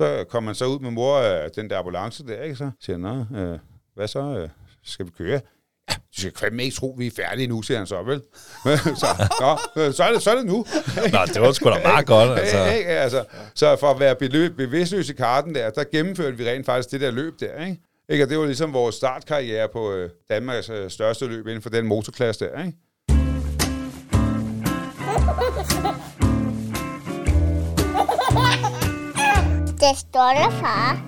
Så kom man så ud med mor af den der ambulance der, ikke? Så siger han, hvad så? Skal vi køre? Ja, du skal fandme ikke tro, vi er færdige nu, siger han så, vel? Så er det nu. Nå, det var sgu da meget godt, altså. Så for at være bevidstløs i karten der gennemførte vi rent faktisk det der løb der, ikke? Ikke? Og det var ligesom vores startkarriere på Danmarks største løb inden for den motorklasse der, ikke? Det stolte far.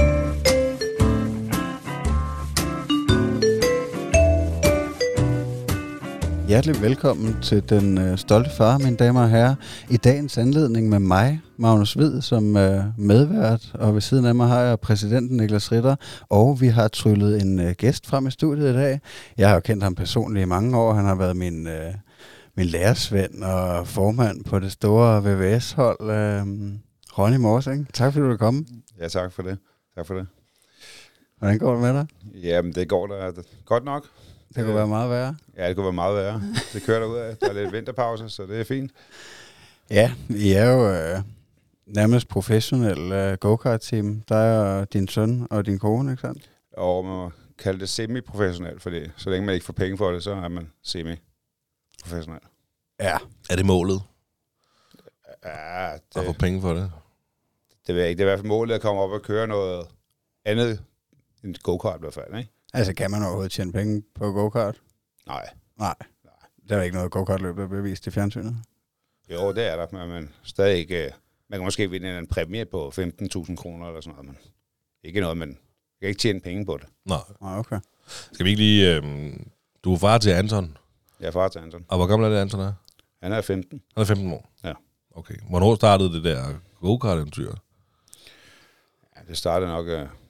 Hjertelig velkommen til Den Stolte Far, mine damer og herrer. I dagens anledning med mig, Magnus Hvid, som medvært, og ved siden af mig har jeg præsidenten Niklas Ritter, og vi har tryllet en gæst frem i studiet i dag. Jeg har jo kendt ham personligt i mange år. Han har været min lærersvend og formand på det store VVS-hold, Ronny Morsing. Tak fordi du er kommet. Ja, tak for det. Hvordan går det med dig? Jamen, det går da godt nok. Det kunne være meget værre. Ja, det kunne være meget værre. Det kører derud af. Der er lidt vinterpause, så det er fint. Ja, I er jo nærmest professionel go-kart-team. Der er din søn og din kone, ikke sandt? Og man må kalde det semi-professionel, fordi så længe man ikke får penge for det, så er man semi-professionel. Ja. Er det målet? Ja, at få penge for det? Det ved jeg ikke. Det er i hvert fald målet at komme op og køre noget andet end go-kart i hvert fald, ikke? Altså, kan man overhovedet tjene penge på go-kart? Nej. Der er ikke noget go-kart-løb, der bliver vist i fjernsynet? Jo, det er der, men stadig ikke. Man kan måske vinde en præmie på 15.000 kroner eller sådan noget, men ikke noget, man kan ikke tjene penge på det. Nej. Okay. Skal vi ikke lige... du er far til Anton? Jeg er far til Anton. Og hvor gammel er det, Anton er? Han er 15. Han er 15 år? Ja. Okay. Hvornår startede det der go-kart-eventyr? Ja, det startede nok...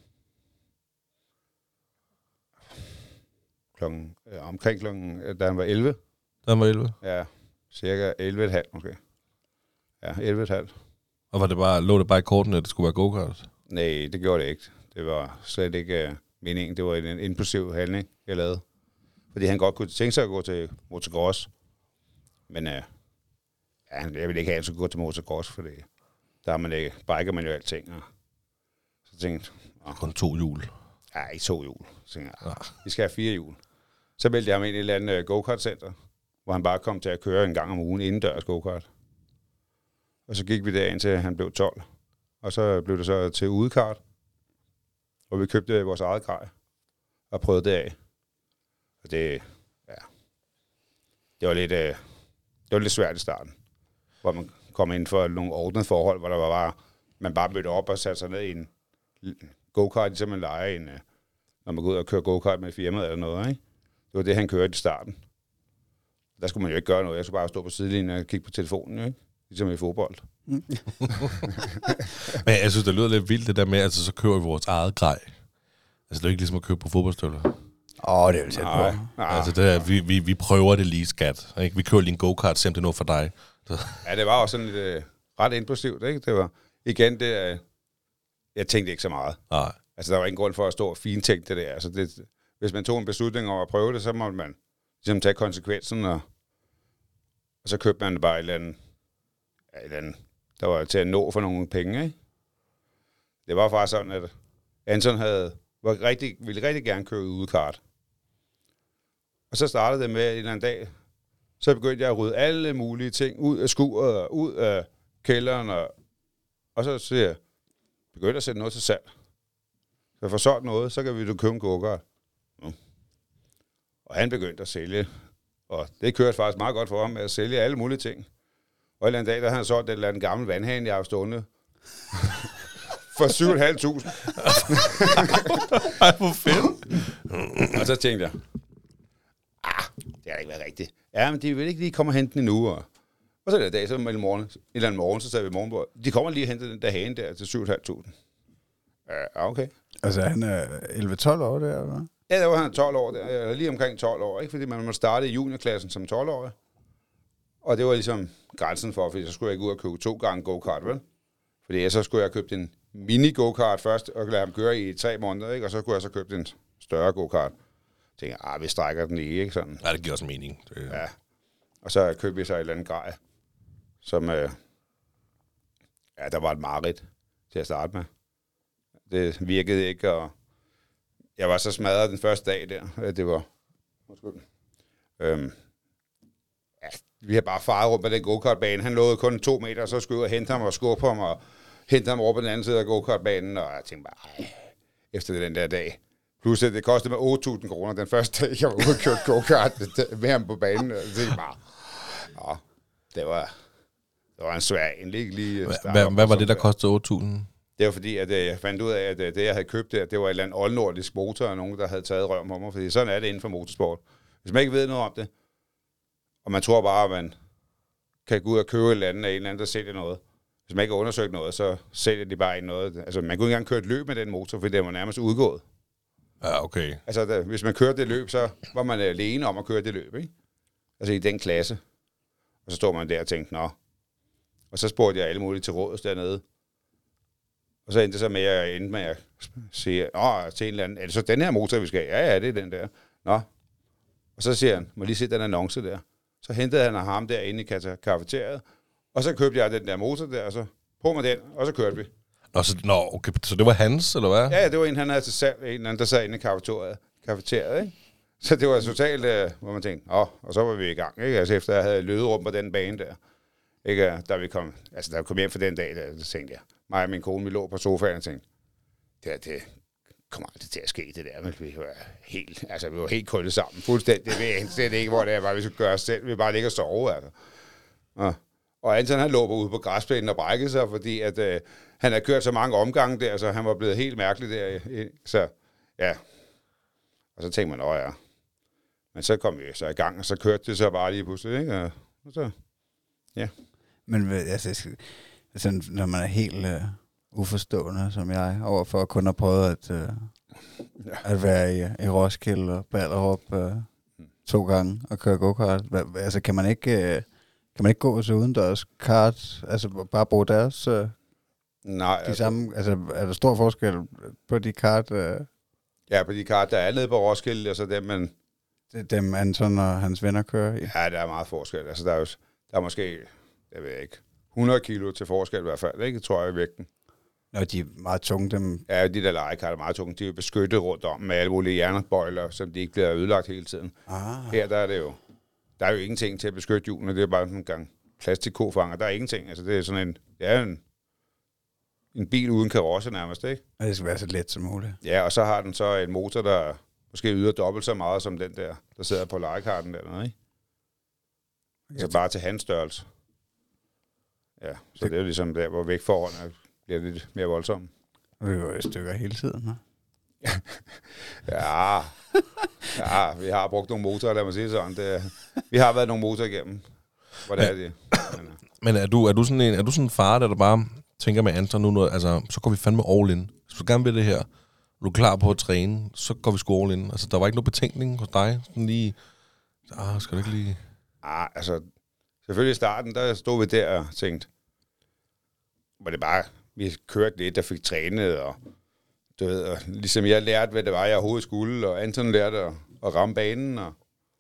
omkring klokken, da han var 11. Da han var 11? Ja, cirka 11,5 måske. Ja, 11,5. Og lå det bare i kortene, at det skulle være go-kart? Nej, det gjorde det ikke. Det var slet ikke meningen. Det var en impulsiv handling, jeg lavede. Fordi han godt kunne tænke sig at gå til motocross. Men jeg ville ikke have, at han skulle gå til motocross, fordi der er man ikke, biker man jo alting. Og så tænkte jeg... Kun 2 hjul? Ja, ikke 2 hjul. Så tænkte jeg, vi skal have 4 hjul. Så meldte jeg ham ind i et eller andet go-kart-center, hvor han bare kom til at køre en gang om ugen indendørs go-kart. Og så gik vi der indtil han blev 12. Og så blev det så til udekart, hvor vi købte vores eget grej og prøvede det af. Og det var lidt svært i starten, hvor man kom ind for nogle ordnede forhold, hvor der var bare, man bare mødte op og satte sig ned i en go-kart, ligesom man leger en, når man går ud og kører go-kart med firmaet eller noget, ikke? Det var det, han kørte i starten. Der skulle man jo ikke gøre noget. Jeg skulle bare stå på sidelinjen og kigge på telefonen, ikke? Ligesom i fodbold. Men jeg synes, det lyder lidt vildt, det der med, altså så kører vi vores eget grej. Altså det er ikke ligesom at købe på fodboldstøvler. Det er jo tæt på. Altså det er, vi prøver det lige, skat. Ikke? Vi kører lige en go-kart, selvom det er noget for dig. Ja, det var også sådan lidt ret impulsivt, ikke? Det var igen det, jeg tænkte ikke så meget. Nej. Altså der var ingen grund for at stå og fintænke det der. Altså hvis man tog en beslutning om at prøve det, så måtte man ligesom tage konsekvensen, og så købte man bare et eller andet, der var til at nå for nogle penge, ikke? Det var faktisk sådan, at Anton ville rigtig gerne køre udekart. Og så startede det med en eller anden dag, så begyndte jeg at rydde alle mulige ting ud af skuret og ud af kælderen, og så begyndte at sætte noget til salg. Så for solgt noget, så kan vi købe en go-kart. Og han begyndte at sælge, og det kørte faktisk meget godt for ham med at sælge alle mulige ting. Og en eller anden dag, der havde han solgt et eller andet gammel vandhane, jeg har stående for 7.500. Ej, hvor fedt. Og så tænkte jeg, det har ikke været rigtigt. Ja, men de vil ikke lige komme og hente den endnu. Og så den dag, så en eller anden morgen, så sad vi i morgenbordet. De kommer lige og henter den der hane der til 7.500. Ja, okay. Altså han er 11-12 år der, eller hvad? Ja, der var han 12 år der, eller lige omkring 12 år, ikke? Fordi man måtte starte i juniorklassen som 12-årig. Og det var ligesom grænsen for, fordi så skulle jeg ikke ud og købe 2 gange go-kart, vel? Fordi så skulle jeg købe en mini-go-kart først, og lade ham køre i 3 måneder, ikke? Og så kunne jeg så købe en større go-kart. Jeg tænkte, vi strækker den ikke sådan. Ja, det giver også mening. Ja. Og så købte jeg så et eller andet grej, som, der var et mareridt. til at starte med. Det virkede ikke, og jeg var så smadret den første dag der. Det var... vi har bare faret rundt på den go-kartbane. Han låede kun 2 meter, og så skulle jeg hente ham og skubbe ham, og hente ham over på den anden side af go-kartbanen, og jeg tænkte bare, efter den der dag. Plus, det kostede mig 8.000 kroner den første dag, jeg var ude og kørte go-kart med ham på banen, og jeg tænkte bare, det var en svær egentlig. Hvad var det, der kostede 8.000? Det var fordi, at jeg fandt ud af, at det, jeg havde købt der, det var et eller andet oldnordisk motor, og nogen, der havde taget røven på mig, fordi sådan er det inden for motorsport. Hvis man ikke ved noget om det, og man tror bare, at man kan gå ud og købe et eller andet af en eller anden, der sælger noget. Hvis man ikke har undersøgt noget, så sælger de bare ikke noget. Altså, man kunne ikke engang køre et løb med den motor, fordi det var nærmest udgået. Ja, okay. Altså, hvis man kørte det løb, så var man alene om at køre det løb, ikke? Altså i den klasse. Og så stod man der og tænkte, nå. Og så spurgte jeg alle mulige til råds dernede. Og så endte det så med, at jeg endte med at sige, til en eller anden, er det så den her motor, vi skal have? Ja, det er den der. Nå. Og så siger han, må lige se den annonce der. Så hentede han ham derinde i kafeteriet, og så købte jeg den der motor der, og så på med den, og så kørte vi. Okay, så det var hans, eller hvad? Ja, det var en, han havde til salg, en eller anden, der sad inde i kafeteriet, ikke? Så det var totalt, hvor man tænkte, og så var vi i gang, ikke? Altså efter jeg havde løbet rundt på den bane der, ikke? Da vi kom hjem for den dag, der tænkte jeg, mig og min kone, vi lå på sofaen og tænkte, det kommer aldrig til at ske, det der, men vi var helt krøllet sammen, fuldstændig. Det ved jeg slet ikke, hvor det er, bare vi skulle gøre os selv, vi bare ligge og sove, altså. Og Anton, han lå ude på græsplænen og brækkede sig, fordi at, han havde kørt så mange omgange der, så han var blevet helt mærkelig der. Så ja, og så tænkte man, ja. Men så kom vi så i gang, og så kørte det så bare lige pludselig, ikke? Og så, ja. Men altså, når man er helt uforstående, som jeg, overfor at kun have prøvet at være i Roskilde og Ballerup 2 gange og køre go-kart, altså kan man ikke gå så udendørs kart, altså bare bruge deres... Nej. De samme, altså er der stor forskel på de kart? Ja, på de kart, der er nede på Roskilde, altså dem Anton og hans venner kører i? Ja, der er meget forskel. Altså der er måske, jeg ved ikke, 100 kilo til forskel i hvert fald, ikke? Tror jeg i vægten. Når de er meget tunge, dem... Ja, de der legekart er meget tunge. De er beskyttet rundt om med alle mulige jernbøjler, som de ikke bliver ødelagt hele tiden. Her der er jo ingenting til at beskytte hjulene. Det er bare en gang plastikkofanger. Der er ingenting. Altså det er sådan en bil uden karosse nærmest, ikke? Og det skal være så let som muligt. Ja, og så har den så en motor, der måske yder dobbelt så meget som den der sidder på legekarten dernede, ikke? Så bare til hans størrelse. Ja, så det er jo ligesom der, hvor vægtforholdene bliver lidt mere voldsomme. Og vi var i stykker hele tiden, hva'? Ja, vi har brugt nogle motorer, lad mig sige sådan. Vi har været nogle motorer igennem. Hvor det er det. Men er du sådan en far, der bare tænker med Anton nu, altså, så går vi fandme all in. Hvis du gerne vil det her, og du er klar på at træne, så går vi sgu all in. Altså, der var ikke nogen betænkning hos dig? Sådan lige, skal du ikke lige... Altså, selvfølgelig i starten, der stod vi der og tænkte, hvor det bare, vi kørte lidt og fik trænet, og du ved, og ligesom jeg lærte, hvad det var, jeg overhovedet skulle, og Anton lærte at ramme banen, og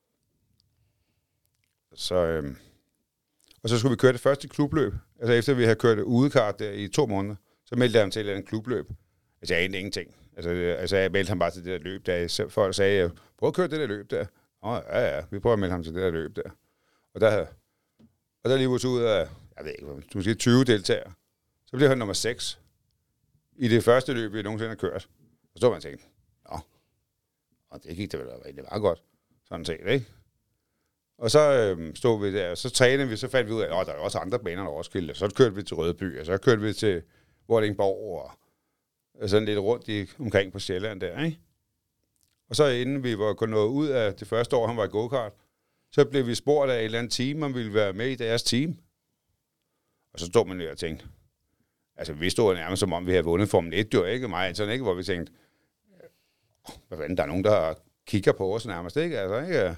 så skulle vi køre det første klubløb. Altså efter vi havde kørt udekart der i 2 måneder, så meldte jeg ham til en klubbløb. Altså jeg anede ingenting. Altså jeg meldte ham bare til det der løb, der folk sagde, prøv at køre det der løb der. Ja, vi prøver at melde ham til det der løb der. Og der lige var ud af, jeg ved ikke, måske 20 deltagere. Så blev han nummer 6 i det første løb, vi nogensinde har kørt. Og så var man tænkt, og det gik det vel rigtig meget godt. Sådan set, ikke? Og så stod vi der, og så trænede vi, så fandt vi ud af, at der er også andre baner, der Roskilde. Så kørte vi til Rødby, og så kørte vi til Vordingborg, og sådan lidt rundt omkring på Sjælland der, ikke? Og så inden vi var gået noget ud af det første år, han var i go-kart, så blev vi spurgt af et eller andet team, om vi ville være med i deres team. Og så stod man der og tænkte, altså vi stod nærmest som om, vi havde vundet Formel 1, jo ikke mig, sådan ikke, hvor vi tænkte, hvad fanden, der er nogen, der kigger på os nærmest, ikke? Altså, ikke?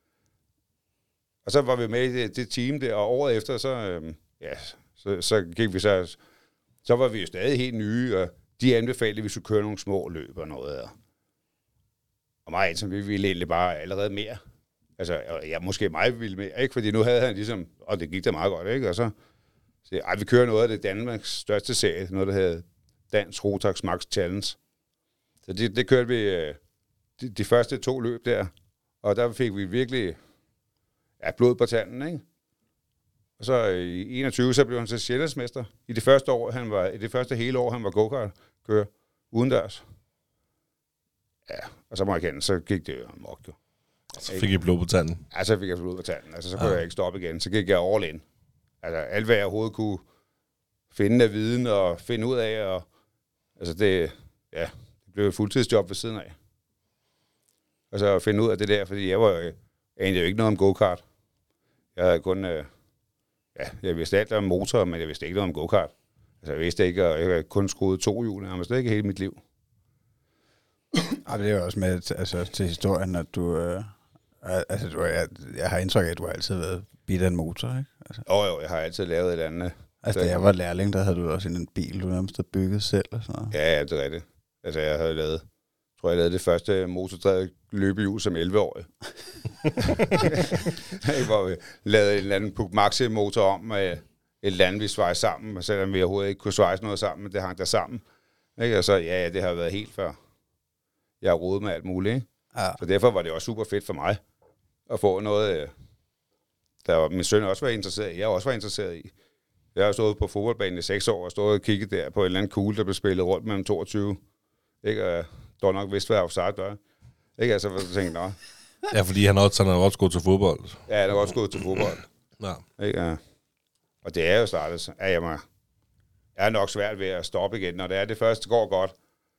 Og så var vi med i det team der, og året efter, så gik vi så var vi jo stadig helt nye, og de anbefalede, at vi skulle køre nogle små løb og noget der. Og mig, som vi ville egentlig bare allerede mere. Altså, måske mig ville mere, ikke? Fordi nu havde han ligesom, og det gik da meget godt, ikke? Og så vi kører noget af det Danmarks største serie, noget der hedder Dansk Rotax Max Challenge. Så det kørte vi de første 2 løb der, og der fik vi virkelig blod på tanden, ikke? Og så i 21, så blev han så sjællandsmester. I det første hele år, han var go-kart-kører udendørs. Ja, og så må jeg kende, så gik det jo amok, jo. Så fik I blod på tanden? Ja, så fik jeg blod på tanden. Altså, så kunne jeg ikke stoppe igen. Så gik jeg all in. Altså, alt hvad jeg overhovedet kunne finde af viden og finde ud af. Og, altså, det blev et fuldtidsjob ved siden af. Og så finde ud af det der, fordi jeg anede jo ikke noget om go-kart. Jeg havde kun... jeg vidste alt om motor, men jeg vidste ikke noget om go-kart. Altså, jeg vidste ikke, og jeg havde kun skruet 2 hjul. Jeg vidste ikke hele mit liv. Og det er jo også med til historien, at du... jeg har indtryk af, at du har altid været bidt af en motor, ikke? Altså. Jo, jeg har altid lavet et eller andet. Altså, da jeg var lærling, der havde du også en bil, du nærmest havde bygget selv og sådan noget. Ja, det er rigtigt. Altså, jeg lavede det første motordrevet løbehjul som 11-årig. Hvor vi lavede en eller anden Puch Maxi-motor om med et eller andet, vi svejste sammen, og selvom vi overhovedet ikke kunne svejse noget sammen, men det hang der sammen. Ikke? Og så, det har været helt før. Jeg har rodet med alt muligt, ikke? Ja. Så derfor var det også super fedt for mig at få noget, der min søn også var interesseret i. Jeg også var interesseret i. Jeg har stået på fodboldbanen i 6 år og stået og kigget der på en eller anden kugle, der blev spillet rundt mellem 22. Ikke? Og dog nok vidste, hvad offside var. Ikke? Altså, så tænkte jeg, Ja, fordi han har også gået til fodbold. Ja, han har også gået til fodbold. Ja. Ikke? Og det er jo startet, så jeg er nok svært ved at stoppe igen. Når det første går godt,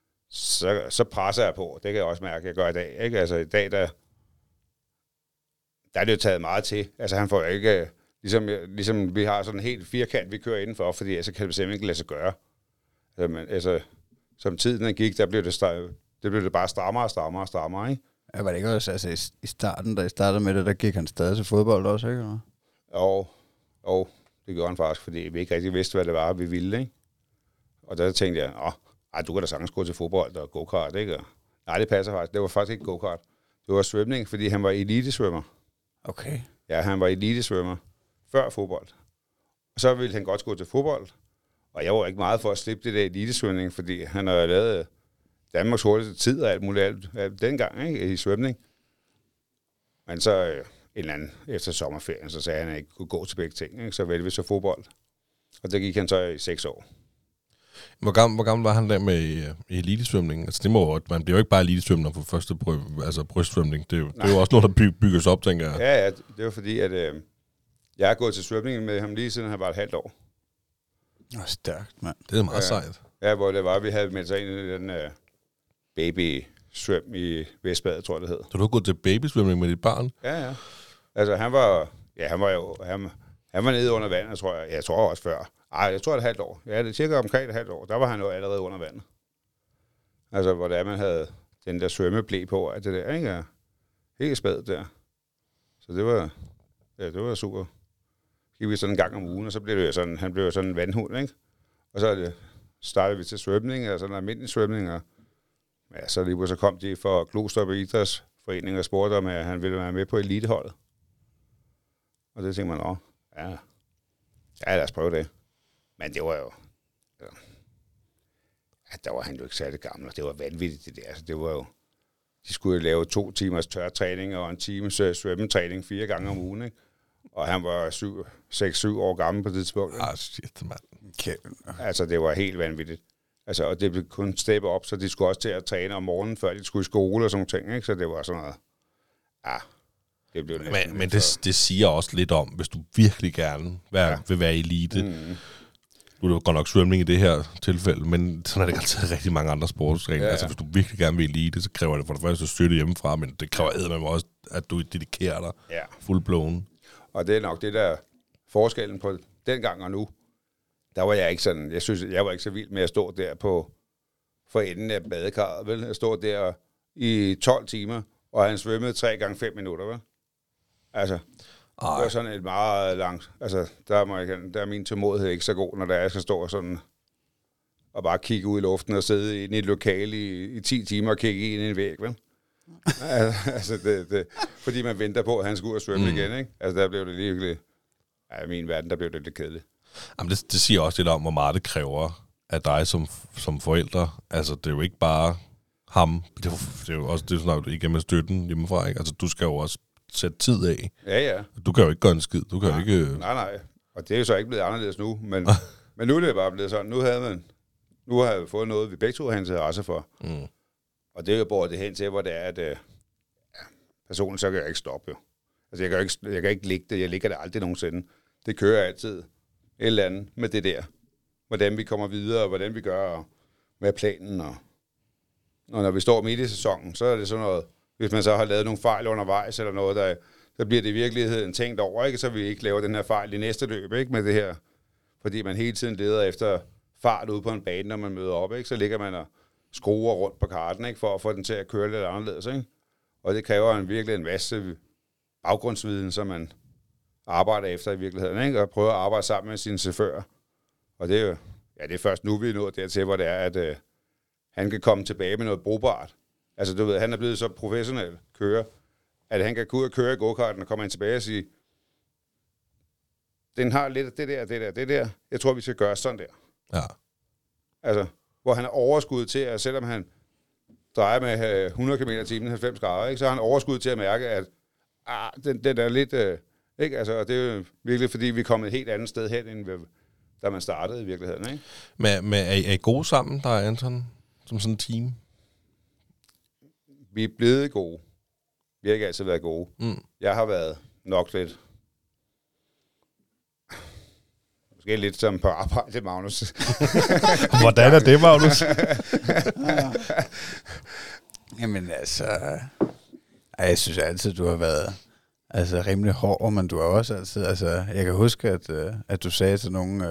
så presser jeg på. Det kan jeg også mærke, at jeg gør i dag. Ikke? Altså i dag, der er det jo taget meget til. Altså han får ikke, ligesom vi har sådan en helt firkant, vi kører indenfor, fordi så kan det simpelthen ikke lade sig gøre. Altså, som tiden gik, der blev det bare strammere, ikke? Ja, var det ikke også i starten, da I startede med det, der gik han stadig til fodbold også, ikke? Jo, det gjorde han faktisk, fordi vi ikke rigtig vidste, hvad det var, vi ville, ikke? Og der tænkte jeg, du kan da sagtens gå til fodbold og go-kart, ikke? Nej, det passer faktisk. Det var faktisk ikke go-kart. Det var svømning, fordi han var elitesvømmer. Okay. Ja, han var elitesvømmer før fodbold. Og så ville han godt gå til fodbold. Og jeg var ikke meget for at slippe det der elitesvømning, fordi han havde lavet Danmarks hurtigste tid og alt muligt dengang, ikke? I svømning. Men så en eller anden efter sommerferien, så sagde han, at han ikke kunne gå til begge ting, ikke? Så valgte vi så fodbold. Og der gik han så i 6 år. Hvor gammel var han der med elitesvømning? Altså man bliver jo ikke bare elitesvømmer for første brystsvømning. Det er jo også noget, der bygges op, tænker jeg. Ja, det var fordi, at jeg har gået til svømning med ham lige siden han var et halvt år. Stærkt, mand. Det er meget sejt. Ja, hvor det var, vi havde meldt sig ind i den babysvøm i Vestbadet, tror jeg, det hed. Så du har gået til babysvømning med dit barn? Ja. Altså, han var nede under vandet, tror jeg. Jeg tror også før. Jeg tror, det er et halvt år. Ja, det er cirka omkring et halvt år. Der var han jo allerede under vandet. Altså, hvor man havde den der svømmeblæ på, og det der, ikke? Helt spædt der. Så det var super. Så gik vi sådan en gang om ugen, og så blev det sådan, han blev sådan en vandhund, ikke? Og så startede vi til svømning, altså en almindelig svømning, og så lige så kom de fra Glostrup Idrætsforening og spurgte om, at han ville være med på eliteholdet. Og det tænkte man, lad os prøve det. Men det var jo... der var han jo ikke særlig gammel, og det var vanvittigt det der. Altså, det var jo... De skulle jo lave 2 timers tørtræning og en times svømmetræning 4 gange om ugen, ikke? Og han var 6-7 år gammel på det tidspunkt. Shit, mand. Okay. Altså, det var helt vanvittigt. Altså, og det blev kun steppe op, så de skulle også til at træne om morgenen, før de skulle i skole og sådan ting, ikke? Så det var sådan noget... det blev næsten... Men det siger også lidt om, hvis du virkelig gerne vil være elite. Nu er det godt nok svømning i det her tilfælde, men sådan er det altid rigtig mange andre sportsgrene. Altså, hvis du virkelig gerne vil elite, så kræver det for det første støtte hjemmefra, men det kræver eddermame også, at du dedikerer dig fuldblåen. Og det er nok det der forskellen på dengang og nu. Der var jeg ikke sådan, jeg var ikke så vild med at stå der for enden af badekarret, vel? Jeg stod der i 12 timer, og han svømmede 3 gange 5 minutter, vel? Altså, det var sådan et meget langt, altså, der er min tålmodighed ikke så god, når jeg skal stå sådan og bare kigge ud i luften og sidde inde i et lokale i 10 timer og kigge ind i en væg, vel? Altså, fordi man venter på, at han skulle ud og svømme igen, ikke? Altså, der blev det virkelig... i min verden, der blev det lidt kedeligt. Jamen, det siger også lidt om, hvor meget det kræver af dig som forældre. Altså, det er jo ikke bare ham. Det er jo også, det er sådan, igennem støtten hjemmefra, ikke? Altså, du skal jo også sætte tid af. Ja. Du kan jo ikke gøre en skid. Du kan jo ikke... Nej. Og det er jo så ikke blevet anderledes nu, men nu er det bare blevet sådan. Nu har vi fået noget, vi begge to har interesse for. Mm. Og det er jo både det hen til, hvor det er, at personligt, så kan jeg ikke stoppe jo. Altså, jeg kan ikke ligge det. Jeg ligger det aldrig nogensinde. Det kører altid et eller andet med det der. Hvordan vi kommer videre, og hvordan vi gør med planen. Og når vi står midt i sæsonen, så er det sådan noget, hvis man så har lavet nogle fejl undervejs, eller noget, så bliver det i virkeligheden tænkt over, ikke? Så vi ikke laver den her fejl i næste løb, ikke? Med det her. Fordi man hele tiden leder efter fart ude på en bane, når man møder op, ikke? Så ligger man og skruer rundt på karten, ikke? For at få den til at køre lidt anderledes, ikke? Og det kræver virkelig en masse baggrundsviden, som man arbejder efter i virkeligheden, ikke? Og prøver at arbejde sammen med sine chauffører. Og det er jo, det er først nu, vi er nået dertil, hvor det er, at han kan komme tilbage med noget brugbart. Altså, du ved, han er blevet så professionel kører, at han kan gå ud og køre i go-karten og komme ind tilbage og sige, den har lidt af det der. Jeg tror, vi skal gøre sådan der. Ja. Altså, hvor han er overskud til, at selvom han drejer med 100 km i timen, 90 grader, ikke, så har han overskud til at mærke, at den er lidt... ikke? Altså, og det er jo virkelig, fordi vi er kommet et helt andet sted hen, end da man startede i virkeligheden. Ikke? Men er I gode sammen, der er Anton, som sådan en team? Vi er blevet gode. Vi har ikke altid været gode. Mm. Jeg har været nok lidt... Måske lidt som på arbejde, Magnus. Hvordan er det, Magnus? Jamen altså... jeg synes altid, du har været rimelig hård, men du har også altid... Altså, jeg kan huske, at du sagde til nogen,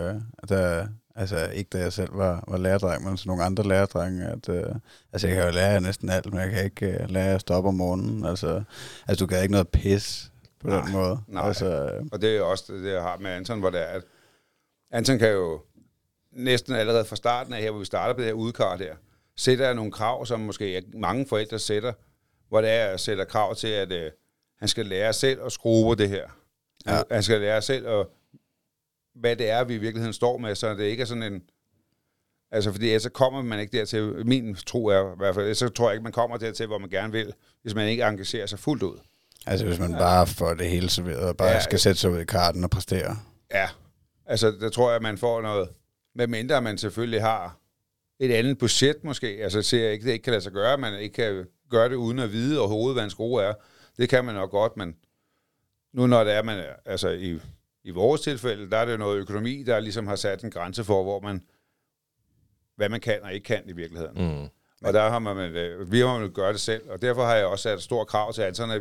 ikke da jeg selv var lærerdreng, men til nogle andre lærerdrenge, at jeg kan jo lære næsten alt, men jeg kan ikke lære at stoppe om morgenen. Altså, du kan ikke noget pis på den måde. Nej, og det er jo også det, jeg har med Anton, hvor det er, at Anton kan jo næsten allerede fra starten af her, hvor vi starter på det her udkart her, sætter nogle krav, som måske mange forældre sætter, hvor det er, at sætter krav til, at han skal lære selv at skrue på det her. Ja. Han skal lære selv, hvad det er, vi i virkeligheden står med, så det ikke er sådan en... Altså, fordi så kommer man ikke dertil, min tro er i hvert fald, så tror jeg ikke, man kommer dertil, hvor man gerne vil, hvis man ikke engagerer sig fuldt ud. Altså, hvis man bare får det hele serveret, og bare skal sætte sig ud i karten og præstere. Ja, altså, der tror jeg, at man får noget, medmindre man selvfølgelig har et andet budget måske, altså ser jeg ikke, det ikke kan lade sig gøre, man ikke kan gøre det uden at vide overhovedet, hvad en skrue er. Det kan man nok godt, men nu når det er, man, altså i vores tilfælde, der er det jo noget økonomi, der ligesom har sat en grænse for, hvad man kan og ikke kan i virkeligheden. Mm. Og der har vi har jo gøre det selv, og derfor har jeg også sat et stort krav til Anton,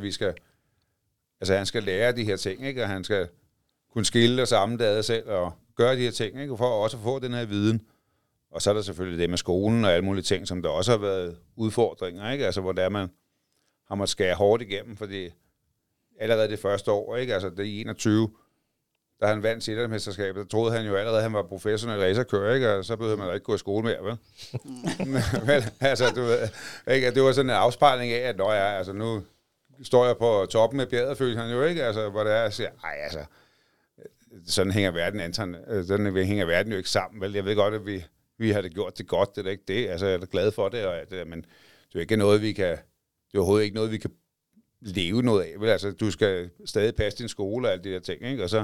at han skal lære de her ting, ikke? Og han skal kunne skille og samle selv og gøre de her ting, ikke? For også at få den her viden. Og så er der selvfølgelig det med skolen og alle mulige ting, som der også har været udfordringer, ikke? Altså, hvor der man har måttet skære hårdt igennem, fordi allerede det første år, ikke? Altså, det i 21, da han vandt Sjællandsmesterskabet, der troede han jo allerede, at han var professionel racerkører, ikke? Og så behøvede man da ikke gå i skole mere, vel? Men altså, du ved, ikke? Det var sådan en afspejling af, at nu står jeg på toppen med bjerget, følte han jo, ikke? Altså, hvor det er, jeg siger, sådan hænger verden jo ikke sammen, vel? Jeg ved godt, at vi har det gjort det godt, det er ikke det. Altså, jeg er glad for det, og alt det der, men det er ikke noget, det er overhovedet ikke noget, vi kan leve noget af. Vel? Altså, du skal stadig passe din skole og alt det der ting, ikke? Og så,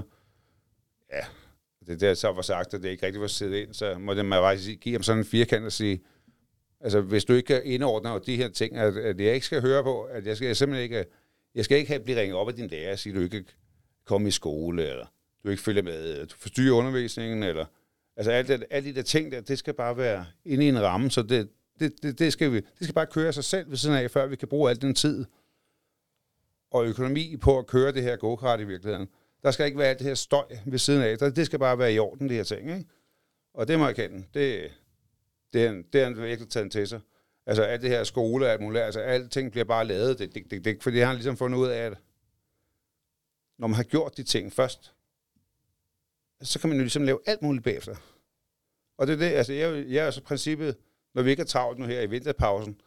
det der så var sagt, at det ikke rigtig var siddet ind, så må det faktisk give ham sådan en firkant og sige, altså, hvis du ikke kan indordne de her ting, at jeg ikke skal høre på, at jeg skal ikke blive ringet op af din lærer og sige, at du ikke kan komme i skole, eller du ikke følger med, du forstyrrer undervisningen, eller altså alle de der ting der, det skal bare være inde i en ramme, så det skal bare køre sig selv ved siden af, før vi kan bruge al den tid og økonomi på at køre det her go-kart i virkeligheden. Der skal ikke være alt det her støj ved siden af. Det skal bare være i orden, det her ting, ikke? Og det må jeg kende. Det er han virkelig taget til sig. Altså alt det her skole og alt muligt, altså alting bliver bare lavet. Fordi han har ligesom fundet ud af, at når man har gjort de ting først, så kan man jo ligesom lave alt muligt bagefter. Og det er det, altså jeg er så princippet, når vi ikke er travlt nu her i vinterpausen,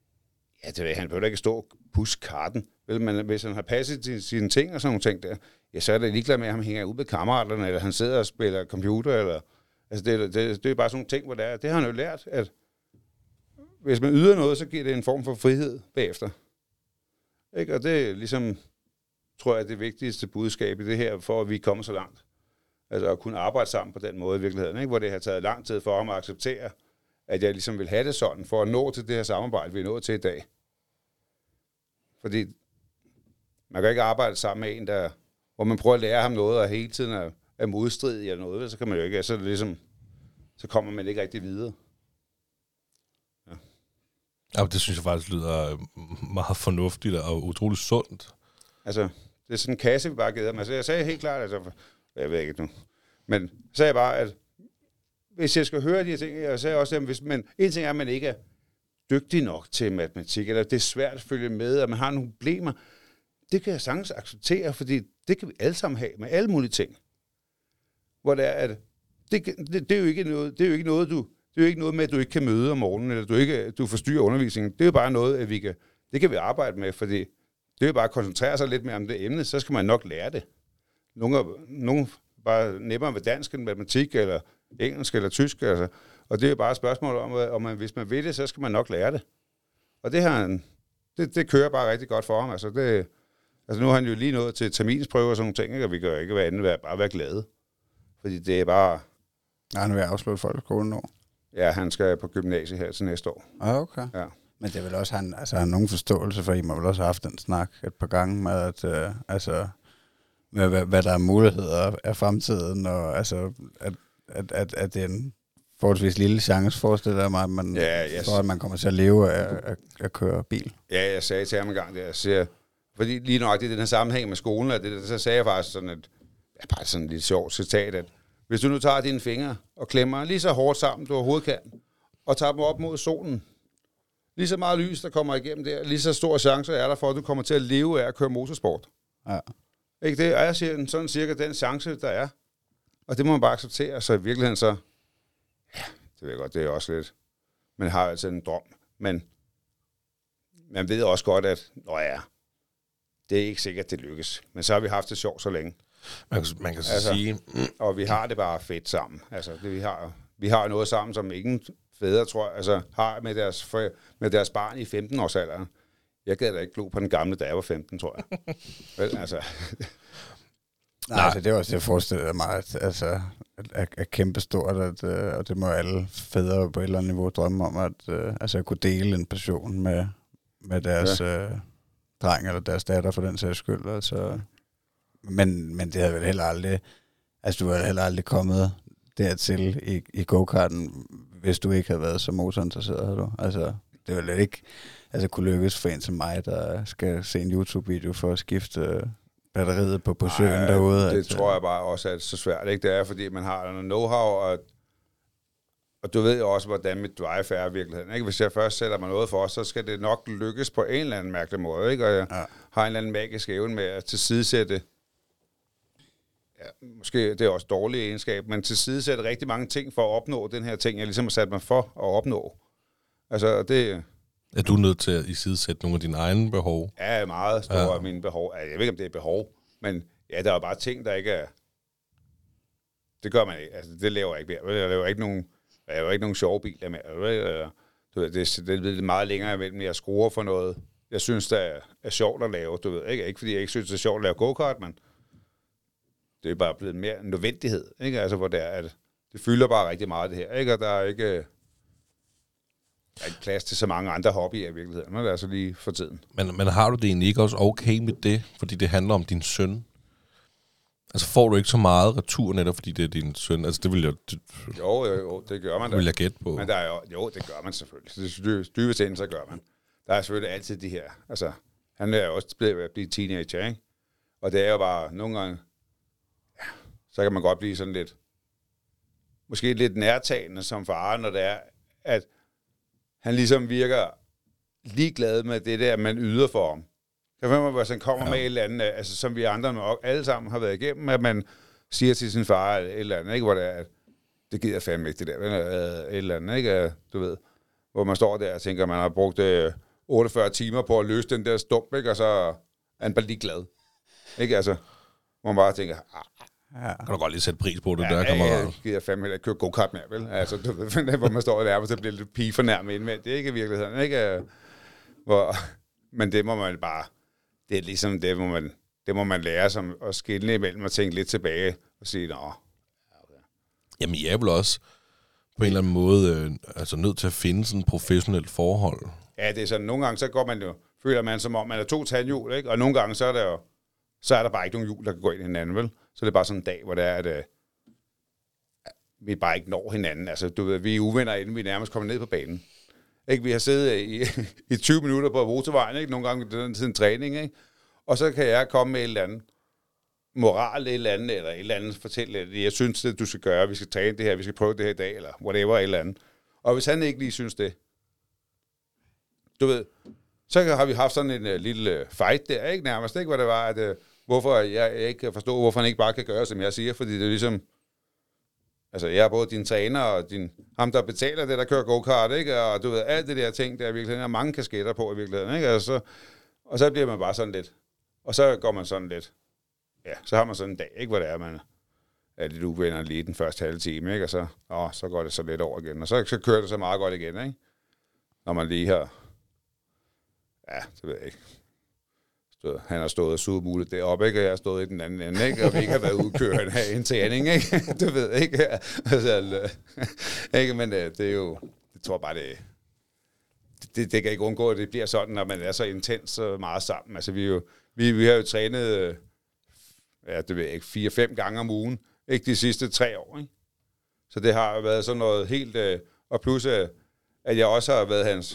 han behøver ikke stå og puske karten. Men hvis han har passet sine ting og sådan nogle ting der, så er det ligeglad med, at han hænger ud med kammeraterne, eller han sidder og spiller computer, eller Altså, det er bare sådan nogle ting, hvor det har han jo lært, at hvis man yder noget, så giver det en form for frihed bagefter. Ikke? Og det er ligesom, tror jeg, det vigtigste budskab i det her, for at vi kommer så langt. Altså at kunne arbejde sammen på den måde i virkeligheden, ikke? Hvor det har taget lang tid for ham at acceptere, at jeg ligesom vil have det sådan, for at nå til det her samarbejde, vi er nået til i dag. Fordi man kan ikke arbejde sammen med en, hvor man prøver at lære ham noget, og hele tiden er modstridig eller noget, så kan man jo ikke, så kommer man ikke rigtig videre. Ja, det synes jeg faktisk lyder meget fornuftigt og utroligt sundt. Altså, det er sådan en kasse, vi bare giver dem. Altså, jeg sagde helt klart, altså, jeg ved ikke nu, men så sagde jeg bare, at hvis jeg skal høre de her ting, jeg sagde også, at en ting er, at man ikke er dygtig nok til matematik, eller det er svært at følge med, og man har nogle problemer, det kan jeg sagtens acceptere, fordi det kan vi alle sammen have med alle mulige ting. Hvor det er, at det er jo ikke noget, det er jo ikke noget med, at du ikke kan møde om morgenen, eller du forstyrrer undervisningen. Det er jo bare noget, at det kan vi arbejde med, fordi det er jo bare at koncentrere sig lidt mere om det emne, så skal man nok lære det. Nogle bare nemmere ved dansk end matematik, eller engelsk, eller tysk, altså. Og det er jo bare et spørgsmål om hvis man vil det, så skal man nok lære det. Og det kører bare rigtig godt for ham. Altså nu har han jo lige nået til terminsprøver og sådan nogle ting, ikke? Og vi kan jo ikke bare være glade. Fordi det er bare... Nej, han vil afslutte folkeskolen nu. Ja, han skal på gymnasiet her til næste år. Okay. Ja. Men det er vel også, han nogen forståelse for, I må vel også have haft den snak et par gange med, at, med hvad der er muligheder af fremtiden, og altså, at det er en forholdsvis lille chance, forestiller jeg mig, at man kommer til at leve af at køre bil. Ja, jeg sagde til ham en gang, fordi lige nok i den her sammenhæng med skolen, og så sagde jeg faktisk sådan bare sådan et lidt sjovt citat, at hvis du nu tager dine fingre og klemmer lige så hårdt sammen, du overhovedet kan, og tager dem op mod solen, lige så meget lys, der kommer igennem der, lige så stor chance er der for, at du kommer til at leve af at køre motorsport. Ja. Ikke det? Og jeg siger sådan cirka den chance, der er. Og det må man bare acceptere. Så i virkeligheden så, ja, det ved jeg godt, det er også lidt, man har altså en drøm. Men man ved også godt, at, det er ikke sikkert, det lykkes. Men så har vi haft det sjovt så længe. Man kan så sige... Og vi har det bare fedt sammen. Altså, vi har noget sammen, som ingen fædre, tror jeg, har med deres barn i 15-årsalderen. Jeg gad da ikke glo på den gamle, da jeg var 15, tror jeg. Vel, altså... Nej, altså, det er også det, jeg forestiller mig, at er kæmpestort, og det må alle fædre på et eller andet niveau drømme om, at kunne dele en passion med deres dreng eller deres datter for den sags skyld. Altså. Men det havde vel heller aldrig, altså du havde heller aldrig kommet dertil i go-karten, hvis du ikke havde været så motorinteresseret, havde du? Altså, det ville ikke kunne lykkes for en som mig, der skal se en YouTube-video for at skifte batteriet på søen derude. Det tror jeg bare også er så svært, ikke? Det er, fordi man har noget know-how, og du ved jo også, hvordan mit drive er i virkeligheden, ikke? Hvis jeg først sætter mig noget for, så skal det nok lykkes på en eller anden mærkelig måde, ikke? Og jeg har en eller anden magisk evne med at tilsidesætte, måske det er også dårlig egenskab, men tilsidesætte rigtig mange ting for at opnå den her ting, jeg ligesom har sat mig for at opnå. Altså, det... Er du nødt til at iscenesætte nogle af dine egne behov? Ja, meget store af mine behov. Jeg ved ikke, om det er behov, men ja, der er bare ting, der ikke er... Det gør man ikke. Altså, det laver jeg ikke mere. Jeg laver ikke nogen sjove biler mere. Det er meget længere imellem, jeg skruer for noget. Jeg synes, det er sjovt at lave, du ved. Ikke fordi jeg ikke synes, det er sjovt at lave go-kart, men det er bare blevet mere en nødvendighed, ikke? Altså, hvor det er, at det fylder bare rigtig meget, det her, ikke? Og der er ikke plads til så mange andre hobbyer i virkeligheden, men det er altså lige for tiden. Men har du det egentlig ikke også okay med det, fordi det handler om din søn? Altså får du ikke så meget retur netop, fordi det er din søn? Altså det vil jeg... Jo, det gør man da. Vil jeg gætte på. Men der er jo, det gør man selvfølgelig. Det dybest ende, så gør man. Der er selvfølgelig altid de her, altså han er jo også blevet at blive teenager, ikke? Og det er jo bare nogle gange, så kan man godt blive sådan lidt, måske lidt nærtagende som far, når det er, at han ligesom virker ligeglad med det der, man yder for ham. Jeg finder mig, hvis han kommer med et eller andet, altså som vi andre nok alle sammen har været igennem, at man siger til sin far et eller andet, ikke? Hvor det er, at det gider fandme ikke det der, et eller andet, ikke? Du ved, hvor man står der og tænker, at man har brugt 48 timer på at løse den der stump, ikke? Og så er han bare ligeglad. Ikke? Altså, hvor man bare tænker, Ja. Kan du godt lige sætte pris på det Ja, der, kammerat? jeg gider fandme heller ikke køre go-kart mere, vel? Altså, du ved, hvor man står der, og så bliver lidt pige fornærmet indvendigt. Det er ikke i virkeligheden, ikke? Men det må man bare... Det er ligesom det må man lære som at skille imellem og tænke lidt tilbage og sige, nå... Okay. Jamen, I er vel også på en eller anden måde nødt til at finde sådan et professionelt forhold. Ja, det er sådan, nogle gange så går man jo, føler man som om, man er 2 tandhjul, ikke? Og nogle gange så er der bare ikke nogen hjul, der kan gå ind i hinanden, vel? Så det er bare sådan en dag, hvor det er, at vi bare ikke når hinanden. Altså, du ved, vi er uvenner, inden vi nærmest kommer ned på banen. Ikke? Vi har siddet i 20 minutter på motorvejen, ikke? Nogle gange det er sådan en træning, ikke? Og så kan jeg komme med et eller andet moral, eller et eller andet fortælle, at jeg synes, at du skal gøre, vi skal træne det her, vi skal prøve det her i dag, eller whatever, et eller andet. Og hvis han ikke lige synes det, du ved, så har vi haft sådan en lille fight der, ikke nærmest, ikke? Hvor det var, at hvorfor jeg ikke kan forstå, hvorfor han ikke bare kan gøre, som jeg siger, fordi det er ligesom, altså jeg er både din træner og ham, der betaler det, der kører go-kart, ikke? Og du ved, alt det der ting, der er virkelig, der er mange kasketter på i virkeligheden, ikke? Altså, og så bliver man bare sådan lidt, og så går man sådan lidt, ja, så har man sådan en dag, ikke? Hvor det er, man er lidt uvenner lige den første halve time, ikke? Og så går det så lidt over igen, og så kører det så meget godt igen, ikke? Når man lige har, ja, det ved jeg ikke. Han har stået og suget muligt deroppe, ikke? Og jeg har stået i den anden ende, ikke? Og vi ikke har været udkørende af en træning, ikke? Du ved, ikke? Altså, ikke? Men det er jo, jeg tror bare, det kan ikke undgå, at det bliver sådan, når man er så intens og meget sammen. Altså, vi har jo trænet, ja, det ved jeg ikke, 4-5 gange om ugen, ikke? De sidste 3 år, ikke? Så det har været sådan noget helt, og plus, at jeg også har været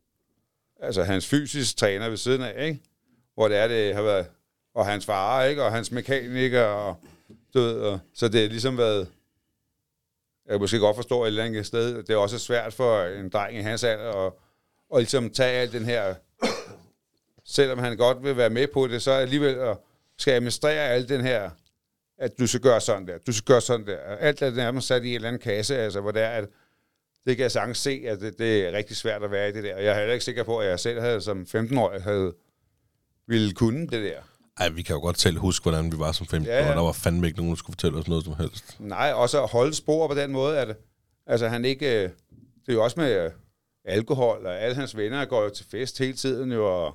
hans fysisk træner ved siden af, ikke? Hvor det har været, og hans far, ikke? Og hans mekaniker, og du ved, så det har ligesom været, jeg kan måske godt forstå et eller andet sted, det er også svært for en dreng i hans alder, og ligesom tage alt den her, selvom han godt vil være med på det, så alligevel skal administrere alt den her, at du skal gøre sådan der, du skal gøre sådan der, alt er nærmest sat i en eller anden kasse, altså, hvor det er, at det kan jeg sagtens se, at det er rigtig svært at være i det der. Jeg er heller ikke sikker på, at jeg selv havde som 15-årig ville kunne det der. Ej, vi kan jo godt selv huske, hvordan vi var som 15 år. Der var fandme ikke nogen, der skulle fortælle os noget som helst. Nej, også at holde spor på den måde, at altså, han ikke... Det er jo også med alkohol, og alle hans venner går jo til fest hele tiden, jo, og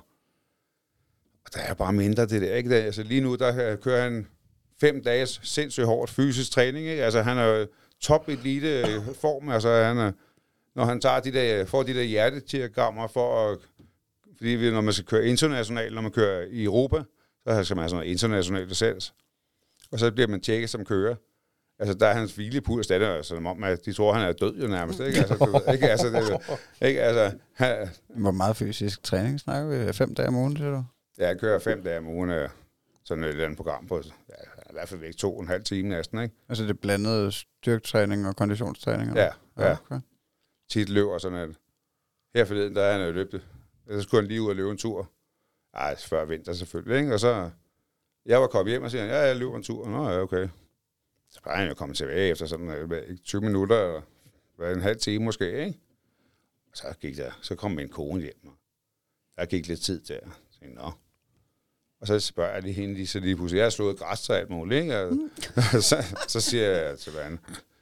der er bare mindre det der, ikke? Altså, lige nu, der kører han 5 dages sindssygt hårdt fysisk træning, ikke? Altså, han er top elite form, altså, når han tager får de der hjertediagrammer fordi når man skal køre internationalt, når man kører i Europa, så skal man have sådan noget internationalt licens. Og så bliver man tjekket som kører. Altså, der er hans hvilepuls, det er som om, at de tror, han er død jo nærmest. Ikke? Altså, du ved, ikke? Altså, ikke? Altså, hvor meget fysisk træning snakker vi? 5 dage om ugen, siger du? Ja, jeg kører 5 dage om ugen, sådan et eller andet program på, ja, i hvert fald væk 2,5 timer næsten, ikke? Altså det blandede styrketræning og konditionstræning? Eller? Ja. Okay. Tit løber sådan et. Her forleden, der er han jo løbet. Så skulle han lige ud og løbe en tur. Ej, før vinter selvfølgelig, ikke? Og så, jeg var kommet hjem og siger, ja, jeg løber en tur. Nå, ja, okay. Så bare han jo kommet tilbage efter sådan 20 minutter, eller en halv time måske, ikke? Og så kom min kone hjem, og der gik lidt tid der. Så tænkte, nå. Og så spørger jeg lige hende, så lige pludselig, jeg har slået græs til alt muligt, ikke? Og så siger jeg til Vanne,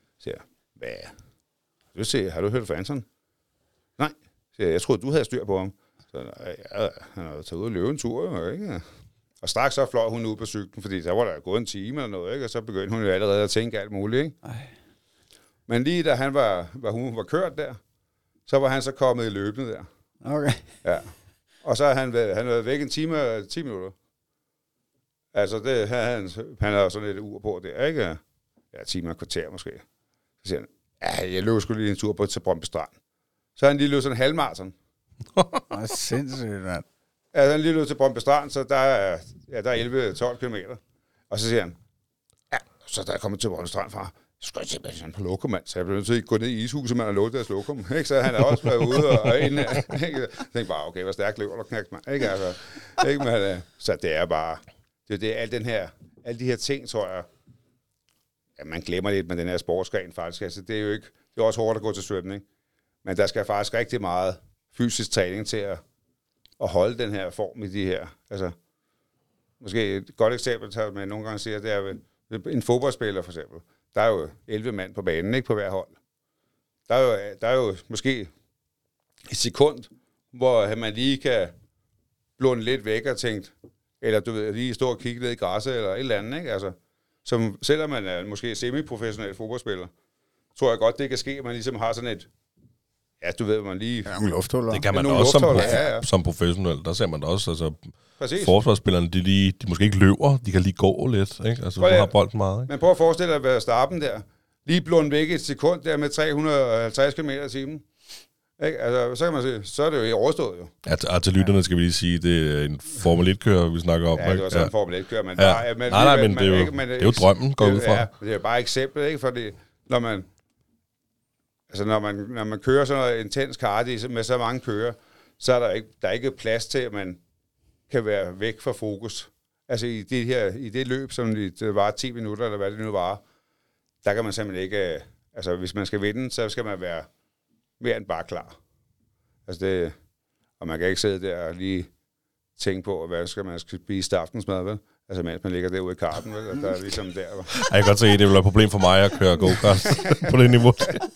hvad? Har du hørt fra Anton? Nej. Jeg troede, du havde styr på ham. Så ja, han havde taget ud og løbe en tur, ikke? Og straks så fløj hun ud på cyklen, fordi så var der gået en time eller noget, ikke? Og så begyndte hun jo allerede at tænke alt muligt, ikke? Ej. Men lige da hun var kørt der, så var han så kommet i løbende der. Okay. Ja. Og så har han været væk en time og 10 minutter. Altså, han har sådan et ur på der, ikke? Ja, time og kvarter måske. Så siger han, ja, jeg løber sgu lige en tur til Brøndby Strand. Så har han lige løbet sådan en halvmarathon. Det er sindssygt, mand. Ja, han lige løbet til Brøndby Strand, så der er 11-12 kilometer. Og så siger han, ja, så der er kommet til Brøndby Strand fra, så skal jeg simpelthen på lokum, mand. Så jeg blev nødt til at gå ned i ishuset, man har lukket deres lokum. Ikke? Så han er også været ude og ind. Jeg tænkte bare, okay, hvor stærkt løber der knægt, mand. Ikke? Altså, ikke? Men, så det er bare, det er alle de her ting, tror jeg, ja, man glemmer lidt med den her sportsgren faktisk. Altså, det er jo ikke, det er også hårdt at gå til svømning. Men der skal faktisk rigtig meget fysisk træning til at holde den her form i de her. Altså, måske et godt eksempel, man nogle gange siger, det er, en fodboldspiller for eksempel, der er jo 11 mand på banen, ikke på hver hold. Der er jo måske et sekund, hvor man lige kan blunde lidt væk og tænkt, eller du ved, lige stå og kigge ned i græsset, eller et eller andet, ikke? Altså, som, selvom man er måske semi-professionel fodboldspiller, tror jeg godt, det kan ske, at man ligesom har sådan et, ja, du ved, man lige... Ja, nogle lufthuller. Det kan man da også som professionel. Der ser man da også, altså... Præcis. Forsvarsspillerne, de måske ikke løber, de kan lige gå lidt, ikke? Altså, hvor har bolden meget, ikke? Men prøv at forestille dig at være starten der. Lige blunde væk et sekund der med 350 km i timen. Ikke? Altså, så kan man sige, så er det jo ikke overstået jo. Ja, til lytterne skal vi lige sige, det er en Formel 1-kører, vi snakker om. Ja, det var sådan en Formel 1-kører. Men ja. Men det er jo drømmen, går ud fra. Ja, det er bare eksempel, ikke? Fordi når man kører sådan noget intens kardi med så mange kører, så er der ikke plads til, at man kan være væk fra fokus. Altså i det løb, som det var 10 minutter, eller hvad det nu var, der kan man simpelthen ikke... Altså hvis man skal vinde, så skal man være mere end bare klar. Altså det... Og man kan ikke sidde der og lige tænke på, hvad skal man spise aftensmad, vel? Altså mens man ligger derude i karten, vel? Og der er ligesom der... Jeg kan godt se, at det vil være et problem for mig at køre go-kart på det niveau.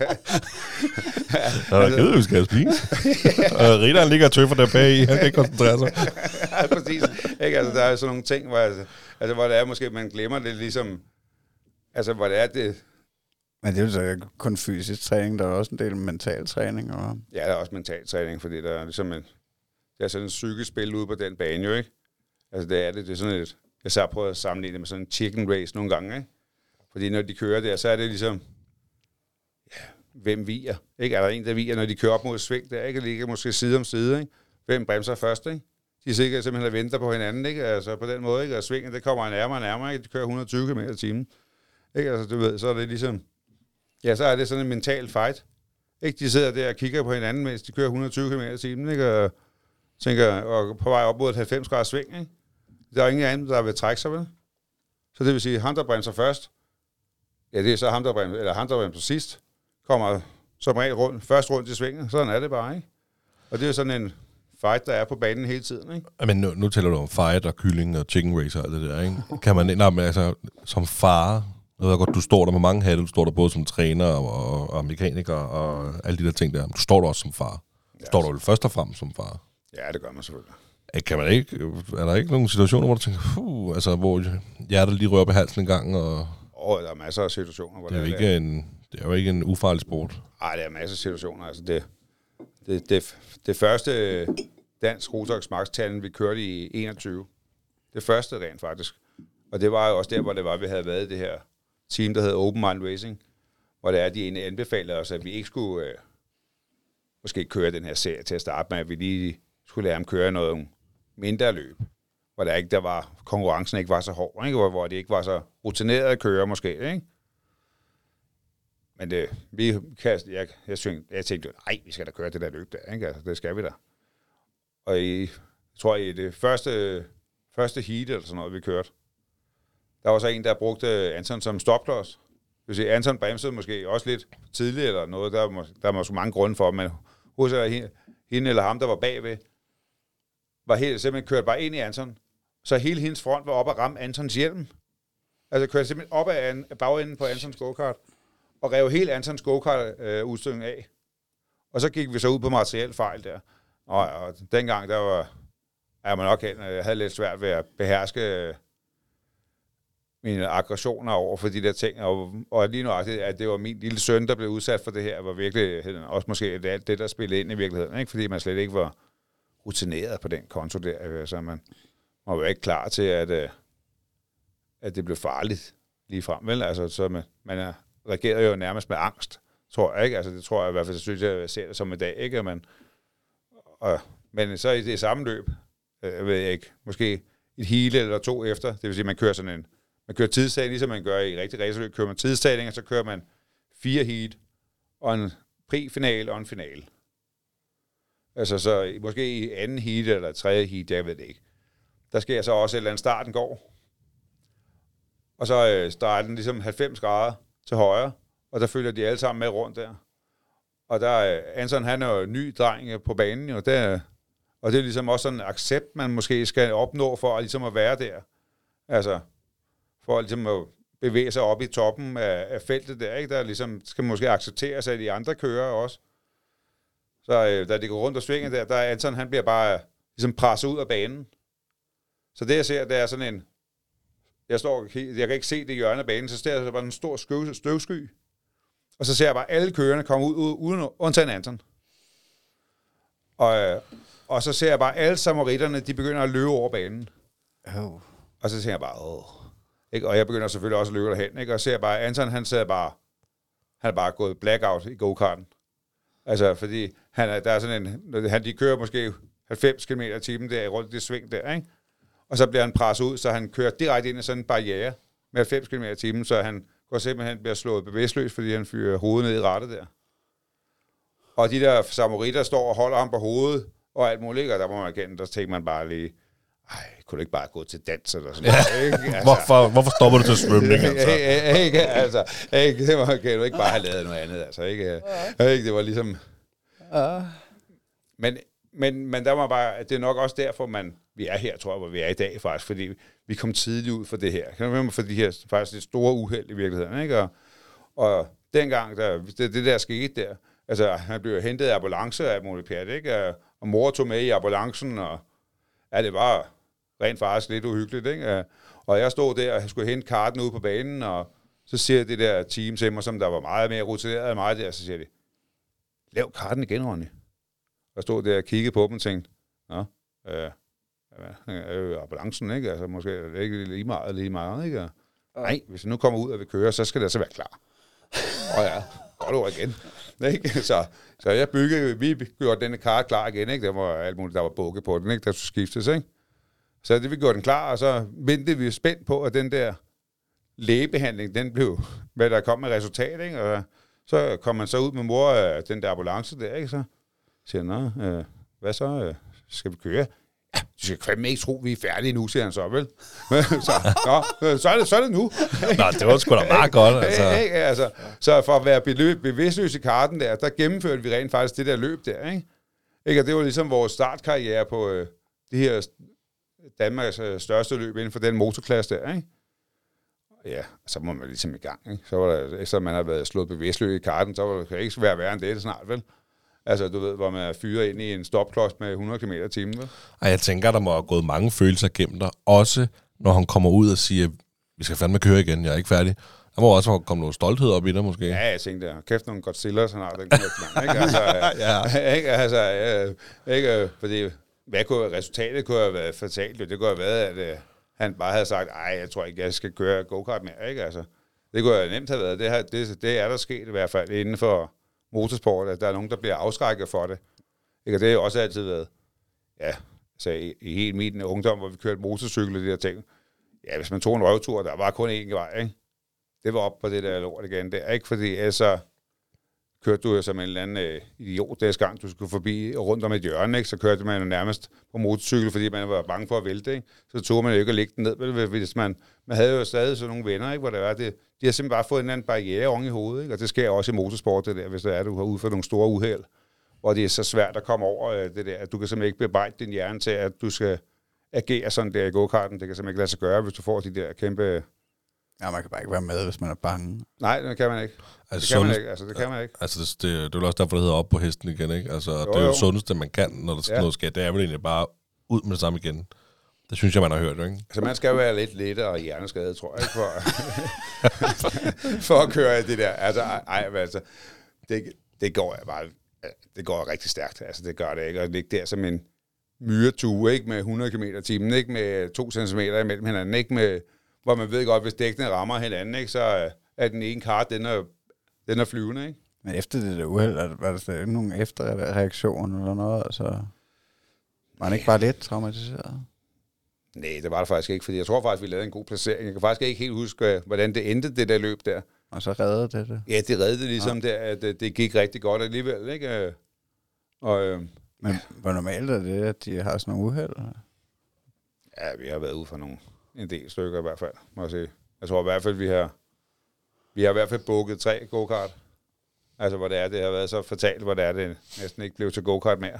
Der er givet, vi skal have spise. Og Ritteren ligger og tøffer der bag i. Han kan ikke koncentrere sig. Ja, præcis. Ikke? Altså, der er sådan nogle ting, hvor det er måske, man glemmer det ligesom... Altså, hvor det er det... Men det er jo så kun fysisk træning. Der er også en del mental træning. Og... Ja, der er også mental træning, fordi der er ligesom det er sådan et psykisk spil ude på den bane, jo, ikke? Altså, det er sådan et... Jeg så har prøvet at sammenligne det med sådan en chicken race nogle gange, ikke? Fordi når de kører der, så er det ligesom... Ja, hvem viger? Ikke? Er der en, der viger, når de kører op mod sving der, ikke? Og ligger måske side om side, ikke? Hvem bremser først, ikke? De sikkert simpelthen venter på hinanden, ikke? Altså på den måde, ikke? Og svingen, det kommer nærmere og nærmere, ikke? De kører 120 km i timen. Ikke? Altså, du ved, så er det ligesom... Ja, så er det sådan en mental fight. Ikke? De sidder der og kigger på hinanden, mens de kører 120 km i timen, ikke? Og tænker, og på vej op mod et 90 graders sving, ikke? Der er ingen anden, der vil trække sig, vel? Så det vil sige, ham, der bremser først, ja, det er så ham, der bremser sidst, kommer som regel først rundt i svingen. Sådan er det bare, ikke? Og det er sådan en fight, der er på banen hele tiden, ikke? Men nu taler du om fight og kylling og chicken race og alt det der, ikke? Kan man, men altså, som far, jeg ved godt, du står der med mange hatte, du står der både som træner og mekaniker og alle de der ting der. Du står der også som far. Du står der vel først og fremmest som far. Ja, det gør man selvfølgelig. Kan man ikke, er der ikke nogen situationer, hvor du tænker, altså hvor hjertet lige rører på halsen en gang? Og der er masser af situationer. Hvor det er jo ikke en ufarlig sport. Nej, der er masser af situationer. Altså det første dansk Rotax Max-talent, vi kørte i 21. Det første rent faktisk. Og det var jo også der, hvor det var, vi havde været i det her team, der hedder Open Mind Racing, hvor det er, de egentlig anbefalede os, at vi ikke skulle måske køre den her serie til at starte med, at vi lige skulle lære ham køre noget mindre løb, hvor konkurrencen ikke var så hård, ikke? Hvor det ikke var så rutineret at køre måske, ikke? Men jeg tænkte, nej, vi skal da køre det der løb der, ikke? Altså, det skal vi da. Og jeg tror, i det første heat eller sådan noget, vi kørte, der var så en, der brugte Anton som stopklods. Det vil sige, Anton bremsede måske også lidt tidligt eller noget. Der var måske mange grunde for, men hos hende eller ham, der var bagved, var helt simpelthen kørt bare ind i Anton. Så hele hendes front var op og ramme Antons hjelm. Altså kørte simpelthen op af bagenden på Antons go-kart, og rev hele Antons go-kart-udstykning af. Og så gik vi så ud på materiel fejl der. Og dengang, jeg havde lidt svært ved at beherske mine aggressioner over for de der ting, og lige nu, at det var min lille søn, der blev udsat for det her, var virkelig også måske alt det, der spillede ind i virkeligheden, ikke? Fordi man slet ikke var rutineret på den konto der, så man var jo ikke klar til, at det blev farligt lige frem, vel? Altså, så man reagerede jo nærmest med angst, tror jeg, ikke? Altså, det tror jeg i hvert fald, synes jeg ser det som i dag, ikke? Men så i det samme løb, ved jeg ikke, måske et heat eller to efter, det vil sige, man kører man kører tidstagning, ligesom man gør i rigtig racerløb, kører man tidstagning, og så kører man 4 heat, og en pre-final og en final. Altså så måske i anden heat eller tredje heat, jeg ved det ikke. Der sker så også et eller andet starten går. Og så starter den ligesom 90 grader til højre, og der følger de alle sammen med rundt der. Og der er Anton, han er jo ny dreng på banen, og det er ligesom også sådan en accept, man måske skal opnå for ligesom at være der. Altså, for ligesom at bevæge sig op i toppen af feltet der, ikke? Der ligesom skal måske acceptere sig af de andre kører også. Så da de går rundt og svinger der er Anton, han bliver bare ligesom presset ud af banen. Så det jeg ser, det er sådan en, jeg kan ikke se det hjørne af banen, så ser jeg bare en stor støvsky. Og så ser jeg bare alle kørerne komme ud uden undtagen Anton. Og så ser jeg bare alle samaritterne, de begynder at løbe over banen. Og så tænker jeg bare, ikke? Og jeg begynder selvfølgelig også at løbe derhen, ikke? Og ser bare, Anton, han er bare gået blackout i go-karten. Altså, fordi der er sådan de kører måske 90 km i timen der rundt i det sving der, ikke? Og så bliver han presset ud, så han kører direkte ind i sådan en barriere med 90 km i timen, så han går simpelthen bliver slået bevidstløs, fordi han fyrer hovedet ned i rattet der. Og de der samaritter står og holder ham på hovedet, og alt muligt, og der må man erkende, der tænker man bare lige, kunne du ikke bare gå til dans eller sådan noget, ikke? Altså, hvorfor stopper du til svømning, altså? Det kan du ikke bare have lavet noget andet, altså, ikke? Det var ligesom... Men der var bare, det er nok også derfor, vi er her, tror jeg, hvor vi er i dag faktisk, fordi vi kom tidligt ud for det her. Kan du remember for de her faktisk lidt store uheld i virkeligheden, ikke? Og dengang, det der skete der, altså han blev hentet af ambulance af muligt pjat, ikke? Og mor tog med i ambulancen, og det var rent faktisk lidt uhyggeligt, ikke? Og jeg stod der og skulle hente karten ud på banen, og så siger det der team til mig, som der var meget mere rutineret end mig der, så siger de, lav karten igen, Ronny. Og stod der og kiggede på dem og tænkte, ambulancen, ikke? Altså, måske er det ikke lige meget, ikke? Nej, hvis jeg nu kommer ud og vil køre, så skal det altså være klar. Godt ord igen. Ikke? Så vi gjorde denne kart klar igen, ikke? Der var alt muligt, der var bukket på den, ikke? Der skulle skiftes, ikke? Så det vi gjorde den klar, og så ventede vi spændt på, at den der lægebehandling, den blev, hvad der kom med resultat, ikke? Og så kom man så ud med mor af den der ambulance der, ikke? Så siger hvad så? Skal vi køre? Ja, du skal fandme ikke tro, vi er færdige nu, siger han så, vel? så er det nu. Nå, det var sgu da meget godt, altså. Altså. Så for at være bevidstløs i karten der gennemførte vi rent faktisk det der løb der, ikke? Og det var ligesom vores startkarriere på det her Danmarks største løb inden for den motorklasse der, ikke? Ja, så må man ligesom i gang, ikke? Så var der, efter man har været slået bevidstløs i karten, så var det ikke være værre end det snart, vel? Altså, du ved, hvor man er fyret ind i en stopklods med 100 km i timen, vel? Ej, jeg tænker, der må have gået mange følelser gennem dig, også når han kommer ud og siger, vi skal fandme køre igen, jeg er ikke færdig. Der må også komme noget stolthed op i dig, måske. Ja, jeg tænkte, kæft nogle Godzilla, sådan har den kæft, man, ikke? Altså, fordi resultatet kunne have været fatalt, det kunne have været, at han bare havde sagt, jeg tror ikke, jeg skal køre go-kart mere, ikke? Altså, det kunne have nemt have været. Det er der sket i hvert fald inden for motorsport, at der er nogen, der bliver afskrækket for det. Ikke? Og det har også altid været, altså i hele min ungdom, hvor vi kørte motorcykel og de der ting. Ja, hvis man tog en røvtur, der var kun én vej, ikke? Det var op på det der lort igen. Det er ikke fordi, så kørte du som en eller anden idiot der gang, du skulle forbi rundt om et hjørne, ikke? Så kørte man nærmest på motorcykel, fordi man var bange for at vælte, ikke? Så tog man jo ikke at lægge den ned, vel? Hvis man havde jo stadig sådan nogle venner, ikke? Hvor der var det. De har simpelthen bare fået en eller anden barriere oven i hovedet, ikke? Og det sker også i motorsport, det der, hvis det er, du har udført nogle store uheld, hvor det er så svært at komme over det der, at du kan simpelthen ikke bebrejde din hjerne til, at du skal agere sådan der i go-karten. Det kan simpelthen ikke lade sig gøre, hvis du får de der kæmpe... Ja, man kan bare ikke være med, hvis man er bange. Nej, det kan man ikke. Altså, det kan man ikke. Altså, det er jo også derfor, det hedder op på hesten igen, ikke? Altså, det er jo sundeste, man kan, når der skal noget ske. Det er vel egentlig bare ud med det samme igen. Det synes jeg, man har hørt, ikke? Altså, man skal jo være lidt lettere og hjerneskadet, tror jeg, for at køre det der. Altså, det går bare... Det går rigtig stærkt, altså det gør det ikke. Og ligge der som en myretue, ikke? Med 100 km i timen, ikke? Med 2 cm imellem hinanden, ikke? Med... Hvor man ved godt, hvis dækkene rammer hinanden, ikke, så er den ene kart, den er flyvende, ikke? Men efter det der uheld, var der stadig nogen efterreaktioner eller noget? Altså, var han ikke bare lidt traumatiseret? Nej, det var det faktisk ikke, fordi jeg tror faktisk, vi lavede en god placering. Jeg kan faktisk ikke helt huske, hvordan det endte, det der løb der. Og så reddede det? Ja, det reddede det ligesom der, at det gik rigtig godt alligevel, ikke? Men hvor normalt er det, at de har sådan nogle uheld? Ja, vi har været ude for en del stykker i hvert fald, må jeg sige. Jeg tror i hvert fald, vi har i hvert fald booket 3 go-kart. Altså, hvor det har været så fatalt, hvor det næsten ikke blev til go-kart mere.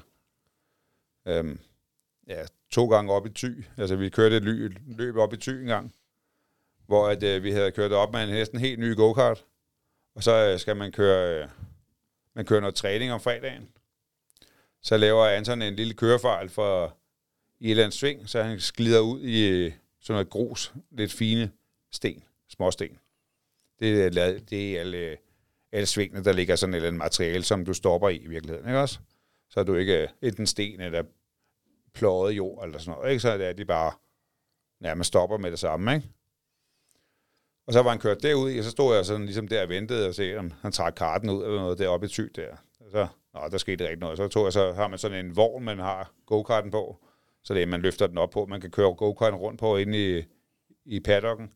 2 gange op i Thy. Altså, vi kørte et løb op i Thy en gang, hvor at, vi havde kørt op med en næsten helt ny go-kart, og så skal man køre noget træning om fredagen. Så laver Anton en lille kørefejl for i et eller andet sving, så han glider ud i sådan noget grus, lidt fine sten, småsten. Det er alle svingene, der ligger sådan et eller andet materiale, som du stopper i virkeligheden, ikke også? Så er du ikke enten sten eller pløjet jord eller sådan noget, ikke? Så er de bare nærmest stopper med det samme, ikke? Og så var han kørt derud i, og så stod jeg sådan ligesom der og ventede og se, om han trak karten ud eller noget deroppe i Thy der. Og så, der skete ikke noget. Så har man sådan en vogn, man har go-karten på, så det er, man løfter den op på. Man kan køre go-karten rundt på inde i paddocken.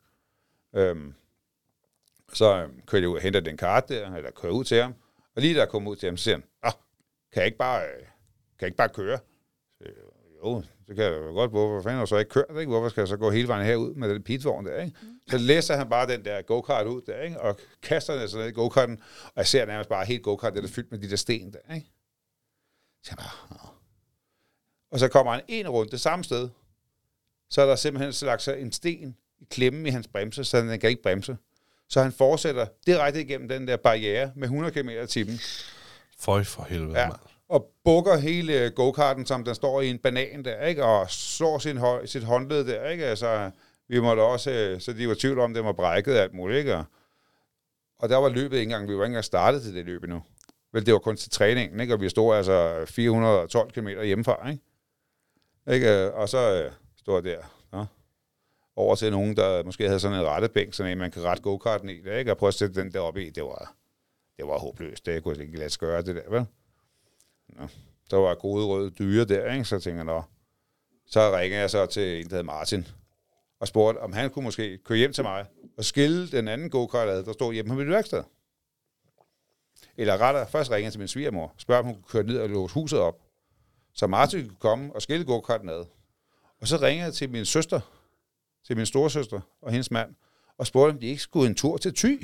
Så kører jeg ud og henter den kart der, eller kører ud til ham. Og lige da jeg kommer ud til ham, så siger han, kan jeg ikke bare køre? Så, jo, det kan jeg jo godt. Hvorfor fanden har jeg så ikke kørt? Ikke? Hvorfor skal jeg så gå hele vejen herud med den pitvogn der? Ikke? Så læser han bare den der go-kart ud der, ikke? Og kaster den sådan ned i go-karten. Og jeg ser nærmest bare helt go-kart, der er fyldt med de der sten der. Ikke? Så jeg bare, og så kommer han en rundt det samme sted. Så er der simpelthen lagt sig en sten i klemmen i hans bremse, så den kan ikke bremse. Så han fortsætter direkte igennem den der barriere med 100 km/t. Føj for helvede, mand. Og bukker hele go-karten, som den står i en banan der, ikke? Og slår sit håndled der, ikke? Altså, vi måtte også, så de var tvivl om, det var brækket og alt muligt, ikke? Og der var løbet ikke engang, vi var ikke engang startet til det løb endnu. Vel, det var kun til træningen, ikke? Og vi stod altså 412 km hjemmefra, ikke? Og så stod der, over til nogen, der måske havde sådan en rettebænk, sådan en, man kan rette go-karten i, ikke? Og prøve at sætte den deroppe i, det var håbløst, det kunne ikke lade sig gøre, det der, vel? Ja. Der var gode røde dyre der, ikke? Så tænker jeg, så ringer jeg så til en, der hed Martin, og spurgte, om han kunne måske køre hjem til mig, og skille den anden go-kart ad, der stod hjemme på mit værksted. Eller rettere, først ringer jeg til min svigermor, spørger, om hun kunne køre ned og låse huset op, så Martin kunne komme og skille go-karten ad. Og så ringer jeg til min søster, til min storesøster og hendes mand, og spurgte, om de ikke skulle en tur til Thy.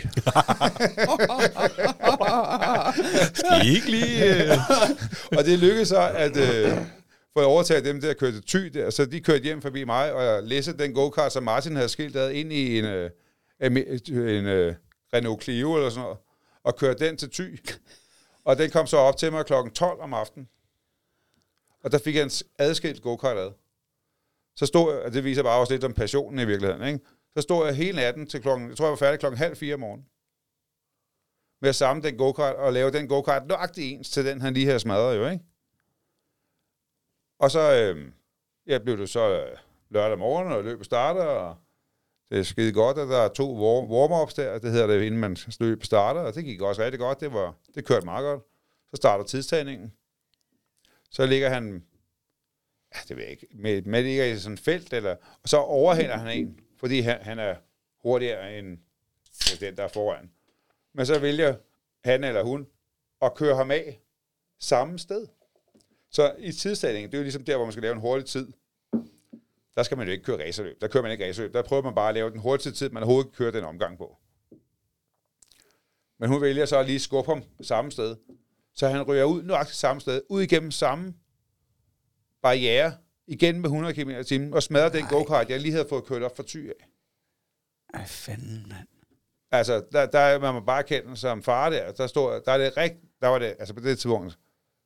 Skal I ikke lige... Og det lykkedes så, at få overtaget dem der at køre til Thy der, så de kørte hjem forbi mig, og jeg læste den go-kart, som Martin havde skilt ad ind i en Renault Clio eller sådan noget, og kørte den til Thy. Og den kom så op til mig klokken 12 om aftenen. Og der fik jeg en adskilt go-kart ad. Så stod jeg, og det viser bare også lidt om passionen i virkeligheden, ikke? Så stod jeg hele natten til klokken, jeg tror jeg var færdig klokken 3:30 om morgenen, med at samle den go-kart og lave den go-kart nøjagtigt ens til den, han lige havde smadret jo, ikke? Og så blev det så lørdag morgen, og løbet starter, og det er skide godt, at der er 2 warm-ups der, det hedder det, inden man løb starter, og det gik også rigtig godt, det kørte meget godt. Så starter tidstagningen. Så ligger han, det ved jeg ikke, med ligger i sådan et felt, og så overhælder han en, fordi han er hurtigere end den, der er foran. Men så vælger han eller hun at køre ham af samme sted. Så i tidstagningen, det er jo ligesom der, hvor man skal lave en hurtig tid. Der skal man jo ikke køre racerløb. Der kører man ikke racerløb. Der prøver man bare at lave den hurtigste tid, man overhovedet kører den omgang på. Men hun vælger så at lige skubbe ham samme sted. Så han ryger ud nøjagtigt samme sted, ud igennem samme barriere, igen med 100 km/t, og smadrer den go-kart, jeg lige havde fået kørt op for Thy af. Ej, fanden, mand. Altså, der er man bare kendt som far der. Der var det, altså på det tidspunkt,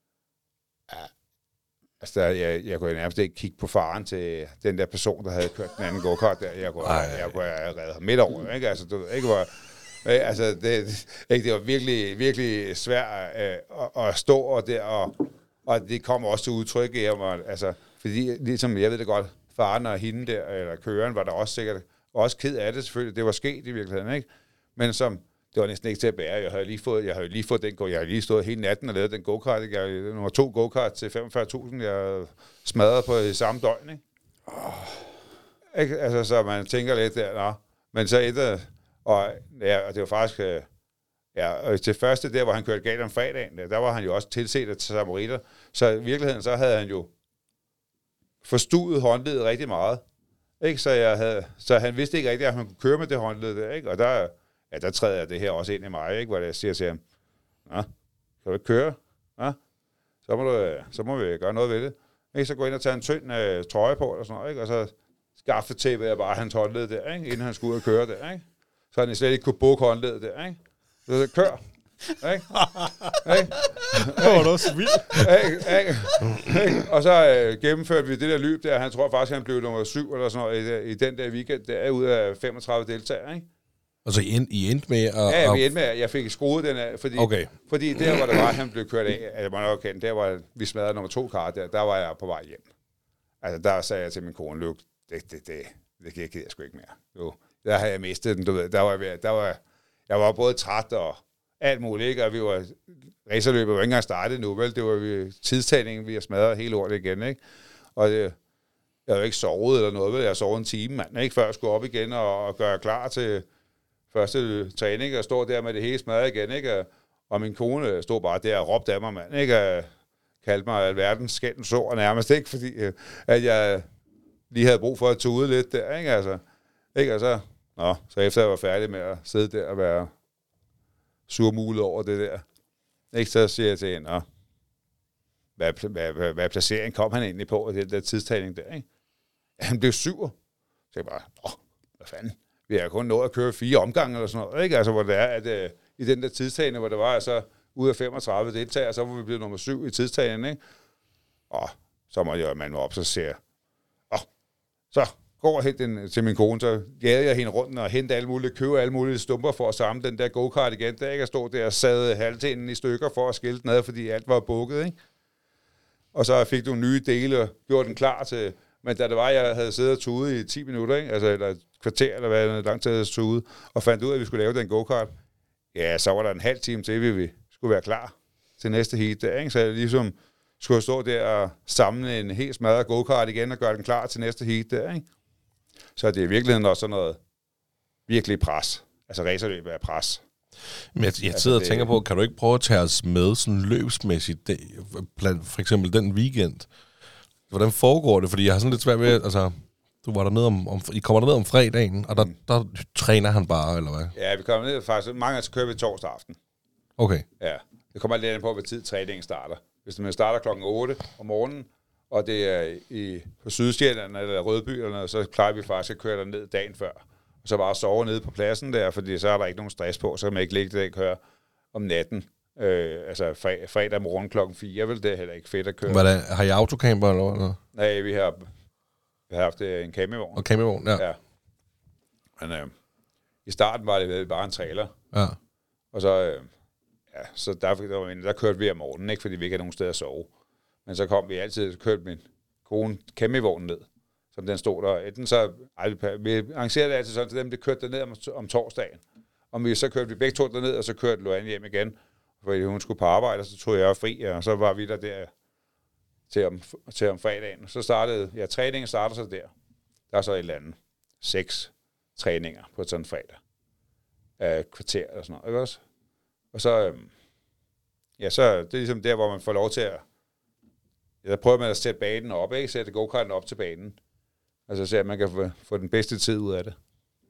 altså jeg kunne nærmest ikke kigge på faren til den der person, der havde kørt den anden go-kart der. Jeg kunne have reddet ham midt over, ikke? Altså, du ved ikke, hvor... Altså, det var virkelig, virkelig svært at stå og der, og det kom også til udtryk i mig, altså, fordi ligesom, jeg ved det godt, faren og hende der, eller køreren, var der også sikkert også ked af det selvfølgelig, det var sket i virkeligheden, ikke? Men som, det var næsten ikke til at bære, jeg havde lige fået den jeg havde lige stået hele natten og lavet den go-kart, ikke? Der var 2 go-kart til 45.000, jeg smadrede på i samme døgn, ikke? Ikke? Altså, så man tænker lidt der, men så og det var faktisk, og til første der, hvor han kørte galt om fredagen, der var han jo også tilset af samaritter, så i virkeligheden, så havde han jo forstuet håndledet rigtig meget, ikke? Så han vidste ikke rigtigt, at han kunne køre med det håndled der, ikke? Og der træder jeg det her også ind i mig, ikke? Hvor jeg siger til ham, kan du ikke køre? Så må vi gøre noget ved det. Ikke? Så gå ind og tage en tynd trøje på, eller sådan noget, ikke? Og så skaffetæppede jeg bare hans håndled der, ikke? Inden han skulle ud og køre der, ikke? Så han slet ikke kunne bukke håndledet der, ikke? Så kør. Ikke? Det var så vildt. Og så gennemførte vi det der løb der. Han tror faktisk, han blev nummer 7 eller sådan noget i den der weekend der, ud af 35 deltagere, ikke? Og så I endte med at... Ja, vi endte med, at jeg fik skruet den af, fordi der, hvor det var, han blev kørt af, altså man nok kendt, der var vi smadrede nummer 2 kart der var jeg på vej hjem. Altså, der sagde jeg til min kone, Luke, det giver jeg sgu ikke mere. Jo, der har jeg mistet den, du ved. Jeg var både træt og alt muligt, ikke? Og vi var... Racerløbet var ikke engang startet nu, vel? Det var tidstagningen, vi har smadret hele ordet igen, ikke? Og jeg havde jo ikke sovet eller noget, vel? Jeg sov en time, mand, ikke? Før jeg skulle op igen og gøre klar til første træning, og stå der med det hele smadret igen, ikke? Og min kone stod bare der og råbte af mig, mand, ikke? Kaldte mig alverdens skændens ord nærmest, ikke? Fordi at jeg lige havde brug for at tude lidt der, ikke? Altså, ikke? Og så efter jeg var færdig med at sidde der og være surmulet over det der, ikke? Så siger jeg til hende, hvad placering kom han egentlig på, den der tidstagning der, ikke? Han blev 7. Så jeg bare, hvad fanden? Vi har kun nået at køre 4 omgange eller sådan noget, ikke? Altså, hvor det er, at i den der tidstagning, hvor det var altså ud af 35 deltagere, så var vi blevet nummer 7 i tidstagningen, ikke? Og så må jeg mande op, så siger jeg, så går jeg hen til min kone, så jader jeg hende rundt og hente alle mulige, købe alle mulige stumper for at samle den der go-kart igen. Der ikke at stå der og sad halvdelen i stykker for at skille den ad, fordi alt var bukket, ikke? Og så fik du nye dele og gjorde den klar til... Men da det var, jeg havde siddet og tudet i 10 minutter, ikke? Altså, eller et kvarter, eller hvad det lang tid havde tudet, og fandt ud af, at vi skulle lave den go-kart, ja, så var der en halv time til, vi skulle være klar til næste heat der, ikke? Så jeg ligesom skulle stå der og samle en helt smadret go-kart igen og gøre den klar til næste heat der, ikke? Så det er i virkeligheden også sådan noget virkelig pres. Altså racerløb er pres. Men jeg sidder og tænker på, kan du ikke prøve at tage os med sådan løbsmæssigt, for eksempel den weekend? Hvordan foregår det? Fordi jeg har sådan lidt svært ved, altså, du var dernede I kommer derned om fredagen, og der træner han bare, eller hvad? Ja, vi kommer ned faktisk. Mange gange så kører vi torsdag aften. Okay. Ja, det kommer lidt på, hvad tid træningen starter. Hvis man starter klokken 8 om morgenen, og det er på Sydsjælland eller Rødby eller noget, så plejer vi faktisk at køre derned dagen før. Og så bare sove nede på pladsen der, fordi så er der ikke nogen stress på, så kan man ikke ligge der og køre om natten. Altså fredag morgen klokken 4, vel, det er heller ikke fedt at køre. Hvordan, har I autocamper eller noget? Nej, vi har haft en campingvogn. Og campingvogn, ja. Men i starten var det bare en trailer. Ja. Og så, så der kørte vi om morgenen, ikke, fordi vi ikke havde nogen steder at sove. Men så kom vi altid, så kørte min kone campingvognen ned, som den stod der. Enten så, vi arrangerede det altid sådan til dem, det kørte derned om torsdagen. Så kørte vi begge to derned, og så kørte Luanne hjem igen, fordi hun skulle på arbejde, og så tog jeg fri, og så var vi der til om fredagen. Så startede, træningen starter så der. Der er så et eller andet 6 træninger på sådan en fredag. Kvarter og sådan noget, ikke også? Og så, så det er ligesom der, hvor man får lov til at, der prøver man at sætte banen op, ikke? Sætte go-karten op til banen. Altså så at man kan få den bedste tid ud af det.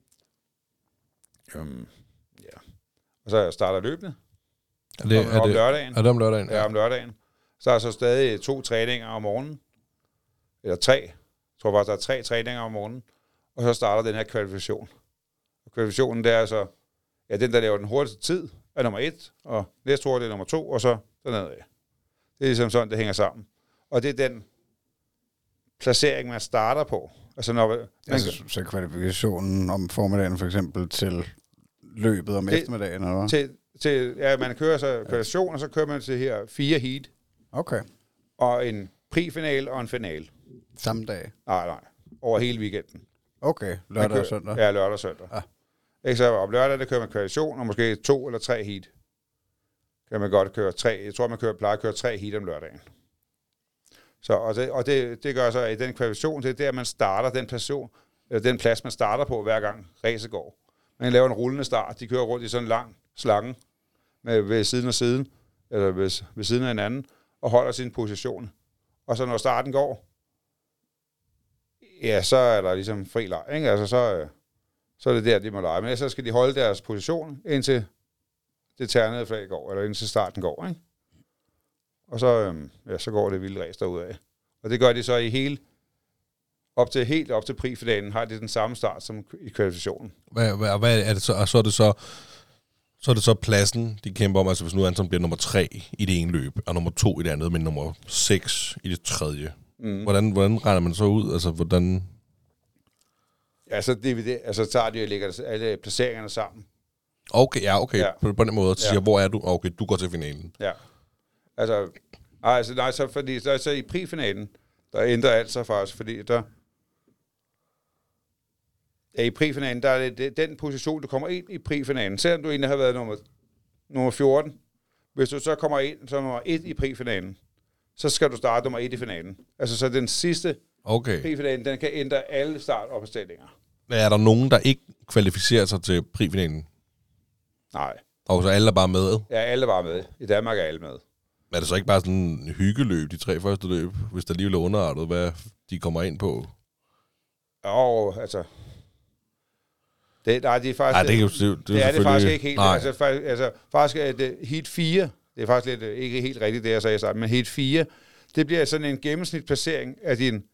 Og så starter løbende. Om lørdagen. Er det om lørdagen? Ja, om lørdagen. Så er der så stadig 2 træninger om morgenen. Eller 3. Jeg tror faktisk, der er 3 træninger om morgenen. Og så starter den her kvalifikation. Og kvalifikationen, det er altså, den, der laver den hurtigste tid, er nummer 1, og næste hurtigt er nummer 2, og så dernede. Det er ligesom sådan, det hænger sammen. Og det er den placering, man starter på. Altså, så kvalifikationen om formiddagen for eksempel til løbet om eftermiddagen, eller hvad? Man kører så kvalifikation, og så kører man til her 4 heat. Okay. Og en pri-final og en final. Samme dag? Nej. Over hele weekenden. Okay, lørdag og søndag? Ja, lørdag og søndag. Ja. Ikke så om lørdag, der kører man kvalifikation, og måske 2 eller 3 heat. Kan man godt køre 3. Jeg tror, man plejer at køre 3 heat om lørdagen. Så, det gør så, at i den kvalifikation, det er der, man starter den plads, man starter på, hver gang racet går. Man laver en rullende start. De kører rundt i sådan en lang slange ved siden af siden, eller ved siden af hinanden, og holder sin position. Og så når starten går, ja, så er der ligesom fri leg, ikke? Altså så er det der, de må lege. Men så skal de holde deres position, indtil det ternede flag går, eller indtil starten går, ikke? Og så går det vilde race derudad. Og det gør de så i hele helt op til prifinalen har det den samme start som i kvalifikationen. Hvad er det så? Og så er det så pladsen, de kæmper om, altså hvis nu Anton bliver nummer 3 i det ene løb, og nummer 2 i det andet, men nummer 6 i det tredje. Hvordan regner man så ud? Altså, hvordan... Ja, så tager de og lægger alle placeringerne sammen. Okay. Ja. På den måde, så siger hvor er du? Okay, du går til finalen. Ja. Fordi så i prifinalen, der ændrer alt sig faktisk, fordi der... Ja, i prifinalen, der er det den position, du kommer ind i prifinalen. Selvom du egentlig har været nummer 14, hvis du så kommer ind som nummer 1 i prifinalen, så skal du starte nummer 1 i finalen. Altså, så den sidste prifinalen, den kan ændre alle startopstillinger. Er der nogen, der ikke kvalificerer sig til prifinalen? Nej. Og så alle er bare med? Ja, alle er bare med. I Danmark er alle med. Er det så ikke bare sådan en hyggeløb, de 3 første løb, hvis der alligevel er underartet, hvad de kommer ind på? Altså... Det er faktisk... Nej, det er det faktisk ikke helt. Faktisk er det heat 4, det er faktisk lidt ikke helt rigtigt, det jeg sagde sammen, men heat 4, det bliver sådan en gennemsnitsplacering af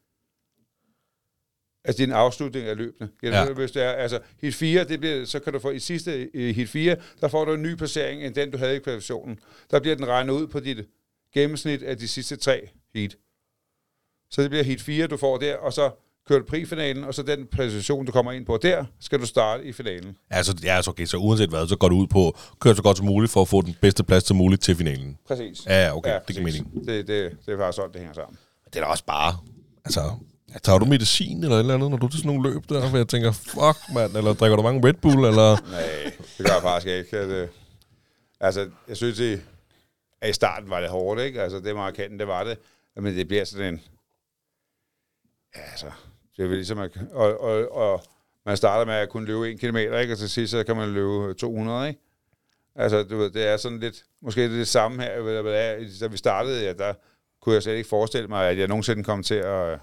din afslutning af løbene. Hvis det er, heat 4, det bliver, så kan du få i sidste heat 4, der får du en ny placering, end den du havde i kvalifikationen. Der bliver den regnet ud på dit gennemsnit af de sidste 3 heat. Så det bliver heat 4, du får der, og så kører du prifinalen, og så den præcision, du kommer ind på der, skal du starte i finalen. Altså, okay, så uanset hvad, så går du ud på at køre så godt som muligt for at få den bedste plads som muligt til finalen. Præcis. Ja, okay, det giver mening. Det er faktisk sådan, det hænger sammen. Det er da også bare, altså, tager du medicin eller et eller andet, når du er til sådan nogle løb der, for jeg tænker, fuck mand, eller drikker du mange Red Bull, eller? Nej, det gør jeg faktisk ikke. Jeg synes, at i starten var det hårdt, ikke? Altså, det må jeg kende, det var det. Men det bliver sådan en... Ja, altså... Det er ligesom og man starter med at kunne løbe 1 kilometer, ikke? Og til sidst så kan man løbe 200, ikke? Altså, du ved, det er sådan lidt, måske det samme her, da vi startede, der kunne jeg slet ikke forestille mig, at jeg nogensinde kom til at...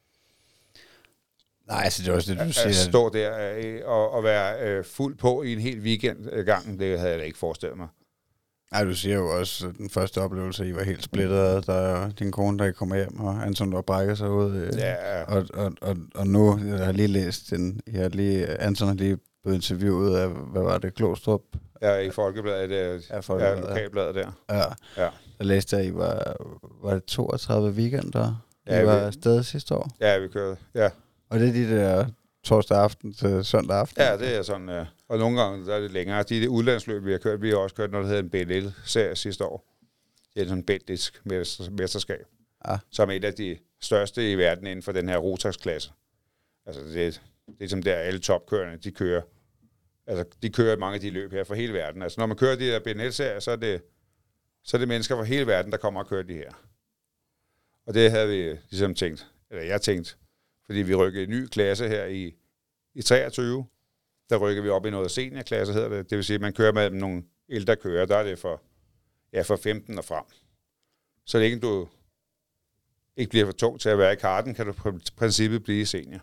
Nej, altså det er også det, du siger. At stå der og være fuld på i en hel weekend gang, det havde jeg da ikke forestillet mig. Nej, du siger jo også, at den første oplevelse, I var helt splittet. Der er din kone, der kommer hjem, og Anton, der brækker sig ud. Ja. Og nu, jeg har lige læst Anton har lige blevet interviewet af, hvad var det, Glostrup? Ja, i Folkebladet. Lokalbladet der. Ja. Der læste jeg, I var det 32 weekender, I var afsted sidste år? Ja, vi kørte, ja. Og det er de der torsdag aften til søndag aften? Ja, det er sådan, ja. Og nogle gange der er det længere. De udlandsløb, vi har kørt, vi har også kørt noget, der hedder en BNL-serie sidste år. Det er sådan en belgisk mesterskab, som er et af de største i verden inden for den her Rotax-klasse. Altså, det er som der alle topkørerne, de kører. Altså, de kører mange af de løb her for hele verden. Altså, når man kører de der BNL-serier, så er det mennesker fra hele verden, der kommer og kører de her. Og det havde vi ligesom tænkt, eller jeg tænkt, fordi vi rykkede en ny klasse her i 23. Der rykker vi op i noget seniorklasse, hedder det. Det vil sige, at man kører med nogle ældre kører. Der er det for 15 og frem. Så længe du ikke bliver for tung til at være i karten, kan du på princippet blive senior.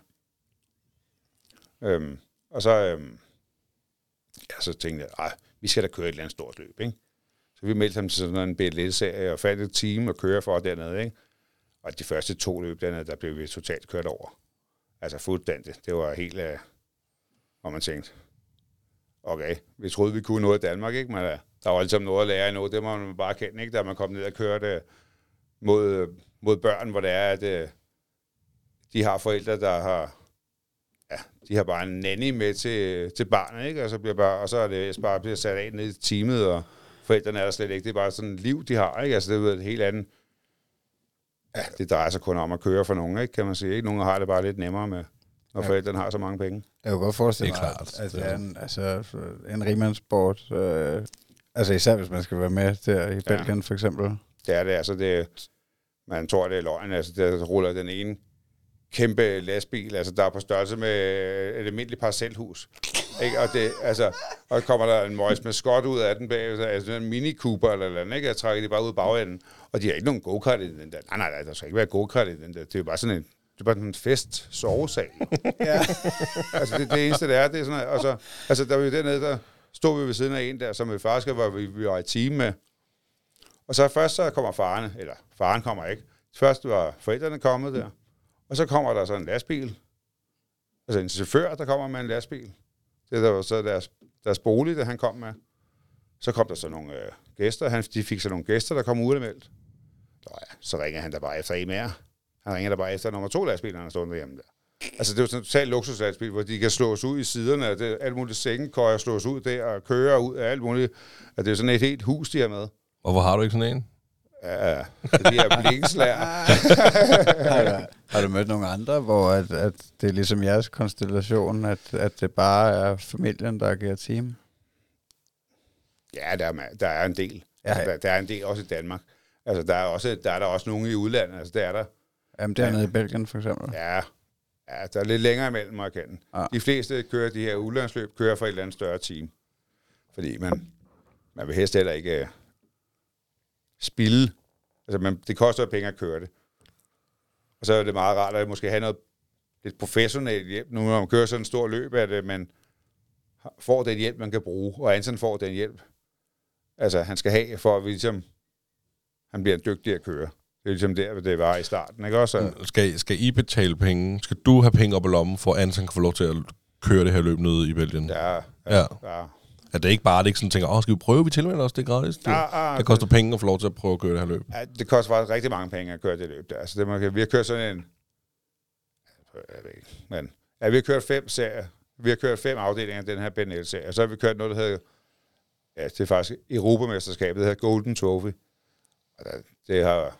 Så tænkte jeg, vi skal da køre et eller andet stort løb, ikke? Så vi meldte ham til sådan en BLS-serie og fandt et team og køre for dernede, ikke? Og de første 2 løb dernede, der blev vi totalt kørt over. Altså fuldstændig. Det var helt hvor man tænkte, okay, vi troede, vi kunne noget i Danmark, ikke? Men der var altid noget at lære endnu. Det må man bare kende, ikke? Da man kom ned og kørte mod børn, hvor det er, at de har forældre, der har... Ja, de har bare en nanny med til barnet, ikke? Og så er det bare bliver sat af ned i teamet, og forældrene er der slet ikke. Det er bare sådan et liv, de har, ikke? Altså, det er et helt andet... Ja, det drejer sig kun om at køre for nogen, ikke? Kan man sige, ikke? Nogle har det bare lidt nemmere med, når forældrene har så mange penge. Jeg kan godt forestille mig, at en rigmandssport, altså især hvis man skal være med der i Belgien for eksempel. Det er det, altså man tror, det er løgn, altså der ruller den ene kæmpe lastbil, altså der er på størrelse med et almindeligt parcelhus. Ikke? Og kommer der en Morris Mascot ud af den bag, altså en Mini Cooper eller andet, ikke? Jeg trækker de bare ud bagenden, og de har ikke nogen go-kart i den der. Nej, der skal ikke være go-kart i den der. Det er jo bare sådan en fest sovesal. Ja. Altså det eneste, det er sådan, og så, altså der var jo dernede, der stod vi ved siden af en der, som vi faktisk vi var i team med. Og så først så kommer faren kommer ikke. Først var forældrene kommet der, Og så kommer der så en lastbil, altså en chauffør, der kommer med en lastbil. Det der var så deres bolig, det han kom med. Så kom der så nogle gæster, de fik så nogle gæster, der kom udmeldt. Så ringer han der bare efter en mere. Han ringer der bare efter nummer 2 lastbil, han har stået derhjemme der. Altså det er jo sådan en total luksuslastbil, hvor de kan slås ud i siderne, og det er alt muligt sengekøjer slås ud der, og køre ud af alt muligt. Og det er sådan et helt hus, de har med. Og hvor har du ikke sådan en? Ja, de her blikkenslager. Har du mødt nogle andre, hvor at det er ligesom jeres konstellation, at det bare er familien, der giver team? Ja, der er en del. Ja. Altså, der er en del også i Danmark. Altså, der er der også nogle i udlandet. Altså, det er der. Jamen, dernede i Belgien for eksempel. Ja, der er lidt længere imellem, må jeg kende. Ja. De fleste kører de her udlandsløb, kører for et eller andet større team. Fordi man vil helst heller ikke spilde. Altså, det koster penge at køre det. Og så er det meget rart at måske have noget lidt professionelt hjælp. Nu når man kører sådan en stor løb, at man får den hjælp, man kan bruge, og Anton får den hjælp. Altså, han skal have, for at vi ligesom, han bliver dygtig at køre. Det er ligesom der, det var i starten, ikke også? Skal I betale penge? Skal du have penge op i lommen, for at Anton kan få lov til at køre det her løb nede i Belgien? Ja. At det ikke bare, det ikke sådan tænker, skal vi prøve, vi tilmelder os, det er gratis. Det koster penge at få lov til at prøve at køre det her løb. Ja, det koster faktisk rigtig mange penge at køre det løb der. Altså, vi har kørt sådan en, vi har kørt 5 serier. Vi har kørt 5 afdelinger af den her BNL-serie. Og så har vi kørt noget, der hedder, det er faktisk Europamesterskabet, det hedder Golden Trophy. Og det har,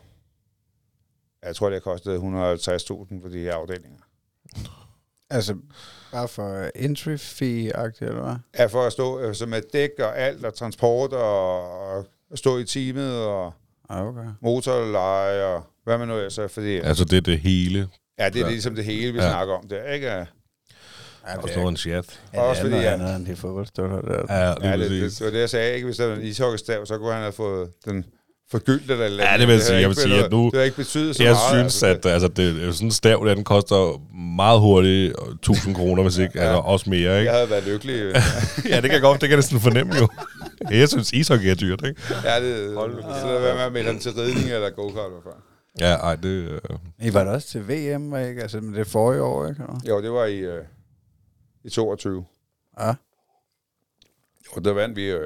jeg tror, det har kostet 150.000 for de her afdelinger. Altså, bare for entry fee-agtigt, eller hvad? Ja, for at stå med dæk og alt, og transport, og stå i teamet, og motorleje, og hvad man nu er så, fordi... Altså, det er det hele? Ja, det er ligesom det hele, vi snakker om det, ikke? Ja, og så en chat. Ja, også fordi andet end de fodboldstøtter der. Ja, det var det, jeg sagde, ikke? Hvis der var en ishockeystav, så kunne han have fået den forgyldt eller noget. Ja, det vil jeg sige. Jeg vil sige, at nu... Det har ikke betydet så jeg meget. Jeg synes, at det er sådan en stav, der den koster meget hurtigt 1.000 kroner, hvis ikke, eller også mere, ikke? Jeg havde været lykkelig. Ja, det kan godt, det kan det sådan fornemme jo. Jeg synes, ishockey er dyrt, ikke? Ja, det så der være med at melde den til ridning eller go-kart, hvad før. Ja, ej, det... I var da også til VM, ikke? Altså, det forrige år, ikke? Jo, det var i 22. Ja. Og der vandt vi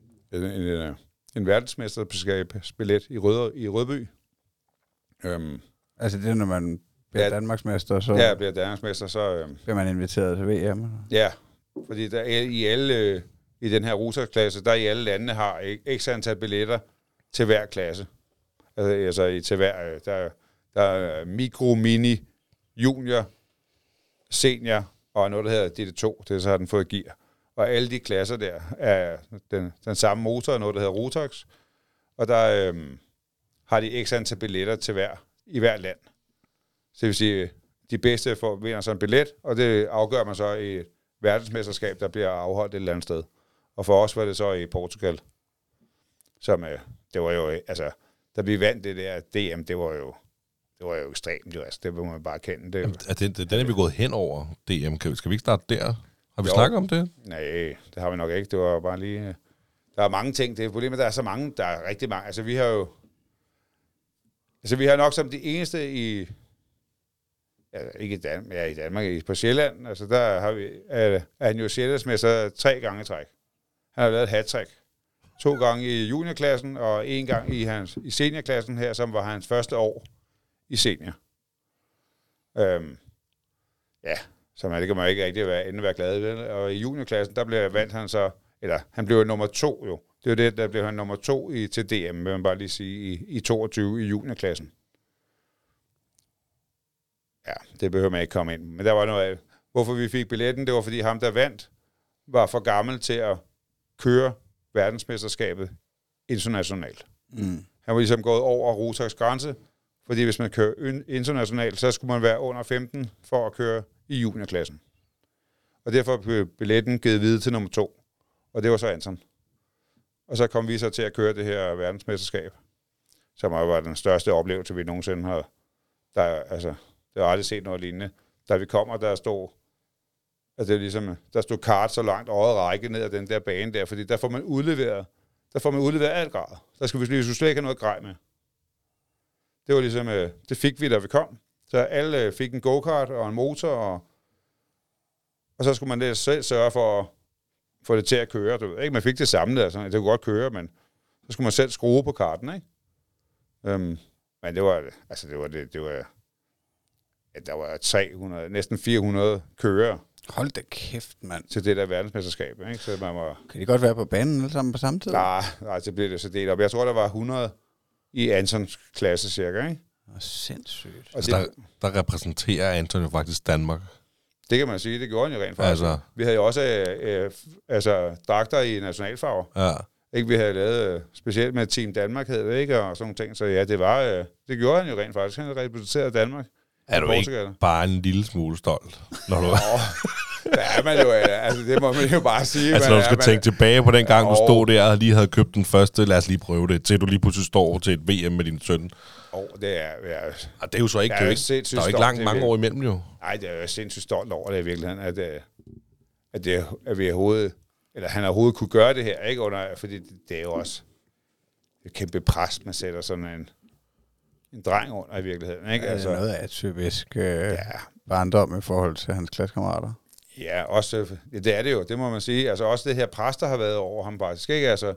en verdensmesterskabsbillet i Rødby. Altså det er, når man bliver Danmarksmester, så... Ja, bliver Danmarksmester, så... bliver man inviteret til VM? Ja, fordi der i den her Rotax-klasse, der i alle landene har ekstra antal billetter til hver klasse. Altså til hver... Der er mikro, mini, junior, senior og noget, der hedder DD2. Det så har den fået gear. Og alle de klasser der er den samme motor, noget, der hedder Rotax. Og der har de ekstra antal billetter til i hver land. Så det vil sige, de bedste vinder så en billet, og det afgør man så i et verdensmesterskab, der bliver afholdt et eller andet sted. Og for os var det så i Portugal. Som, det var jo, altså, da vi vandt det der DM, det var jo ekstremt, jo. Altså, det må man bare kende. Den er vi gået hen over, DM. Skal vi ikke starte der? Har vi snakket om det? Nej, det har vi nok ikke. Det var bare lige... Der er mange ting. Det er problemet, der er så mange. Der er rigtig mange. Altså, vi har jo... Altså, vi har nok som de eneste i... Ja, ikke i Danmark, på Sjælland. Altså, der har vi... Er han jo sjællandsmester 3 gange i træk. Han har lavet et hat-trick. 2 gange i juniorklassen, og 1 gang i seniorklassen her, som var hans første år i senior. Ja, så det kan man ikke rigtig være glad ved. Og i juniorklassen, der vandt han så, eller han blev nummer 2 jo. Det er jo det, der blev han nummer 2 til DM, vil man bare lige sige, i 22 i juniorklassen. Ja, det behøver man ikke komme ind. Men der var noget af, hvorfor vi fik billetten, det var fordi ham, der vandt, var for gammel til at køre verdensmesterskabet internationalt. Mm. Han var ligesom gået over Rotax grænse, fordi hvis man kører internationalt, så skulle man være under 15 for at køre i juniorklassen. Og derfor blev billetten givet videre til nummer 2. Og det var så Anton. Og så kom vi så til at køre det her verdensmesterskab, som var den største oplevelse, vi nogensinde har. Det har aldrig set noget lignende. Da vi kommer, der stod kart så langt øjet række ned ad den der bane der, fordi der får man udleveret alt grad. Der skal vi slet ikke have noget grej med. Det var ligesom, det fik vi, da vi kom. Så alle fik en go-kart og en motor, og så skulle man selv sørge for at få det til at køre. Du ved, ikke? Man fik det samme, altså. Det kunne godt køre, men så skulle man selv skrue på karten, ikke? Men det var, altså der var 300, næsten 400 kører. Hold da kæft, mand. Til det der verdensmesterskab, ikke? Så man var... Kan de godt være på banen alle sammen på samme tid? Nej, så blev det så delt op. Jeg tror, der var 100 i Antons klasse cirka, ikke? Sindssygt. Og der repræsenterer Anton jo faktisk Danmark. Det kan man sige, det gjorde han jo rent faktisk. Altså. Vi havde jo også dragter i nationalfarver. Ja. Ikke, vi havde lavet specielt med Team Danmark, hed det, ikke? Og sådan nogle ting. Så ja, det gjorde han jo rent faktisk. Han repræsenterede Danmark. Er du ikke bare en lille smule stolt? Når du... Det er man jo, altså det må man jo bare sige. Altså når du skal tænke tilbage på den gang, du stod der og lige havde købt den første, lad os lige prøve det, til du lige pludselig står til et VM med din søn. Det er... Og det er jo så ikke, der er jo ikke langt mange år imellem jo. Nej, det er jo sindssygt stolt over det i virkeligheden, at vi overhovedet, eller han overhovedet kunne gøre det her, ikke? Fordi det er jo også et kæmpe pres, man sætter sådan en dreng under i virkeligheden, ikke? Altså, det er noget atypisk barndom i forhold til hans klassekammerater. Ja, også, det er det jo, det må man sige. Altså også det her pres, der har været over ham faktisk, ikke? Altså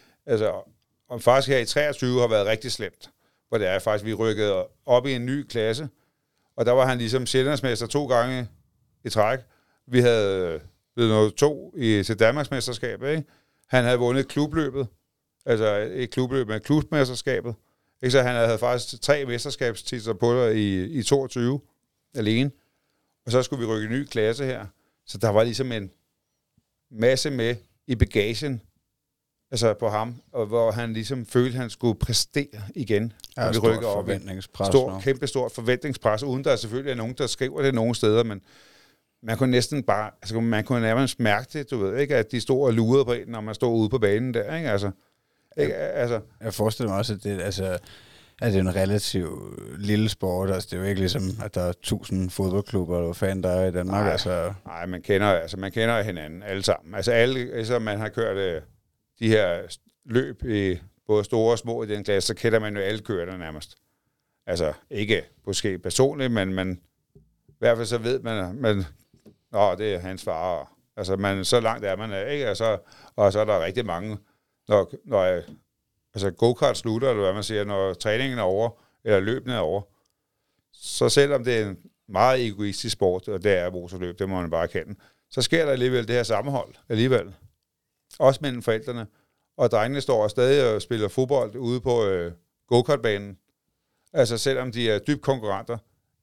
og faktisk her i 23 har været rigtig slemt, hvor det er faktisk, vi rykkede op i en ny klasse, og der var han ligesom sjællandsmester 2 gange i træk. Vi havde blevet noget 2 til Danmarksmesterskabet, ikke? Han havde vundet klubløbet, altså et klubløb med klubmesterskabet, ikke? Så han havde faktisk 3 mesterskabstitler på der i 22 alene, og så skulle vi rykke en ny klasse her. Så der var ligesom en masse med i bagagen, altså på ham, og hvor han ligesom følte, at han skulle præstere igen. Ja, vi rykker op. Kæmpestort forventningspres, uden der selvfølgelig er nogen, der skriver det nogle steder, men man kunne næsten bare, altså man kunne nærmest mærke det, du ved, ikke, at de stod og lurede på en, når man stod ude på banen der, ikke, altså. Ikke, altså. Jeg forestiller mig også, at det er en relativt lille sport. Altså, det er jo ikke ligesom, at der er 1000 fodboldklubber, eller hvad fanden der er i Danmark. Nej, man kender hinanden alle sammen. Altså man har kørt de her løb i både store og små i den klasse, så kender man jo alle kørerne nærmest. Altså ikke måske personligt, men i hvert fald så ved man det er hans far. Altså så langt er man ikke, og så er der rigtig mange, når go-kart slutter, eller hvad man siger, når træningen er over, eller løbene er over, så selvom det er en meget egoistisk sport, og det er motorløb, det må man bare kende, så sker der alligevel det her sammenhold, alligevel. Også mellem forældrene. Og drengene står stadig og spiller fodbold ude på go-kartbanen. Altså selvom de er dybt konkurrenter.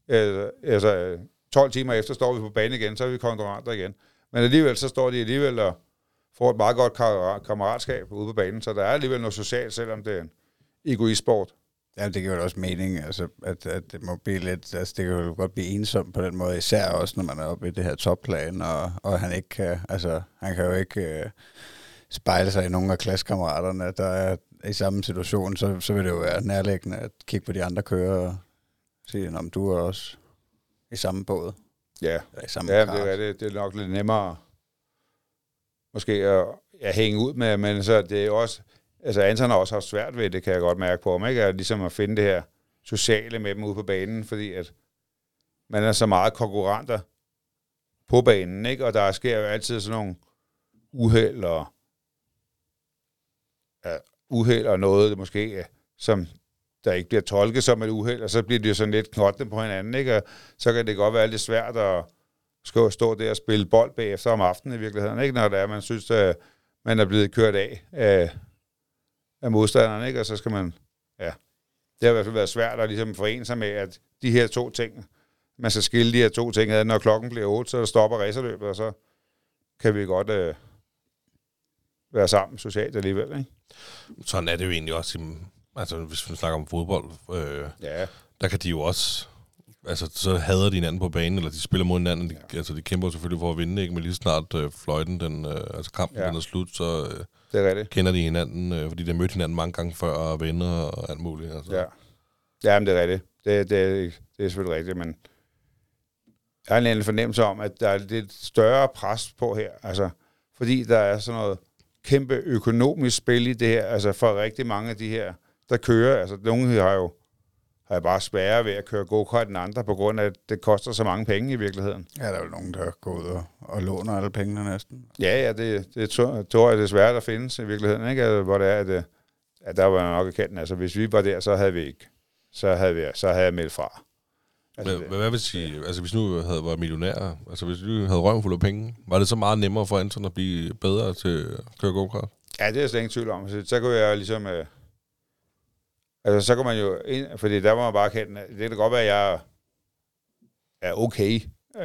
12 timer efter står vi på banen igen, så er vi konkurrenter igen. Men alligevel så står de alligevel og får et meget godt kammeratskab ude på banen, så der er alligevel noget socialt, selvom det er en egoistsport. Ja, det giver jo også mening, altså, at det må blive lidt, altså det kan jo godt blive ensomt på den måde, især også, når man er oppe i det her topplan, og han ikke kan, altså han kan jo ikke spejle sig i nogle af klassekammeraterne, der er i samme situation, så vil det jo være nærliggende at kigge på de andre kører og sige, om du er også i samme båd. Ja, i samme det er nok lidt nemmere måske at hænge ud med, men så det er jo også, altså Anton har også haft svært ved det, kan jeg godt mærke på ham, ikke? At ligesom at finde det her sociale med dem ude på banen, fordi at man er så meget konkurrenter på banen, ikke? Og der sker jo altid sådan nogle uheld og noget, det måske, som der ikke bliver tolket som et uheld, og så bliver det jo sådan lidt knottende på hinanden, ikke? Og så kan det godt være lidt svært at stå der og spille bold bagefter om aftenen i virkeligheden, ikke? Når det er, man synes, at man er blevet kørt af modstanderen, ikke? Og så skal man, det har i hvert fald været svært at ligesom forene sig med, at de her 2 ting, man skal skille de her 2 ting ad, når klokken bliver 8, så stopper racerløbet, og så kan vi godt være sammen socialt alligevel, ikke? Sådan er det jo egentlig også, altså hvis vi snakker om fodbold, der kan de jo også, altså så hader de hinanden på banen, eller de spiller mod hinanden, de kæmper selvfølgelig for at vinde, ikke? Men lige snart fløjten, altså kampen den er slut, så kender de hinanden, fordi de har mødt hinanden mange gange før, og venner og alt muligt. Altså. Ja, men det er rigtigt. Det er selvfølgelig rigtigt, men jeg har en anden fornemmelse om, at der er lidt større pres på her, altså fordi der er sådan noget kæmpe økonomisk spil i det her, altså for rigtig mange af de her, der kører, altså nogle har jo har jeg bare sværere ved at køre go-kart end andre, på grund af, at det koster så mange penge i virkeligheden. Ja, der er jo nogen, der går ud og låner alle pengene næsten. Ja, det tror jeg, det er svært at findes i virkeligheden, ikke? Altså, hvor det er, at der var nok kendt. Altså, hvis vi var der, så havde vi ikke. Så havde jeg meldt fra. Altså, hvad vil sige, altså hvis nu havde været millionær, altså hvis du havde røven fuld af penge, var det så meget nemmere for Anton at blive bedre til at køre go-kart? Ja, det er jeg slet ingen tvivl om. Så kunne jeg ligesom... altså, så kunne man jo... Fordi der var man bare kendt... Det kan godt være, at jeg er okay.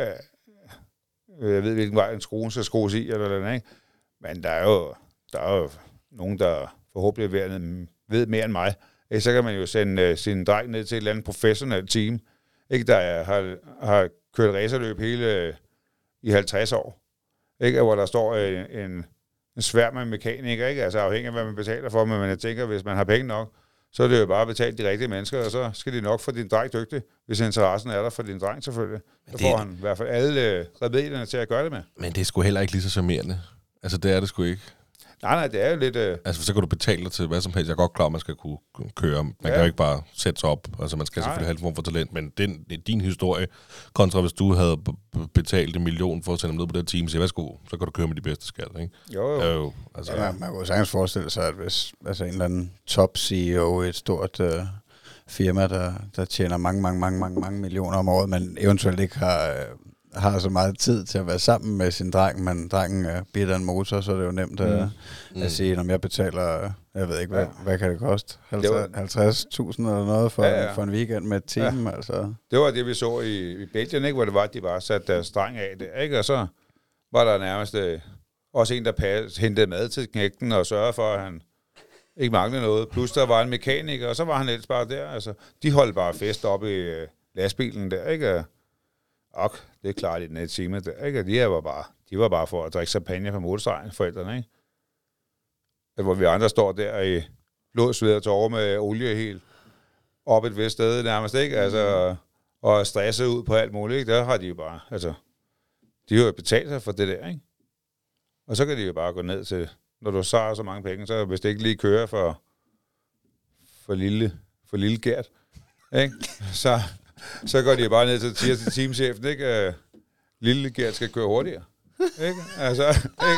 Jeg ved, hvilken vej en skrue skal skrues i, eller noget, ikke? Men der er jo nogen, der forhåbentlig ved mere end mig. Så kan man jo sende sin dreng ned til et eller andet professionelt team, ikke, der har kørt racerløb hele i 50 år. Ikke, hvor der står en sværm med mekanikere, ikke? Altså afhængig af, hvad man betaler for, men jeg tænker, hvis man har penge nok, så er det jo bare at betale de rigtige mennesker, og så skal de nok få din dreng dygtig, hvis interessen er der for din dreng selvfølgelig. Så får han i hvert fald alle remedierne til at gøre det med. Men det er sgu heller ikke lige så charmerende. Altså, det er det sgu ikke. Nej, det er jo lidt... Altså, så kan du betale dig til hvad som helst. Jeg er godt klar, at man skal kunne køre. Man kan jo ikke bare sætte sig op. Altså, man skal selvfølgelig have en form for talent. Men det er din historie, kontra hvis du havde betalt 1 million for at sende dem ned på det team, så værsgo, så kan du køre med de bedste skatter, ikke? Jo. Altså, ja, man kunne sagtens forestille sig, at hvis en eller anden top-CEO i et stort firma, der tjener mange millioner om året, men eventuelt ikke har så meget tid til at være sammen med sin dreng, men drengen bitter en motor, så er det jo nemt at sige, når jeg betaler, jeg ved ikke, hvad kan det koste? 50.000 eller noget for en weekend med et team, altså. Det var det, vi så i Belgien, ikke, hvor det var, at de bare satte deres dreng af der, ikke? Og så var der nærmest også en, der hentede mad til knægten og sørgede for, at han ikke manglede noget. Plus der var en mekaniker, og så var han ellers bare der. Altså, de holdt bare fest oppe i lastbilen der, ikke? Og det er klart i den et time der, ikke? De var bare for at drikke champagne på motorstregen, forældrene, ikke? Hvor vi andre står der i blod, sved og tårer med olie helt op et vist sted nærmest, ikke? Altså, og stresset ud på alt muligt, ikke? Der har de jo bare, altså, de har jo betalt sig for det der, ikke? Og så kan de jo bare gå ned til, når du så har så mange penge, så hvis det ikke lige kører for lille Gert, ikke? Så går de jo bare ned til teamchefen, ikke? Lille Gert skal køre hurtigere. Ikke? Altså,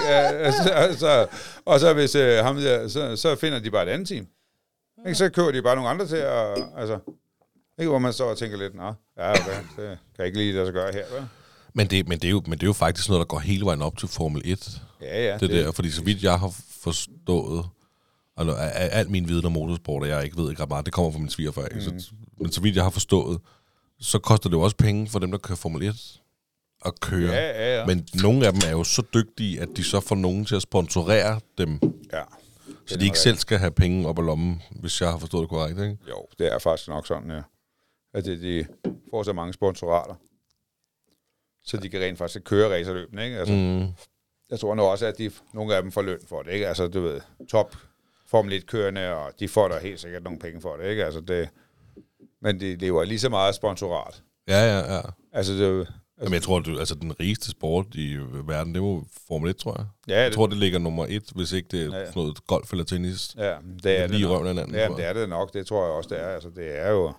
og så hvis ham der, så finder de bare et andet team. Ikke? Så kører de bare nogle andre til, altså, ikke, hvor man står og tænker lidt, okay, det kan jeg ikke lige lade sig gøre her, vel? Men det er jo faktisk noget, der går hele vejen op til Formel 1. Ja. Det der, fordi så vidt jeg har forstået, altså alt min viden om motorsport, og jeg ikke ved ikke ret meget, det kommer fra min svigerfar. Men så vidt jeg har forstået, så koster det jo også penge for dem, der kører Formel 1 at køre. Ja. Men nogle af dem er jo så dygtige, at de så får nogen til at sponsorere dem. Ja. Så de ikke selv skal have penge op ad lommen, hvis jeg har forstået det korrekt, ikke? Jo, det er faktisk nok sådan, ja. At de får så mange sponsorater, så de kan rent faktisk køre racerløbene, ikke? Altså, jeg tror nu også, at nogle af dem får løn for det, ikke? Altså, du ved, top Formel 1-kørende, og de får der helt sikkert nogle penge for det, ikke? Altså, men de lever lige så meget sponsorat. Ja. Altså, Jamen, jeg tror, at den rigeste sport i verden, det er jo Formel 1, tror jeg. Ja, jeg tror, det ligger nummer 1, hvis ikke det er noget golf eller tennis. Ja, det er lige det røven af hinanden. Ja, det er det nok. Det tror jeg også, det er. Altså, det er jo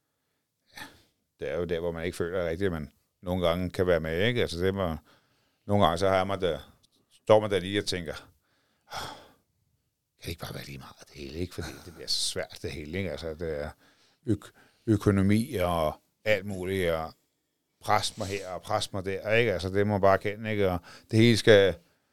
der, hvor man ikke føler rigtigt, at man nogle gange kan være med, ikke? Altså, nogle gange så står man der lige og tænker, kan det ikke bare være lige meget det hele, ikke? Fordi det bliver så svært det hele, ikke? Altså, det er økonomi og alt muligt, og pres mig her og pres mig der, ikke? Altså, det må man bare kende, ikke? Og det hele skal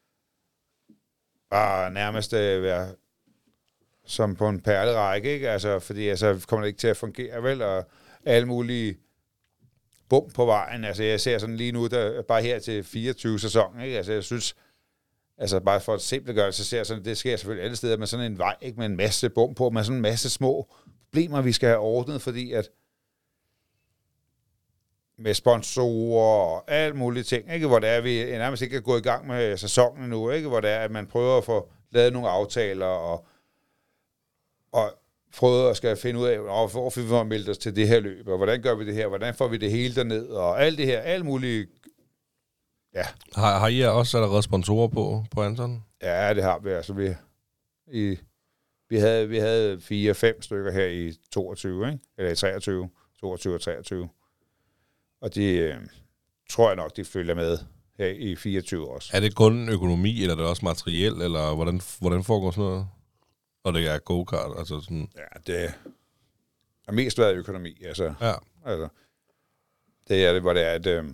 bare nærmest være som på en perlerække, ikke? Altså, fordi altså kommer det ikke til at fungere, vel? Og alle mulige bum på vejen. Altså, jeg ser sådan lige nu, der bare her til 24 sæson, ikke? Altså, jeg synes, altså bare for at simpelt gøre det, så ser jeg sådan, det sker selvfølgelig alle steder, med sådan en vej, ikke? Med en masse bum på, med sådan en masse små problemer, vi skal have ordnet, fordi at med sponsorer og alt mulige ting, ikke? Hvor det er, vi nærmest ikke er gået i gang med sæsonen nu, ikke? Hvor det er, at man prøver at få lavet nogle aftaler og prøver at skal finde ud af, hvor vi får meldt os til det her løb, og hvordan gør vi det her, hvordan får vi det hele derned, og alt det her, alt muligt. Ja. Har I også allerede sponsorer på Anton? Ja, det har vi. Altså, vi Vi havde 4-5 stykker her i 22, ikke? Eller i 23, 22 og 23. Og de tror jeg nok, de følger med her i 24 også. Er det kun økonomi, eller er det også materiel, eller hvordan foregår sådan noget? Og det er go-kart, altså sådan... Ja, det har mest været økonomi, altså. Ja. Altså, det er det, hvor det er,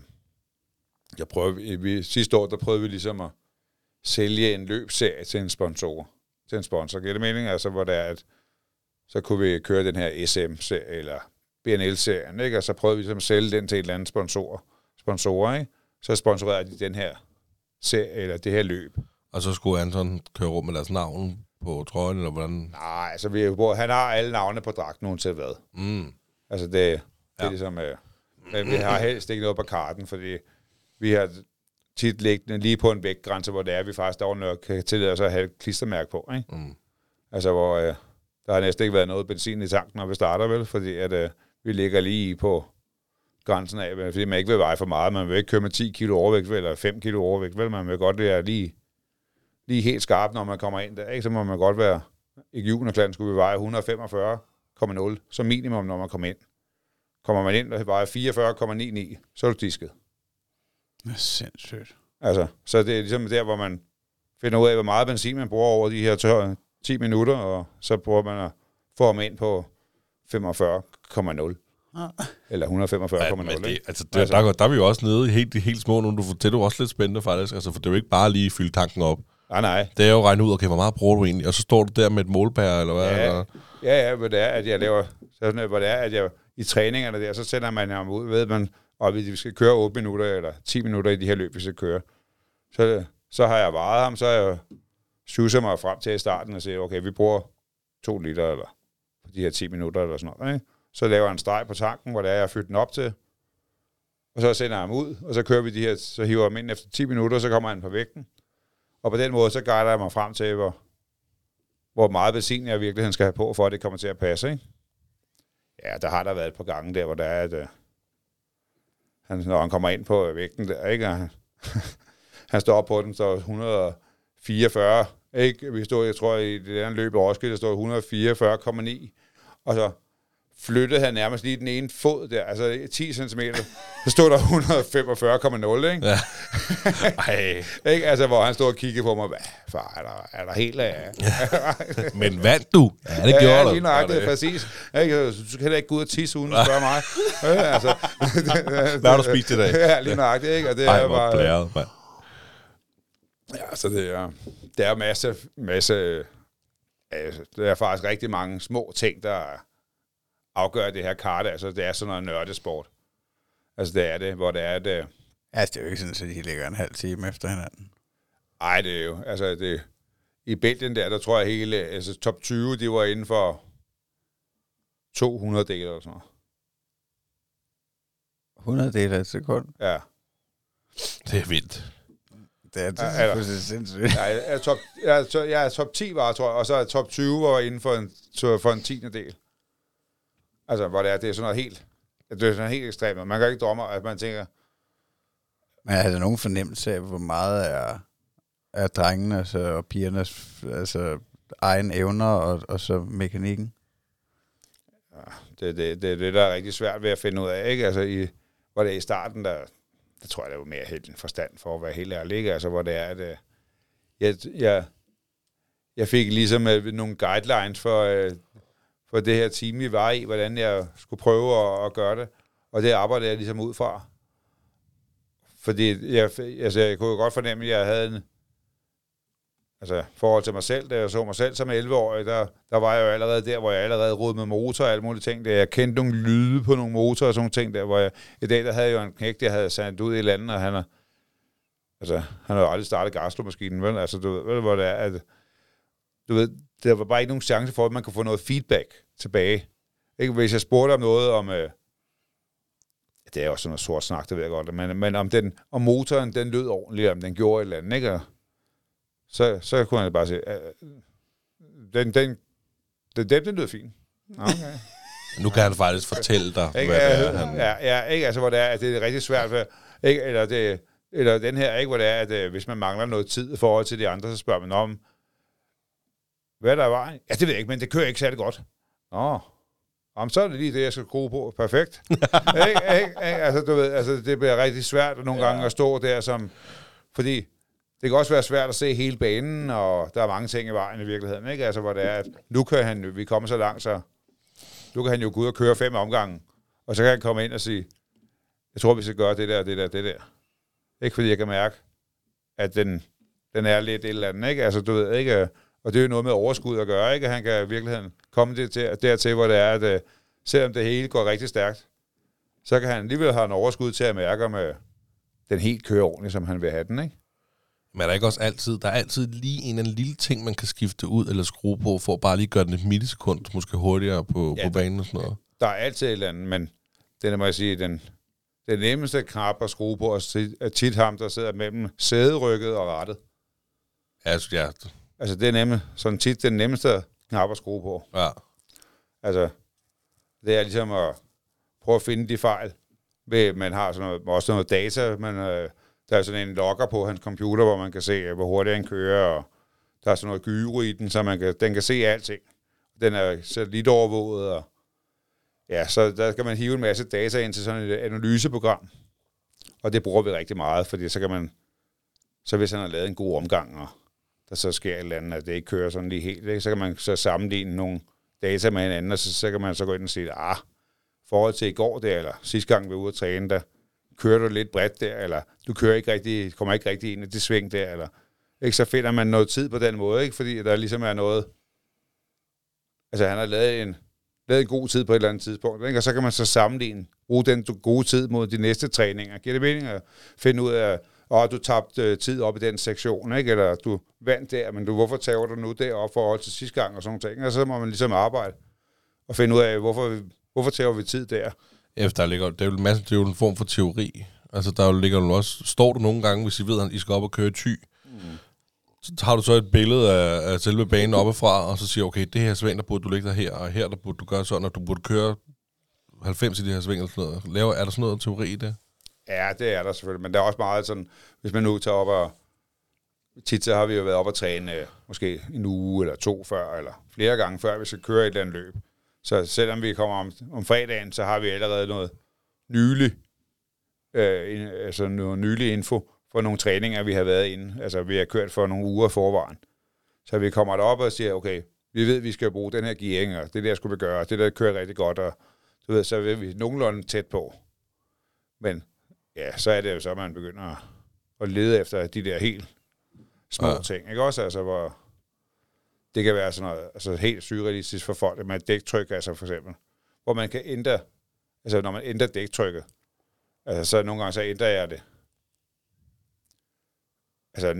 at sidste år, der prøvede vi ligesom at sælge en løbsserie til en sponsor. Giver det mening? Altså, hvor det er, at så kunne vi køre den her SM-serie, eller BNL-serien, ikke? Og så prøvede vi ligesom at sælge den til et eller andet sponsorer, ikke? Så sponsorerede de den her serie, eller det her løb. Og så skulle Anton køre rum med deres navn på trøjen, eller hvordan? Nej, altså han har alle navne på dragten, uanset hvad. Altså det er ligesom... men vi har helst ikke noget på karten, fordi vi har tit liggende lige på en vægtgrænse, hvor det er, vi faktisk dog nok kan tillade os at have et klistermærke på, ikke? Altså hvor der har næsten ikke været noget benzin i tanken, når vi starter, vel? Fordi at vi ligger lige på grænsen af, fordi man ikke vil veje for meget. Man vil ikke køre med 10 kilo overvægt, eller 5 kilo overvægt, vel? Man vil godt være lige helt skarp, når man kommer ind der, ikke? Så må man godt være... I juniorklassen skulle vi veje 145,0 som minimum, når man kommer ind. Kommer man ind og vejer 44,99, så er du disket. Det er sindssygt. Altså, så det er ligesom der, hvor man finder ud af, hvor meget benzin man bruger over de her 10 minutter, og så prøver man at få ham ind på 45,0. Eller 145,0. Ja, altså, der er vi jo også nede i helt små nu. Det er jo også lidt spændende faktisk, altså, for det er jo ikke bare lige at fylde tanken op. Nej. Det er jo regnet ud, okay, hvor meget bruger du egentlig? Og så står du der med et målbær, eller hvad? Ja, ja, hvor det er, at jeg laver... Sådan, hvor det er, at jeg i træningerne der, så sender man ham ud, ved man, og vi skal køre 8 minutter eller 10 minutter i de her løb, vi skal køre. Så har jeg varet ham, så har jeg suset mig frem til i starten og siger, okay, vi bruger 2 liter eller de her 10 minutter eller sådan noget, ikke? Så laver jeg en streg på tanken, hvor det er, jeg har fyldt den op til, og så sender jeg ham ud, og så kører vi de her, så hiver jeg ham ind efter 10 minutter, så kommer han på vægten. Og på den måde, så guider jeg mig frem til, hvor meget benzin jeg virkelig skal have på, for at det kommer til at passe, ikke? Ja, der har der været et par gange der, hvor der er, at når han kommer ind på vægten der, ikke? Han står op på den, så 144, ikke? Vi stod, jeg tror, i det andet løb i Roskilde, der stod 144,9, og så flyttede han nærmest lige den ene fod der, altså 10 cm, så stod der 145,0, ikke? Ja. Ikke? Altså, hvor han stod og kiggede på mig, hvad far, er der helt af? Men vandt du? Ja, det gjorde ja, du. lige nøjagtigt, præcis. Ikke? Du kan da ikke gå ud og tisse uden at spørge mig. Altså, hvad har du spist i dag? Ja, lige nøjagtigt, ikke? Og det er bare... Blæret, mand. Ja, så det er masse altså, det er faktisk rigtig mange små ting, der afgør det her kart. Altså, det er sådan noget nørdesport. Altså, det er det, hvor det er det... Altså, det er jo ikke sådan, at de ligger en halv time efter hinanden. Ej, det er jo... Altså, det... I Belgien der tror jeg hele... Altså, top 20, de var inden for 200 dele eller sådan noget. 100 dele af et sekund? Ja. Det er vildt. Det er sindssygt. Jeg er top 10 var, tror jeg, og så er top 20 var inden for en 10. del. Altså, hvor det er sådan noget helt... Det er sådan helt ekstremt. Man kan ikke drømme, at man tænker... Men er der nogen fornemmelse af, hvor meget er drengenes og pigernes egen evner og så mekanikken? Ja, det er det, der er rigtig svært ved at finde ud af, ikke? Altså, hvor det er i starten, der tror jeg, der var mere helt en forstand for at være helt ærlig, ikke? Altså, hvor det er, at jeg fik ligesom nogle guidelines for det her team, vi var i, hvordan jeg skulle prøve at gøre det. Og det arbejdede jeg ligesom ud fra. Fordi jeg kunne jo godt fornemme, at jeg havde forhold til mig selv, da jeg så mig selv som 11-årig, der var jeg jo allerede der, hvor jeg allerede rodede med motor og alle mulige ting. Der jeg kendte nogle lyde på nogle motorer og sådan nogle ting der, hvor i dag, der havde jeg jo en knægt, jeg havde sendt ud i landet, og han har jo aldrig startet gastromaskinen, vel? Altså, du ved, hvor det er, at der var bare ikke nogen chance for, at man kunne få noget feedback tilbage. Ikke? Hvis jeg spurgte om noget om... det er jo sådan noget sort snak, det ved jeg godt, men om motoren, den lød ordentligt, om den gjorde et eller andet, ikke? Så kunne han bare sige, den lød fint. Okay. Nu kan han faktisk fortælle dig, ikke, hvad det er, han... Ja, ikke? Altså, hvor det er, at det er rigtig svært, for, ikke? Eller den her, ikke? Hvor det er, at hvis man mangler noget tid i forhold til de andre, så spørger man om, hvad der er vejen? Ja, det ved jeg ikke, men det kører ikke særlig godt. Nå, jamen, så er det lige det, jeg skal skrue på. Perfekt. ikke? Altså, du ved, altså, det bliver rigtig svært nogle gange at stå der som... Fordi det kan også være svært at se hele banen, og der er mange ting i vejen i virkeligheden, ikke? Altså, hvor det er, at nu kan han, vi kommer så langt, så nu kan han jo gå ud og køre 5 omgange, og så kan han komme ind og sige, jeg tror, vi skal gøre det der. Ikke fordi jeg kan mærke, at den er lidt et eller andet, ikke? Altså, du ved, ikke? Og det er jo noget med overskud at gøre, ikke? Han kan i virkeligheden komme dertil, hvor det er, at selvom det hele går rigtig stærkt, så kan han alligevel have en overskud til at mærke, om den helt kører ordentligt, som han vil have den, ikke? Men er der ikke også altid, der er altid lige en eller anden lille ting, man kan skifte ud eller skrue på, for at bare lige gøre den et millisekund, måske hurtigere på banen og sådan noget? Der er altid et eller andet, men det må jeg sige, den nemmeste knap at skrue på er tit ham, der sidder mellem sæderykket og rattet. Ja. Altså, det er nemlig sådan tit den nemmeste knap at skrue på. Ja. Altså, det er ligesom at prøve at finde de fejl. Man har også noget data, der er sådan en logger på hans computer, hvor man kan se, hvor hurtigt han kører, og der er sådan noget gyro i den, så den kan se alting. Den er satellitovervåget, og ja, så der skal man hive en masse data ind til sådan et analyseprogram, og det bruger vi rigtig meget, fordi så hvis han har lavet en god omgang, og der så sker et eller andet, at det ikke kører sådan lige helt, ikke? Så kan man så sammenligne nogle data med hinanden, og så kan man så gå ind og sige, forhold til i går der, eller sidste gang vi var ude at træne, der kører du lidt bredt der, eller du kommer ikke rigtig ind i det sving der, eller ikke, så finder man noget tid på den måde, ikke? Fordi der ligesom er noget, altså han har lavet en god tid på et eller andet tidspunkt, ikke? Og så kan man så bruge den gode tid mod de næste træninger. Giver det mening at finde ud af, du tabte tid op i den sektion, ikke? Eller du vandt der, men hvorfor tager du nu deroppe for til sidste gang og sådan ting, og så må man ligesom arbejde og finde ud af, hvorfor tager vi tid der. Efter det er jo en form for teori. Altså der ligger jo også, står du nogle gange, hvis I ved, at I skal op og køre Thy, så tager du så et billede af selve banen oppefra, og så siger okay, det her sving, der burde du ligge der her, og her der burde du gøre sådan, og du burde køre 90 i det her sving, eller sådan noget. Er der sådan noget teori i det? Ja, det er der selvfølgelig, men der er også meget sådan, hvis man nu tager op og tit så har vi jo været op og træne måske en uge eller 2 før, eller flere gange før, vi skal køre et eller andet løb. Så selvom vi kommer om fredagen, så har vi allerede noget nylig info for nogle træninger, vi har været inde. Altså, vi har kørt for nogle uger forvejen. Så vi kommer derop og siger, okay, vi ved, at vi skal bruge den her gearing, og det der skulle vi gøre, det der kører rigtig godt, og du ved, så er vi nogenlunde tæt på. Men ja, så er det jo så, man begynder at lede efter de der helt små ting, ikke også? Altså, hvor det kan være sådan noget, altså helt surrealistisk for folk, med dæktryk, altså for eksempel, hvor man kan ændre, altså når man ændrer dæktrykket, altså så nogle gange så ændrer jeg det, altså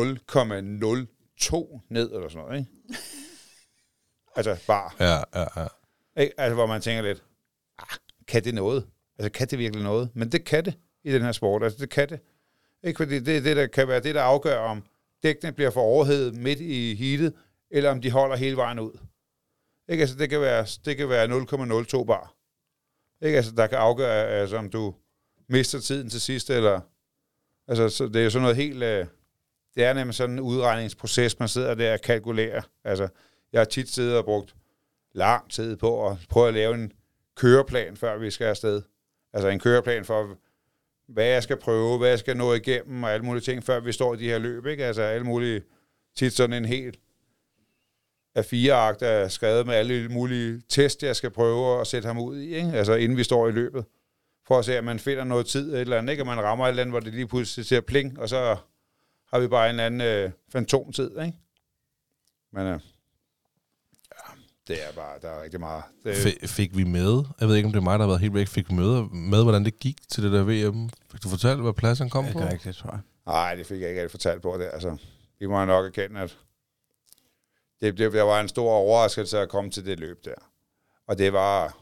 0,02 ned eller sådan noget, ikke? Altså bare. Ja. Ikke? Altså hvor man tænker lidt, kan det noget? Altså kan det virkelig noget? Men det kan det i den her sport, altså det kan det. Ikke fordi det er det, der kan være det, der afgør, om dækkene bliver for overhedet midt i heatet, eller om de holder hele vejen ud. Ikke? Altså, det kan være 0,02 bar. Ikke? Altså, der kan afgøre, altså, om du mister tiden til sidst, eller... Altså, så det er jo sådan noget helt... det er nemlig sådan en udregningsproces, man sidder der og kalkulerer. Altså, jeg har tit siddet og brugt lang tid på at prøve at lave en køreplan, før vi skal afsted. Altså, en køreplan for, hvad jeg skal prøve, hvad jeg skal nå igennem, og alle mulige ting, før vi står i de her løb, ikke? Altså, alle mulige... Tit sådan en helt af 4-ark, der er skrevet med alle mulige test, jeg skal prøve at sætte ham ud i, ikke? Altså inden vi står i løbet, for at se, at man finder noget tid et eller andet, ikke? Og man rammer et eller andet, hvor det lige pludselig ser pling, og så har vi bare en eller anden fantomtid, ikke? Men det er bare, der er rigtig meget. Fik vi med, jeg ved ikke, om det er mig, der har været helt væk, fik vi med, hvordan det gik til det der VM? Fik du fortalt, hvad pladsen kom på? Det er rigtigt, tror jeg. Nej, det fik jeg ikke rigtig fortalt på det. Altså, vi må nok erkende, at det var en stor overraskelse at komme til det løb der. Og det var,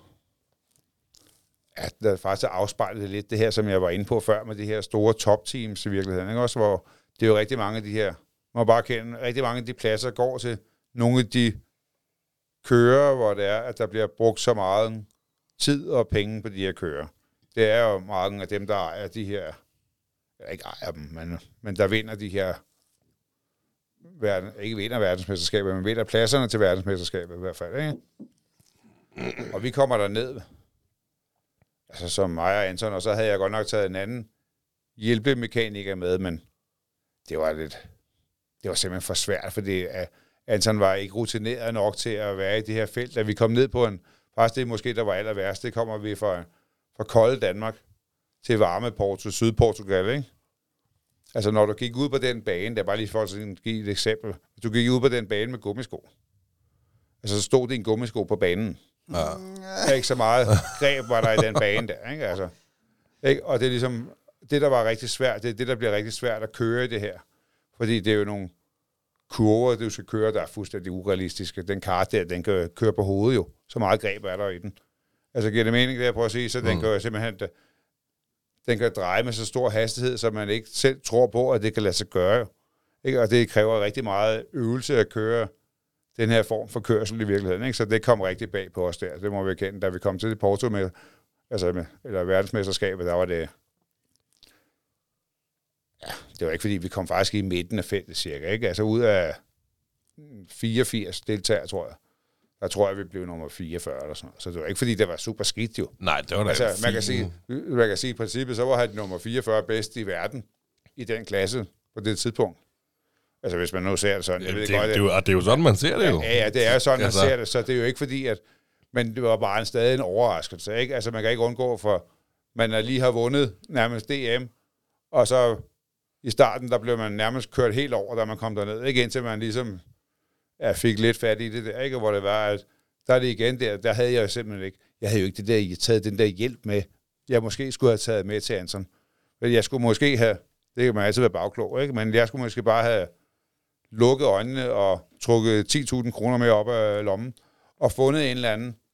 at det faktisk afspejlede lidt det her, som jeg var inde på før, med de her store top-teams i virkeligheden. Ikke? Også hvor det er jo rigtig mange af de her, man må bare kende, rigtig mange af de pladser går til nogle af de kører, hvor det er, at der bliver brugt så meget tid og penge på de her kører. Det er jo mange af dem, der ejer de her, ikke ejer dem, men der vinder de her ikke vinder verdensmesterskabet, men vinder pladserne til verdensmesterskabet i hvert fald, ikke? Og vi kommer der ned, altså som mig og Anton, og så havde jeg godt nok taget en anden hjælpemekaniker med, men det var simpelthen for svært, fordi Anton var ikke rutineret nok til at være i det her felt, da vi kom ned på faktisk det måske, der var aller værst, det kommer vi fra kolde Danmark til varme Sydportugal, ikke? Altså, når du gik ud på den bane, der bare lige for at give et eksempel, du gik ud på den bane med gummisko, altså, så stod det en gummisko på banen. Ja. Ikke så meget greb var der i den bane der, ikke? Altså, ikke? Og det er ligesom, det der var rigtig svært, det er det, der bliver rigtig svært at køre i det her. Fordi det er jo nogle kurver, du skal køre, der er fuldstændig urealistiske. Den kart der, den kan køre på hovedet jo. Så meget greb er der i den. Altså, giver det mening, det jeg prøver at sige, så den kan simpelthen... Den kan dreje med så stor hastighed, så man ikke selv tror på, at det kan lade sig gøre. Ikke? Og det kræver rigtig meget øvelse at køre den her form for kørsel i virkeligheden. Ikke? Så det kom rigtig bag på os der. Det må vi erkende. Da vi kom til Porto eller verdensmesterskabet, der var det... Ja, det var ikke, fordi vi kom faktisk i midten af feltet cirka. Ikke? Altså ud af 84 deltagere, tror jeg. Der tror jeg, vi blev nummer 44 eller sådan noget. Så det var ikke, fordi det var super skidt jo. Nej, det var da altså, man kan sige i princippet, så var han nummer 44 bedst i verden i den klasse på det tidspunkt. Altså, hvis man nu ser det sådan. Ja, det er jo sådan, man ser det jo. Ja, det er sådan, man ser det. Så det er jo ikke fordi, at... Men det var bare stadig en overraskelse, ikke? Altså, man kan ikke undgå, for man lige har vundet nærmest DM, og så i starten, der blev man nærmest kørt helt over, da man kom derned. Ikke indtil man ligesom... Jeg fik lidt fat i det der, ikke? Hvor det var, at der er det igen der havde jeg simpelthen ikke, jeg havde jo ikke taget den der hjælp med, jeg måske skulle have taget med til Anton. Jeg skulle måske have, det kan man altid være bagklog, ikke? Men jeg skulle måske bare have lukket øjnene og trukket 10.000 kroner med op af lommen, og fundet en eller anden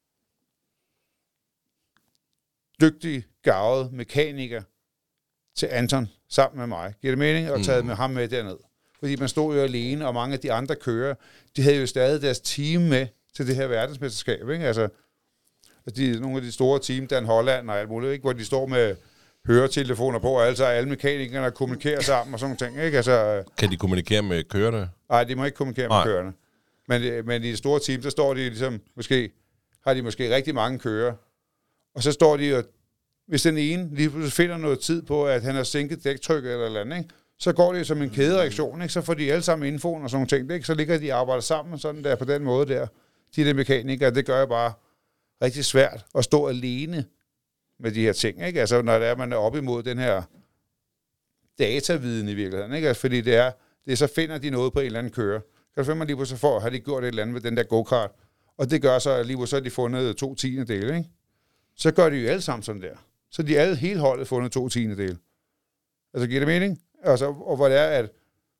dygtig, garvet mekaniker til Anton sammen med mig. Giver det mening? Og taget med ham med derned. Fordi man stod jo alene, og mange af de andre kører, de havde jo stadig deres team med til det her verdensmesterskab, ikke? Altså, nogle af de store team, Dan Holland og alt muligt, ikke? Hvor de står med høretelefoner på, og altså alle mekanikerne kommunikerer sammen og sådan ting, ikke? Altså, kan de kommunikere med kørerne? Nej, de må ikke kommunikere med kørerne. Men i de store team, der står de ligesom, har de måske rigtig mange kører, og så står de jo, hvis den ene lige pludselig finder noget tid på, at han har sænket dæktrykket eller andet, ikke? Så går det som en kædereaktion, ikke? Så får de alle sammen infoen og sådan ting, ikke? Så ligger de og arbejder sammen sådan der på den måde der. De der mekanikere, det gør jo bare rigtig svært at stå alene med de her ting, ikke? Altså, når man er op imod den her dataviden i virkeligheden, ikke? Altså, fordi det er, så finder de noget på en eller anden kører. Så finder man lige på, så har de gjort et eller andet med den der go-kart. Og det gør så, at lige på så har de fundet 2/10, ikke? Så gør de jo alle sammen sådan der. Så de alle hele holdet fundet 2/10. Altså, giver det mening? Altså, og hvor det er, at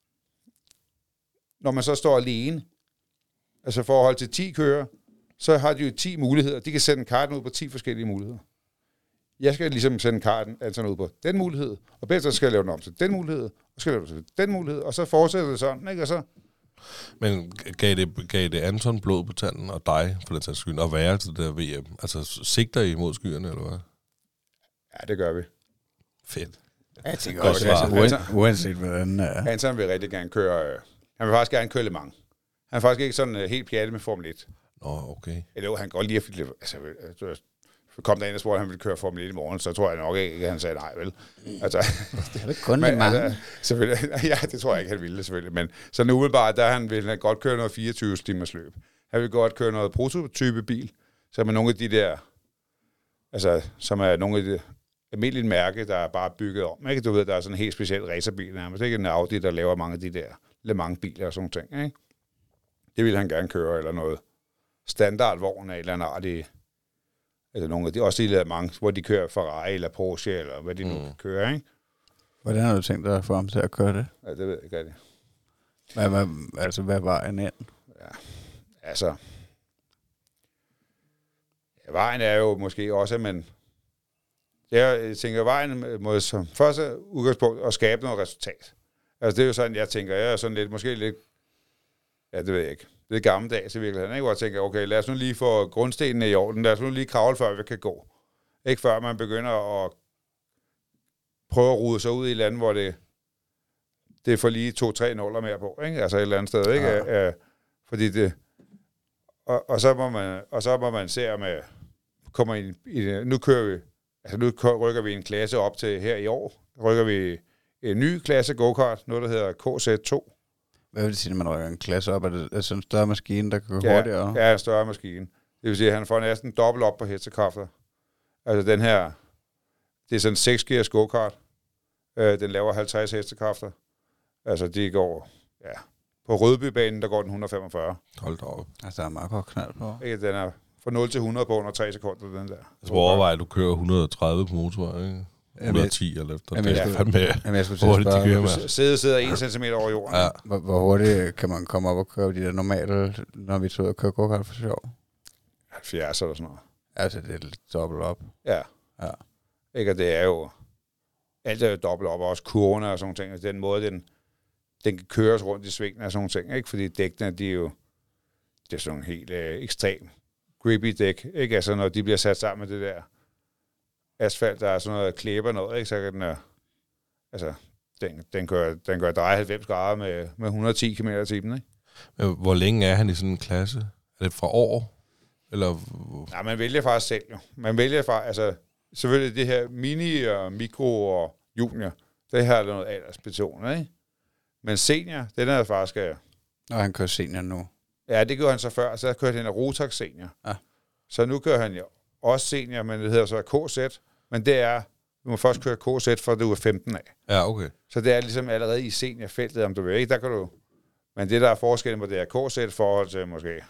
når man så står alene, altså for at holde til 10 kører, så har de jo 10 muligheder. De kan sende karten ud på 10 forskellige muligheder. Jeg skal ligesom sende karten altså ud på den mulighed, og bedre skal jeg lave den om til den mulighed, og skal jeg lave den til den mulighed, og så fortsætter det sådan, ikke? Og så... Men gav det Anton blod på tanden, og dig, for den sags skyld, at være til det der VM? Altså, sigter I mod skyerne, eller hvad? Ja, det gør vi. Fedt. Jeg tænker også, uanset hvordan... Anton vil rigtig gerne køre... Han vil faktisk gerne køre Le Mans. Han er faktisk ikke sådan helt pjattet med Formel 1. Nå, okay. Eller han går lige at... Altså, kom der ind og spurgte, at han ville køre Formel 1 i morgen, så tror jeg nok ikke, at han sagde nej, vel? Altså, det er jo kun Le Mans. Altså, selvfølgelig, ja, det tror jeg ikke, han ville selvfølgelig. Men sådan umiddelbart, der vil han godt køre noget 24 timers løb. Han vil godt køre noget prototype bil, som er nogle af de der... Altså, som er nogle af de... almindeligt mærke, der er bare bygget om. Ikke? Du ved, der er sådan en helt speciel racerbil nærmest. Det er ikke en Audi, der laver mange af de der Le Mans-biler og sådan ting. Ikke? Det vil han gerne køre, eller noget standardvogn af et eller andet art i, eller nogle af de, også i Le Mans, hvor de kører Ferrari eller Porsche, eller hvad de nu kan køre. Ikke? Hvordan har du tænkt dig at få ham til at køre det? Ja, det ved jeg ikke rigtig. Hvad er vejen ind? Ja, altså... Ja, vejen er jo måske også, men... Jeg tænker, vejen må som første udgangspunkt at skabe noget resultat. Altså, det er jo sådan, jeg tænker, jeg er sådan lidt, måske lidt, ja, det ved jeg ikke, lidt gammeldags i virkeligheden, ikke? Hvor jeg tænker, okay, lad os nu lige få grundstenene i orden, lad os nu lige kravle, før vi kan gå. Ikke før man begynder at prøve at rude sig ud i et land, hvor det det får lige 2-3 nuller mere på, ikke? Altså et eller andet sted, ikke? Ja. Fordi det... Og så må man se, om kommer i det. Nu kører vi... Altså nu rykker vi en klasse op til her i år. Rykker vi en ny klasse go-kart, noget der hedder KZ2. Hvad vil det sige, når man rykker en klasse op? Er det altså en større maskine, der kan gå hurtigere? Ja, en større maskine. Det vil sige, at han får næsten dobbelt op på hestekræfter. Altså den her... Det er sådan en 6-gears go-kart. Den laver 50 hestekræfter. Altså de går... Ja, på Rødbybanen, der går den 145. Hold da op. Altså der er meget godt knald på. Ikke, den er fra 0 til 100 på under 3 sekunder, den der. Altså overvej, at du kører 130 på motorvej, ikke? 110 eller efter. Det er fandme hurtigt, de kører med. Sidder 1 cm over jorden. Ja. Hvor hurtigt kan man komme op og køre de der normale, når vi tager ud og kører go-kart for sjov? 70 eller sådan noget. Altså det er lidt dobbelt op. Ja. Ikke, og det er jo... Alt er jo dobbelt op, og også kurverne og sådan ting. Altså, den måde, den kan køres rundt i svingene og sådan ting, ikke? Fordi dækkene, de er jo... Det er sådan helt ekstrem grippy dæk, ikke? Altså, når de bliver sat sammen med det der asfalt, der er sådan noget klæber noget, ikke? Så kan den... Altså, den kan dreje 90 grader med 110 km i timen, ikke? Men hvor længe er han i sådan en klasse? Er det fra år? Eller... Nej, man vælger faktisk selv, jo. Man vælger faktisk... Altså, selvfølgelig det her mini og mikro og junior, det her er noget aldersbetonet, ikke? Men senior, den er faktisk... Og han kører senior nu. Ja, det gjorde han så før. Så kørte han af Rotax senior. Ja. Så nu kører han jo også senior, men det hedder så KZ. Men det er... Du må først køre KZ, for du er 15 af. Ja, okay. Så det er ligesom allerede i seniorfeltet, om du vil. Ikke? Der kan du... Men det, der er forskellen på det er KZ i forhold til måske...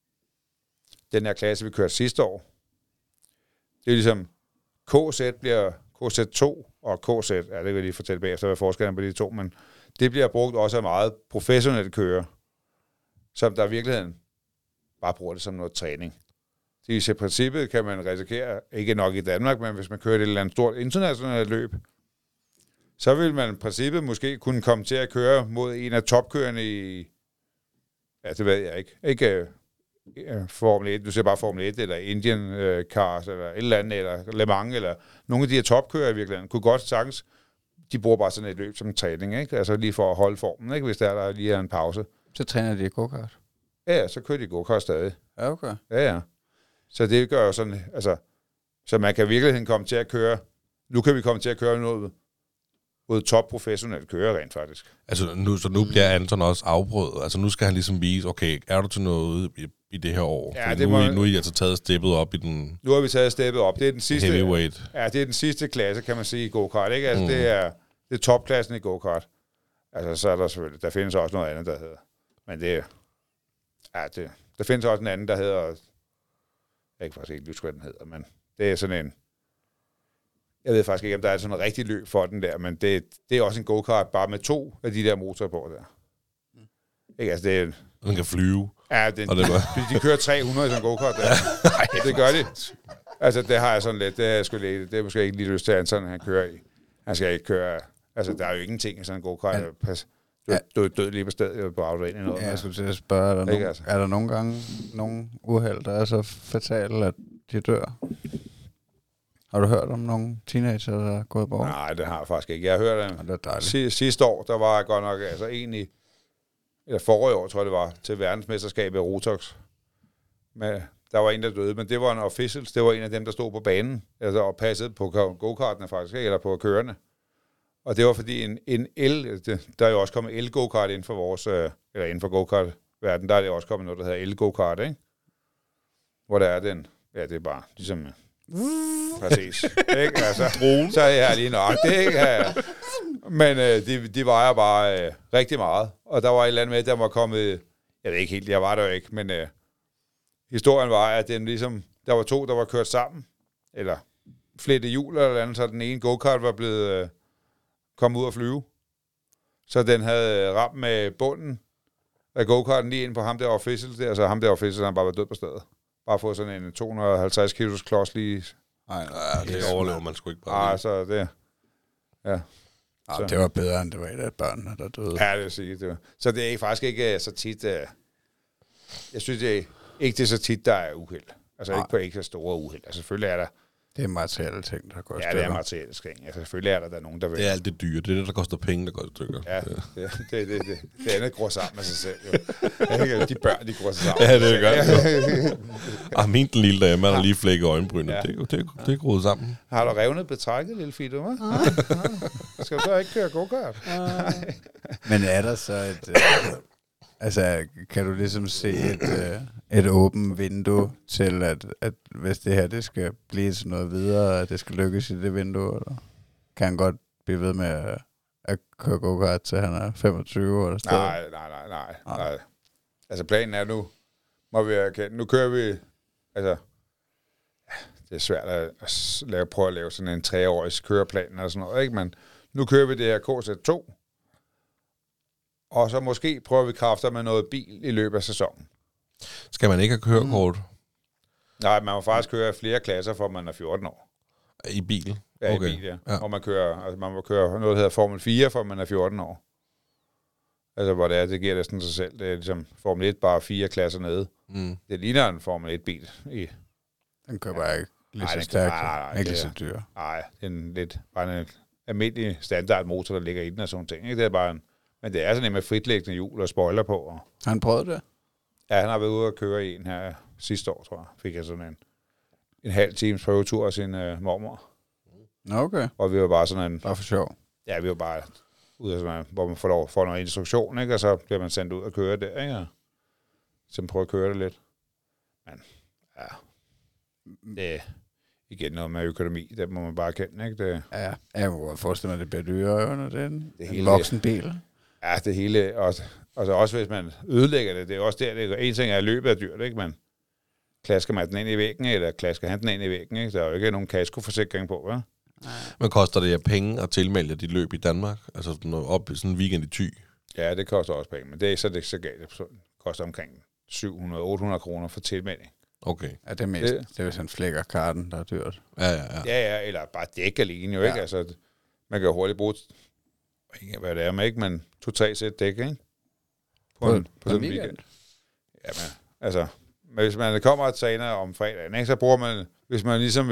Den her klasse, vi kørte sidste år. Det er ligesom... KZ bliver KZ2 og KZ, ja, det vil jeg lige fortælle bagefter, hvad forskellen på de to, men det bliver brugt også af meget professionelle kører, som der i virkeligheden bare bruger det som noget træning. Det i princippet kan man risikere, ikke nok i Danmark, men hvis man kører et eller andet stort internationalt løb, så vil man i princippet måske kunne komme til at køre mod en af topkørerne i, ja, det ved jeg ikke Formel 1, du ser bare Formel 1, eller Indian Cars, eller et eller andet, eller Le Mans, eller nogle af de her topkører i virkeligheden, kunne godt sagtens, de bruger bare sådan et løb som en træning, ikke? Altså lige for at holde formen, ikke? Hvis der lige er en pause. Så træner de go-kart? Ja, så kører de go-kart stadig. Ja, okay. Ja. Så det gør jo sådan, altså, så man kan i virkeligheden komme til at køre, nu kan vi komme til at køre noget ud top professionelt kører rent faktisk. Altså nu bliver Anton også afprøvet. Altså nu skal han ligesom vise, okay, er du til noget i det her år? Ja, nu er I altså taget steppet op i den... Nu har vi taget steppet op. Det er den sidste... Heavyweight. Ja, det er den sidste klasse, kan man sige, i go-kart, ikke? Altså det er topklassen i go-kart. Altså så er der selvfølgelig... Der findes også noget andet, der hedder... Men det er... Ja, der findes også en anden, der hedder... Jeg kan faktisk ikke huske, hvad den hedder, men det er sådan en... Jeg ved faktisk ikke, om der er sådan en rigtig løb for den der, men det er også en go-kart, bare med 2 af de der motorer på der. Ikke, altså det er... Den kan flyve. Ja, de kører 300 i sådan en go-kart der. Nej, det gør de. Altså, det har jeg sådan lidt, det er måske ikke lige lyst til, at han kører i. Han skal ikke køre... Altså, der er jo ingenting i sådan en go-kart. Du er død lige på stedet på autoen i noget. Ja, jeg skulle til at spørge, er der nogle gange nogle uheld, der er så fatale, at de dør? Har du hørt om nogle teenager, der er gået bort? Nej, det har jeg faktisk ikke. Jeg har hørt om... Det er dejligt. Sidste år, der var jeg godt nok... Altså egentlig... Eller forrige år, tror jeg det var, til verdensmesterskabet i Rotox. Men der var en, der døde, men det var en officials. Det var en af dem, der stod på banen, altså og passede på go-kartene faktisk, eller på kørerne. Og det var fordi en der er jo også kommet el-go-kart inden for vores, eller inden for go-kart-verden, der er det også kommet noget, der hedder el-go-kart, ikke? Hvor der er den, ja, det er bare ligesom... Præcis. Ikke? Altså, så er jeg lige nok. Det ikke her. Men de vejer bare rigtig meget. Og der var et eller andet med, der var kommet... Jeg ved ikke helt, jeg var der jo ikke, men historien var, at den ligesom... Der var 2, der var kørt sammen. Eller flette hjul eller andet, så den ene go-kart var blevet kommet ud at flyve. Så den havde ramt med bunden af go-karten lige ind på ham der official. Der, så ham der official, han bare var død på stedet. Bare få sådan en 250 kilos klods lige... Nej, det overlever man sgu ikke bare. Nej, så det... Ja. Så. Det var bedre, end det var et af børnene, der døde. Ja, det vil sige. Det var. Så det er faktisk ikke så tit... Jeg synes det er ikke det så tit, der er uheld. Altså ikke så store uheld. Altså selvfølgelig er der... Det er materielle ting, der koster. Ja, det er materielle ting. Altså, selvfølgelig er der nogen, der vil. Det er alt det dyre. Det er det, der koster penge, der går i stykker. Ja, det andet gror sammen med sig selv. Jo. De børn, de gror sig sammen. Ja, det gør det. Min den lille dame, man har lige flækket øjenbrynene. Ja. Det er groet sammen. Har du revnet betrækket, lille Fido, hva'? Skal du så ikke køre go-kart? Men er der så et... kan du ligesom se et åbent vindue til, at hvis det her det skal blive til noget videre, at det skal lykkes i det vindue, eller kan han godt blive ved med at køre go-kart til han er 25 eller stadig? Nej. Altså planen er nu, må vi erkende, nu kører vi, altså, det er svært at prøve at lave sådan en 3-årig køreplan og sådan noget, ikke? Men nu kører vi det her KZ2, og så måske prøver vi kræfter med noget bil i løbet af sæsonen. Skal man ikke have kørekort? Nej, man må faktisk køre flere klasser, for man er 14 år. I bil? Ja, okay. i bil, ja. Og man må køre noget, der hedder Formel 4, for man er 14 år. Altså, hvor det giver næsten sig selv. Det er ligesom Formel 1, bare 4 klasser nede. Mm. Det ligner en Formel 1-bil. Den kører bare ikke lige så stærkt. Nej, ikke lige så dyr. Nej, bare en almindelig standard motor, der ligger i den og sådan ting. Ikke? Det er bare men det er sådan en med fritlæggende hjul og spoiler på. Og har han prøvet det? Ja, han har været ude at køre en her sidste år, tror jeg. Fik jeg sådan en halv times prøvetur af sin mormor. Okay. Og vi var bare sådan en... Bare for sjov. Ja, vi var bare ude af sådan en, hvor man får noget instruktion, ikke? Og så bliver man sendt ud og køre det, ikke? Så man prøver at køre det lidt. Men, ja. Det er igen noget med økonomi, det må man bare kende, ikke? Det, ja, jeg må godt forestille mig, at det bliver dyrere under den hele, voksen bil. Ja, det hele, og så også hvis man ødelægger det, det er også der, en ting er, at løbet er dyrt, ikke? Men klasker man den ind i væggen, eller klasker han den ind i væggen, ikke? Der er jo ikke nogen kaskoforsikring på, hva'? Men koster det jer penge at tilmelde dit løb i Danmark? Altså op i sådan en weekend i Thy? Ja, det koster også penge, men det er ikke så galt. Det koster omkring 700-800 kroner for tilmelding. Okay. Ja, det er mest. Det er hvis han flækker karten, der er dyrt. Ja, eller bare dæk alene jo, ikke? Altså, man kan jo hurtigt bruge, hvad det er med, ikke? Men 2-3 sæt dæk, ikke? På sådan en weekend. Ja, men altså, hvis man kommer og træner om fredagen, ikke? Så bruger man, hvis man ligesom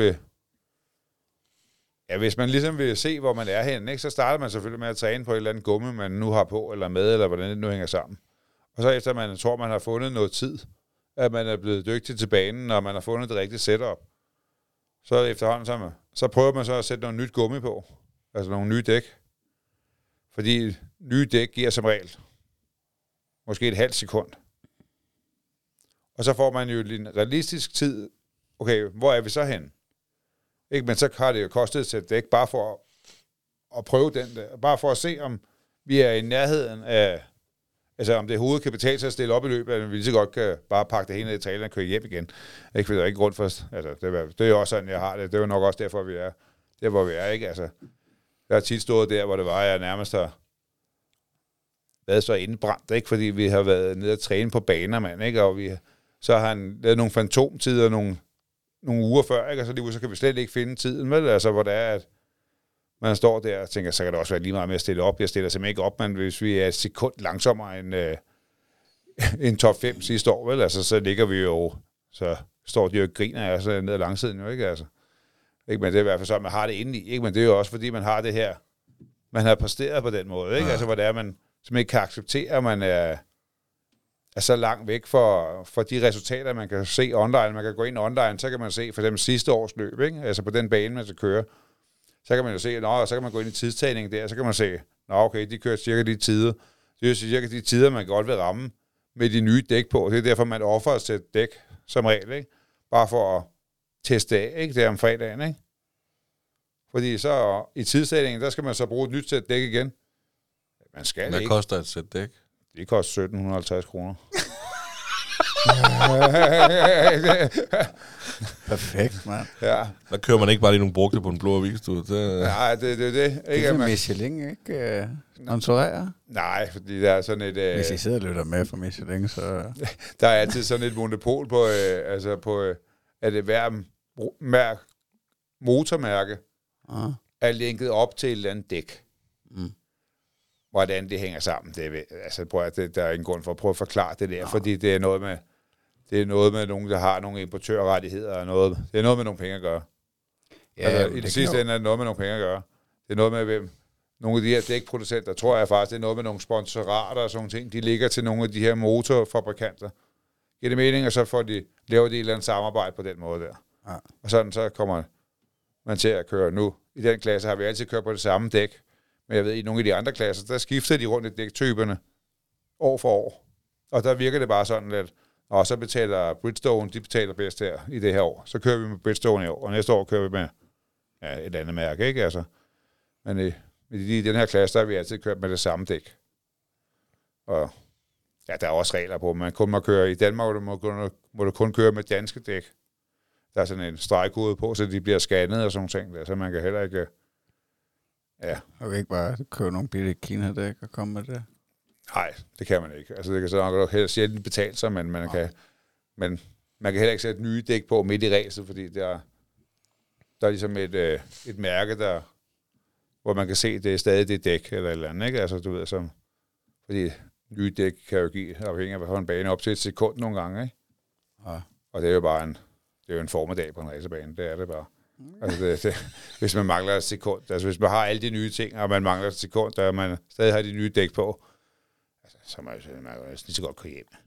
vil se, hvor man er henne, ikke? Så starter man selvfølgelig med at træne på et eller andet gummi, man nu har på, eller med, eller hvordan det nu hænger sammen. Og så efter man tror, man har fundet noget tid, at man er blevet dygtig til banen, og man har fundet det rigtige setup, så efterhånden så prøver man så at sætte noget nyt gummi på. Altså nogle nye dæk. Fordi nye dæk giver som regel måske et halvt sekund. Og så får man jo en realistisk tid. Okay, hvor er vi så hen? Ikke, men så har det jo kostet et sæt dæk bare for at prøve den der. Bare for at se, om vi er i nærheden af... Altså, om det overhovedet kan betale sig at stille op i løbet, eller vi lige så godt kan bare pakke det hele ned i trailen og køre hjem igen. Ikke, for det er ikke grund for... Altså, det er jo også sådan, jeg har det. Det er jo nok også derfor, vi er der, hvor vi er, ikke? Altså, jeg har tit stået der, hvor det var, jeg nærmest har været så indbrændt, ikke? Fordi vi har været nede og træne på baner, mand, ikke? Og så har han lavet nogle fantomtider nogle uger før, ikke? Og så kan vi slet ikke finde tiden, vel? Altså, hvor det er, at man står der og tænker, så kan det også være lige meget med at stille op. Jeg stiller simpelthen ikke op, men hvis vi er et sekund langsommere end top 5 sidste år, vel? Altså, så ligger vi jo, så står de jo og griner af os ned ad langsiden, jo, ikke? Altså, ikke? Men det er i hvert fald så, man har det inde i, ikke? Men det er jo også, fordi man har det her, man har præsteret på den måde, ikke? Ja. Altså, hvor det er, man simpelthen ikke kan acceptere, at man er så langt væk for de resultater, man kan se online. Man kan gå ind online, så kan man se for dem sidste års løb, ikke? Altså på den bane, man skal køre. Så kan man jo se, så kan man gå ind i tidstagningen der, så kan man se, okay, de kører cirka de tider. Det er jo cirka de tider, man godt vil ramme med de nye dæk på. Det er derfor, man offer at sætte dæk som regel, ikke? Bare for at teste af, ikke? Der om fredagen, ikke? Fordi så i tidstagningen, der skal man så bruge et nyt sæt dæk igen. Man skal Hvad ikke. Koster et sæt dæk? Det koster 1750 kroner. Perfekt, mand. Ja. Der kører man ikke bare lige nogle brugte på en blå avis, du. Nej, det er det. Det kan Michelin ikke sponsorere. Nej, fordi der er sådan et... Hvis I sidder og lytter med for Michelin, så... Der er altid sådan et monopol på, at det hver motormærke er linket op til et eller andet dæk. Mm. Hvordan det hænger sammen. Der er ingen grund for at prøve at forklare det der, fordi det er noget med nogen, der har nogle importørrettigheder og noget. Det er noget med nogle penge at gøre. Ja, altså, i det sidste ende er det noget med nogle penge at gøre. Det er noget med, hvem nogle af de her dækproducenter, tror jeg faktisk, det er noget med nogle sponsorater og sådan ting. De ligger til nogle af de her motorfabrikanter. Giver det mening, og så får laver de et eller andet samarbejde på den måde der. Ja. Og sådan så kommer man til at køre nu. I den klasse har vi altid kørt på det samme dæk. Men jeg ved, i nogle af de andre klasser, der skifter de rundt i dæktyperne år for år. Og der virker det bare sådan lidt, og så betaler Bridgestone, de betaler bedst her i det her år. Så kører vi med Bridgestone i år, og næste år kører vi med et andet mærke, ikke? Altså, men i den her klasse, der har vi altid kørt med det samme dæk. Og ja, der er også regler på, man kun må køre i Danmark, må du kun køre med danske dæk. Der er sådan en stregkode på, så de bliver scannet og sådan ting der, så man kan heller ikke... Ja. Og ikke bare købe nogle billige Kina-dæk og komme med det? Nej, det kan man ikke. Altså, det kan så nok heller sjældent betale sig, men man kan heller ikke sætte nye dæk på midt i ræset, fordi der er ligesom et mærke, hvor man kan se, det er stadig det dæk eller et eller andet, ikke? Altså, du ved, fordi nye dæk kan jo give, afhængig af, hvad en bane, op til et sekund nogle gange, ikke? Ja. Og det er jo bare en formiddag på en racerbane, det er det bare. Altså hvis man mangler et sekund, altså hvis man har alle de nye ting, og man mangler et sekund, og man stadig har de nye dæk på, altså, så må man jo lige så godt køre hjem.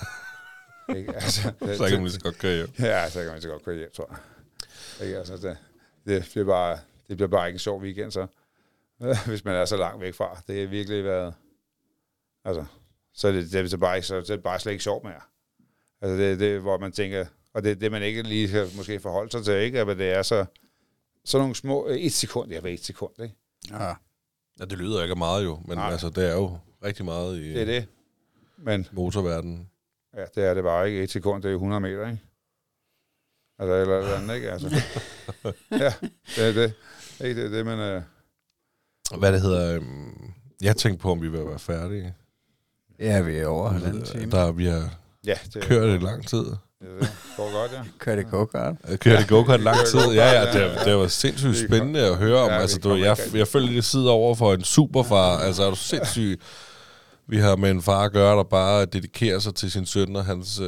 Altså, så kan man lige så godt køre hjem. Ja, så kan man lige så godt køre hjem, tror jeg. Ikke? Altså, det bliver bare ikke en sjov weekend, så hvis man er så langt væk fra. Det har virkelig været... Altså, så er det bare slet ikke sjovt mere. Altså, det hvor man tænker... Og det man ikke lige kan måske forholde sig til, ikke? Men det er så nogle små... 1 sekund, jeg ved 1 sekund, ikke? Ja, det lyder ikke meget jo, men altså, det er jo rigtig meget i det er det. Men, motorverdenen. Ja, det er det bare ikke. 1 sekund, det er 100 meter, ikke? Altså, eller andet, ikke? Altså. Ja, det er det. Ikke det, men... Hvad det hedder... Jeg tænkte på, om vi vil være færdige. Ja, vi er over halvanden time. Vi har kørt det lang tid. Det går godt, ja. Kører det go-kart? Kører det go-kart lang tid? Ja, det var sindssygt spændende at høre om. Altså, jeg føler, det sidder over for en superfar. Altså, er du sindssygt... Vi har med en far at gøre, der bare dedikerer sig til sin søn og hans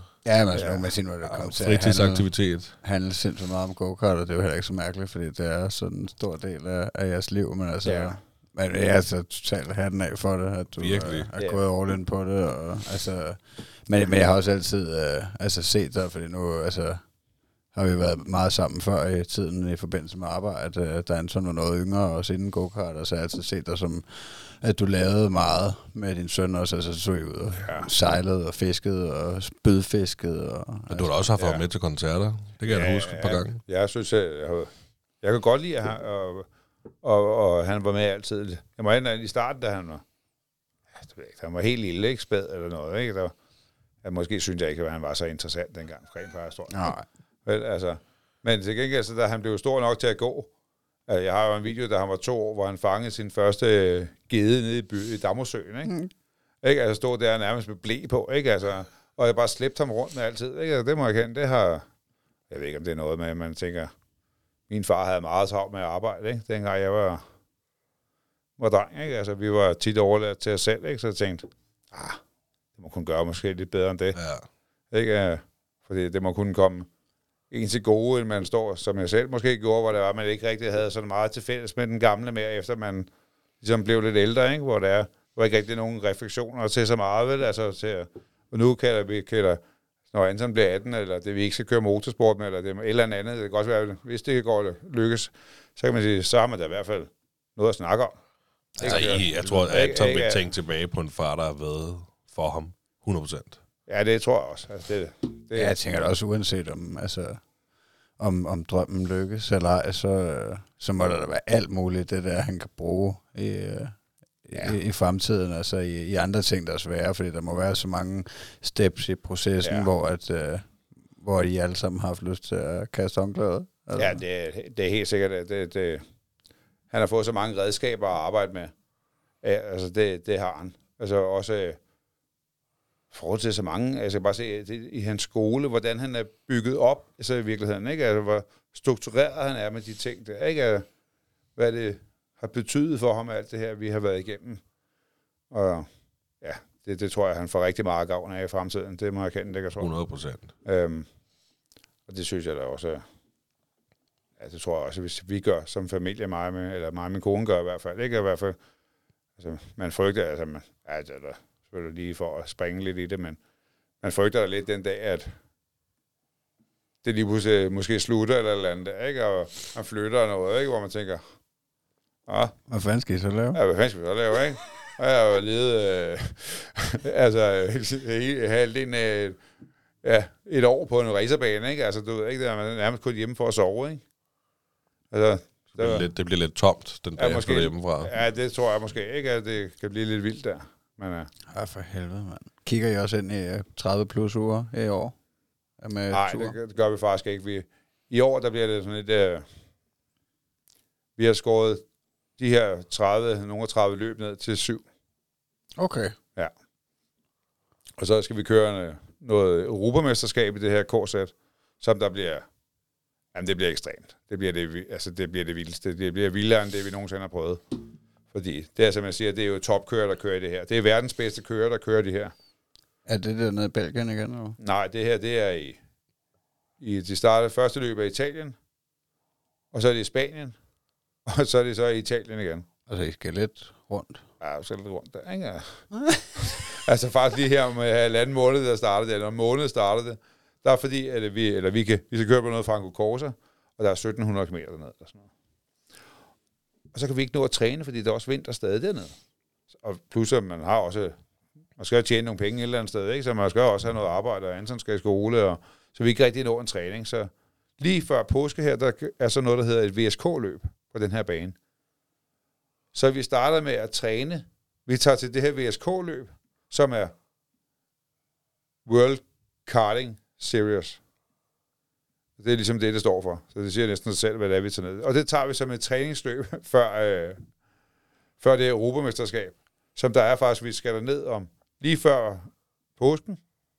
fritidsaktivitet. Handler sindssygt meget om go-kart, og det er jo heller ikke så mærkeligt, fordi det er sådan en stor del af jeres liv. Men altså, men jeg er altså totalt hatten af for det, at du er gået all in på det. Og, altså, men jeg har også altid set dig, fordi nu har vi været meget sammen før i tiden i forbindelse med arbejde. Da Anton var noget yngre og inden go-kart, og så har jeg altid set dig som, at du lavede meget med din søn også. Altså, så I ud og sejlede og fiskede og spydfiskede. Og du har også haft med til koncerter. Det kan jeg huske et par gange. Jeg synes, jeg kan godt lide, at og han var med altid. Jeg må i starten, da han var helt lille, ikke spæd eller noget, ikke? Måske synes jeg ikke, at han var så interessant dengang. Nej. Vel, altså, men til gengæld, så da han blev stor nok til at gå, jeg har jo en video, da han var 2 år, hvor han fangede sin første gede nede i Dammersøen, ikke? Ikke? Altså stod der nærmest med ble på, ikke? Altså, og jeg bare slæbte ham rundt med altid, ikke? Altså, det må jeg kende, jeg ved ikke, om det er noget med, at man tænker, min far havde meget travlt med at arbejde, ikke? Dengang jeg var dreng, ikke? Altså, vi var tit overladt til os selv, ikke? Så jeg tænkte, det må kunne gøre måske lidt bedre end det. Ja. Ikke? Fordi det må kunne komme en til gode, end man står, som jeg selv måske gjorde, hvor det var, man ikke rigtig havde sådan meget til fælles med den gamle mere, efter man ligesom blev lidt ældre, ikke? Hvor der var ikke rigtig nogen refleksioner til så meget, vel? Altså, og nu kalder vi, når Anton bliver 18, eller det vi ikke skal køre motorsport med, eller det eller andet. Det kan også være, hvis det går lykkes, så kan man sige, så har man da i hvert fald noget at snakke om. Altså, jeg tror, at Anton vil tænke tilbage på en far, der har været for ham 100%. Ja, det tror jeg også. Altså, det jeg tænker da også, uanset om drømmen lykkes eller ej, så må der da være alt muligt, det der, han kan bruge i fremtiden, altså i andre ting, der er svære, fordi der må være så mange steps i processen, hvor de alle sammen har haft lyst til at kaste håndklædet. Altså. Ja, det er helt sikkert. Han har fået så mange redskaber at arbejde med. Ja, altså, det har han. Altså også forhold til så mange, altså bare se i hans skole, hvordan han er bygget op, altså i virkeligheden, ikke? Altså, hvor struktureret han er med de ting der, ikke? Hvad det har betydet for ham, alt det her, vi har været igennem. Og ja, det tror jeg, han får rigtig meget gavn af i fremtiden. Det må jeg kende, det kan jeg tro. 100%. Og det synes jeg da også Ja, det tror jeg også, hvis vi gør som familie, mig og min kone gør i hvert fald. Ikke i hvert fald. Altså, man frygter, eller selvfølgelig lige for at springe lidt i det, men man frygter da lidt den dag, at det lige pludselig måske slutter eller andet, ikke? Og man flytter noget, ikke? Hvor man tænker, hvad fanden skal I så lave? Ja, hvad fanden skal vi så lave, ikke? Og jeg har jo levet halvdelen af et år på en racerbane, ikke? Altså, du ved ikke, der er man nærmest kun hjemme for at sove, ikke? Altså, det bliver lidt tomt, den dag, jeg flytter hjemmefra. Ja, det tror jeg måske ikke, at det kan blive lidt vildt der. Men, ja, for helvede, mand. Kigger I også ind i 30 plus uger i år? Nej, det gør vi faktisk ikke. I år, der bliver det sådan lidt... vi har skåret de her nogle 30 løb ned til 7. Okay. Ja. Og så skal vi køre noget europamesterskab i det her K-sæt, som der bliver... Jamen, det bliver ekstremt. Det bliver det vildeste. Det bliver vildere, end det vi nogensinde har prøvet. Fordi det er, som jeg siger, det er jo topkører, der kører i det her. Det er verdens bedste kører, der kører det her. Er det dernede i Belgien igen? Eller? Nej, det her, det er de startede første løb af Italien, og så er det i Spanien, og så er det så i Italien igen. Altså, I skal lidt rundt? Ja, så lidt rundt der, ikke? Altså faktisk lige her med halvanden måned, der startede det, eller en måned startede det, der er fordi, at vi skal køre på noget Franco Corsa, og der er 1700 km dernede. Og sådan noget. Og så kan vi ikke nå at træne, fordi der er også vinter stadig dernede. Og plus, at man skal jo tjene nogle penge et eller andet sted, ikke? Så man skal også have noget arbejde, og Anton skal i skole, og så vi ikke rigtig nå en træning. Så lige før påske her, der er så noget, der hedder et VSK-løb på den her bane. Så vi starter med at træne. Vi tager til det her VSK-løb, som er World Karting Series. Det er ligesom det står for. Så det siger næsten sig selv, hvad det er, vi tager ned. Og det tager vi som et træningsløb før det europamesterskab, som der er faktisk, vi skal ned om lige før påsken.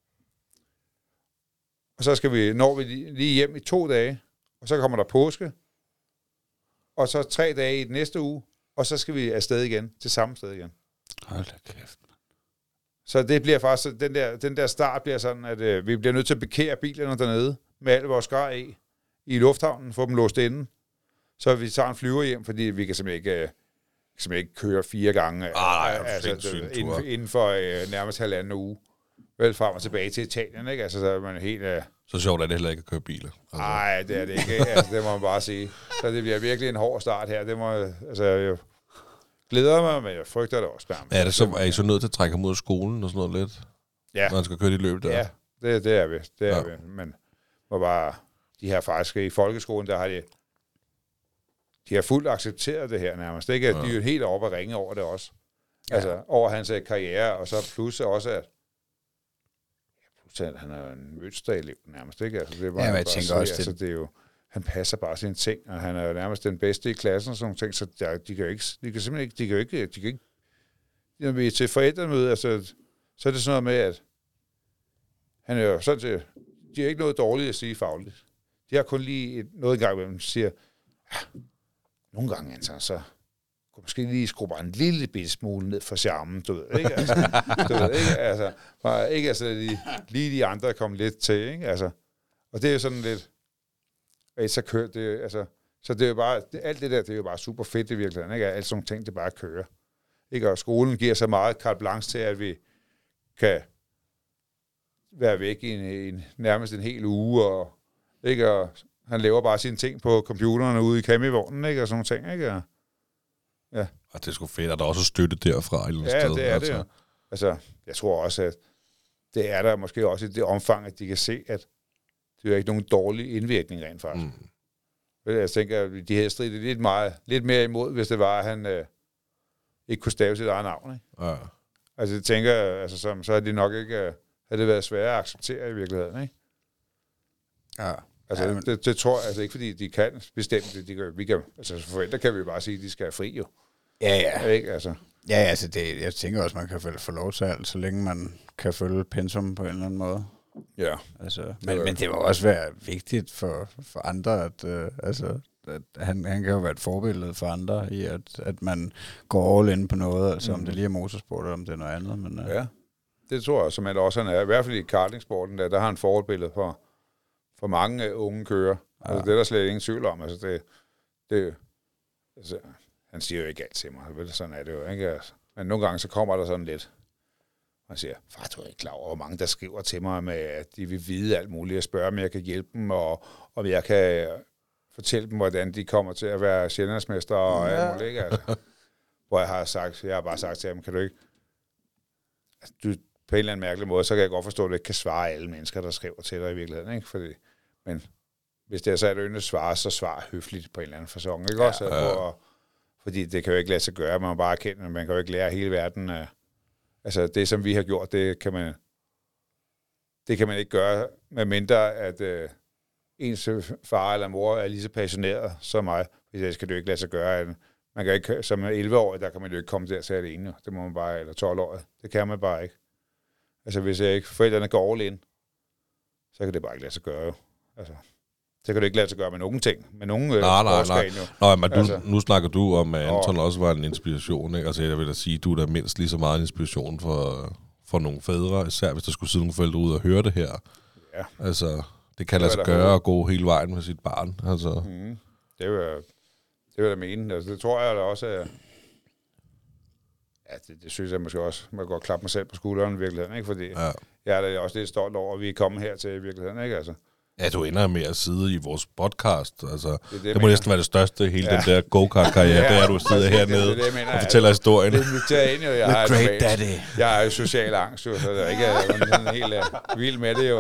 Og så når vi lige hjem i 2 dage, og så kommer der påske, og så 3 dage i den næste uge, og så skal vi afsted igen, til samme sted igen. Hold da kæft. Så det bliver faktisk, den der start bliver sådan, at vi bliver nødt til at parkere bilerne dernede, med alt vores grej i lufthavnen, få dem låst inde, så vi tager en flyver hjem, fordi vi kan simpelthen ikke køre 4 gange inden for nærmest halvanden uge. Vel frem og tilbage til Italien, ikke? Altså, så er man helt... Så sjovt er det heller ikke at køre biler. Nej, altså. Det er det ikke. Altså, det må man bare sige. Så det bliver virkelig en hård start her. Det må... Altså, jeg glæder mig, men jeg frygter det også. Er I så nødt til at trække ham ud af skolen og sådan noget lidt? Ja. Når han skal køre de løb der? Ja, det er vi. Det er vi. Men må bare... De her faktisk i folkeskolen, der har de har fuldt accepteret det her nærmest. Ikke? At de er jo helt oppe at ringe over det også. Ja. Altså, over hans karriere, og så plus også, at han er jo en mødstagelev nærmest, ikke? Altså, det var jeg tænker også, altså, det er jo, han passer bare sine ting, og han er jo nærmest den bedste i klassen og sådan nogle ting, så de kan ikke, når vi er til forældremøde, altså, så er det sådan noget med, at han er jo sådan til, de har ikke noget dårligt at sige fagligt. De har kun lige noget gang, hvor man siger, nogle gange, altså, så kunne måske lige skrue bare en lille bitte smule ned for charmen, du ved, ikke? Altså, ikke altså lige de andre kom lidt til, ikke? Altså, og det er jo sådan lidt, så kører det, altså, så det er jo bare, alt det der, det er jo bare super fedt i virkeligheden, ikke? Alt sådan nogle ting, det bare kører. Ikke? Og skolen giver så meget carte blanche til, at vi kan være væk i nærmest en hel uge, og, ikke? Og han laver bare sine ting på computerne ude i campingvognen, ikke? Og sådan nogle ting, ikke? Ja. Og det er sgu fedt, at der også er støtte derfra et eller andet sted. Ja, det er det jo. Altså, jeg tror også, at det er der måske også i det omfang, at de kan se, at det er ikke nogen dårlig indvirkning rent faktisk. Jeg tænker, at de havde stridet lidt mere imod, hvis det var, at han ikke kunne stave sit eget navn. Ikke? Ja. Altså, jeg tænker, altså, så havde de nok ikke, havde det været svært at acceptere i virkeligheden, ikke? Ja. Altså, ja, det tror jeg altså ikke, fordi de kan bestemt det. Vi kan, altså, forældre kan vi bare sige, at de skal have fri, jo. Ja. Ikke, altså. Ja, altså, jeg tænker også, man kan få lov til alt, så længe man kan følge pensum på en eller anden måde. Ja. Altså, men det må også være vigtigt for andre, at han kan jo være et forbillede for andre i, at man går all in på noget, altså om det lige er motorsport, eller om det er noget andet. Men, ja, det tror jeg, som også han er. I hvert fald i kartingsporten, der har han forbillede for mange unge kører. Altså, det er der slet ingen tvivl om. Altså, altså, han siger jo ikke alt til mig. Vel? Sådan er det jo, ikke? Altså, men nogle gange så kommer der sådan lidt. Han siger, far, du er ikke klar over, hvor mange der skriver til mig, med, at de vil vide alt muligt. Jeg spørger, om jeg kan hjælpe dem, og om jeg kan fortælle dem, hvordan de kommer til at være sjællandsmester og alt muligt. Ikke? Altså, hvor jeg har bare sagt til ham, kan du ikke... Altså, du, på en eller anden mærkelig måde, så kan jeg godt forstå, at du ikke kan svare alle mennesker, der skriver til dig i virkeligheden. Ikke? Men hvis det er så, at du ønsker at svare, så svar høfligt på en eller anden facon. Ikke også? Fordi det kan jo ikke lade sig gøre, man må bare erkende, man kan jo ikke lære hele verden. Altså det, som vi har gjort, det kan man ikke gøre, medmindre at ens far eller mor er lige så passioneret som mig. Hvis det skal det jo ikke lade sig gøre. Man kan ikke, som 11-årig, der kan man jo ikke komme til at sige det ene. Det må man bare, eller 12-årig. Det kan man bare ikke. Altså hvis forældrene går all in, så kan det bare ikke lade sig gøre jo. Altså, så kan det ikke lade sig gøre med nogen ting. Med nogen nej. Nå, men nu snakker du om, at Anton også var en inspiration. Ikke? Altså jeg vil da sige, du er da mindst lige så meget en inspiration for nogle fædre, især hvis der skulle sidde nogle forældre ud og høre det her. Ja. Altså, det kan lade sig gøre at gå hele vejen med sit barn. Altså. Det vil jeg mene. Altså, det tror jeg da også, det synes jeg måske også, man kan godt klappe mig selv på skulderen i virkeligheden, ikke? Fordi jeg er da også lidt stolt over, at vi er kommet her til i virkeligheden, ikke? Altså. Ja, du ender med at sidde i vores podcast. Altså, det må næsten være det største, hele den der go-kart-karriere, det er, du sidder hernede og fortæller historien. Det inviterer ind, jo. Jeg har jo social angst, jo, så det er ikke sådan helt vild med det, jo.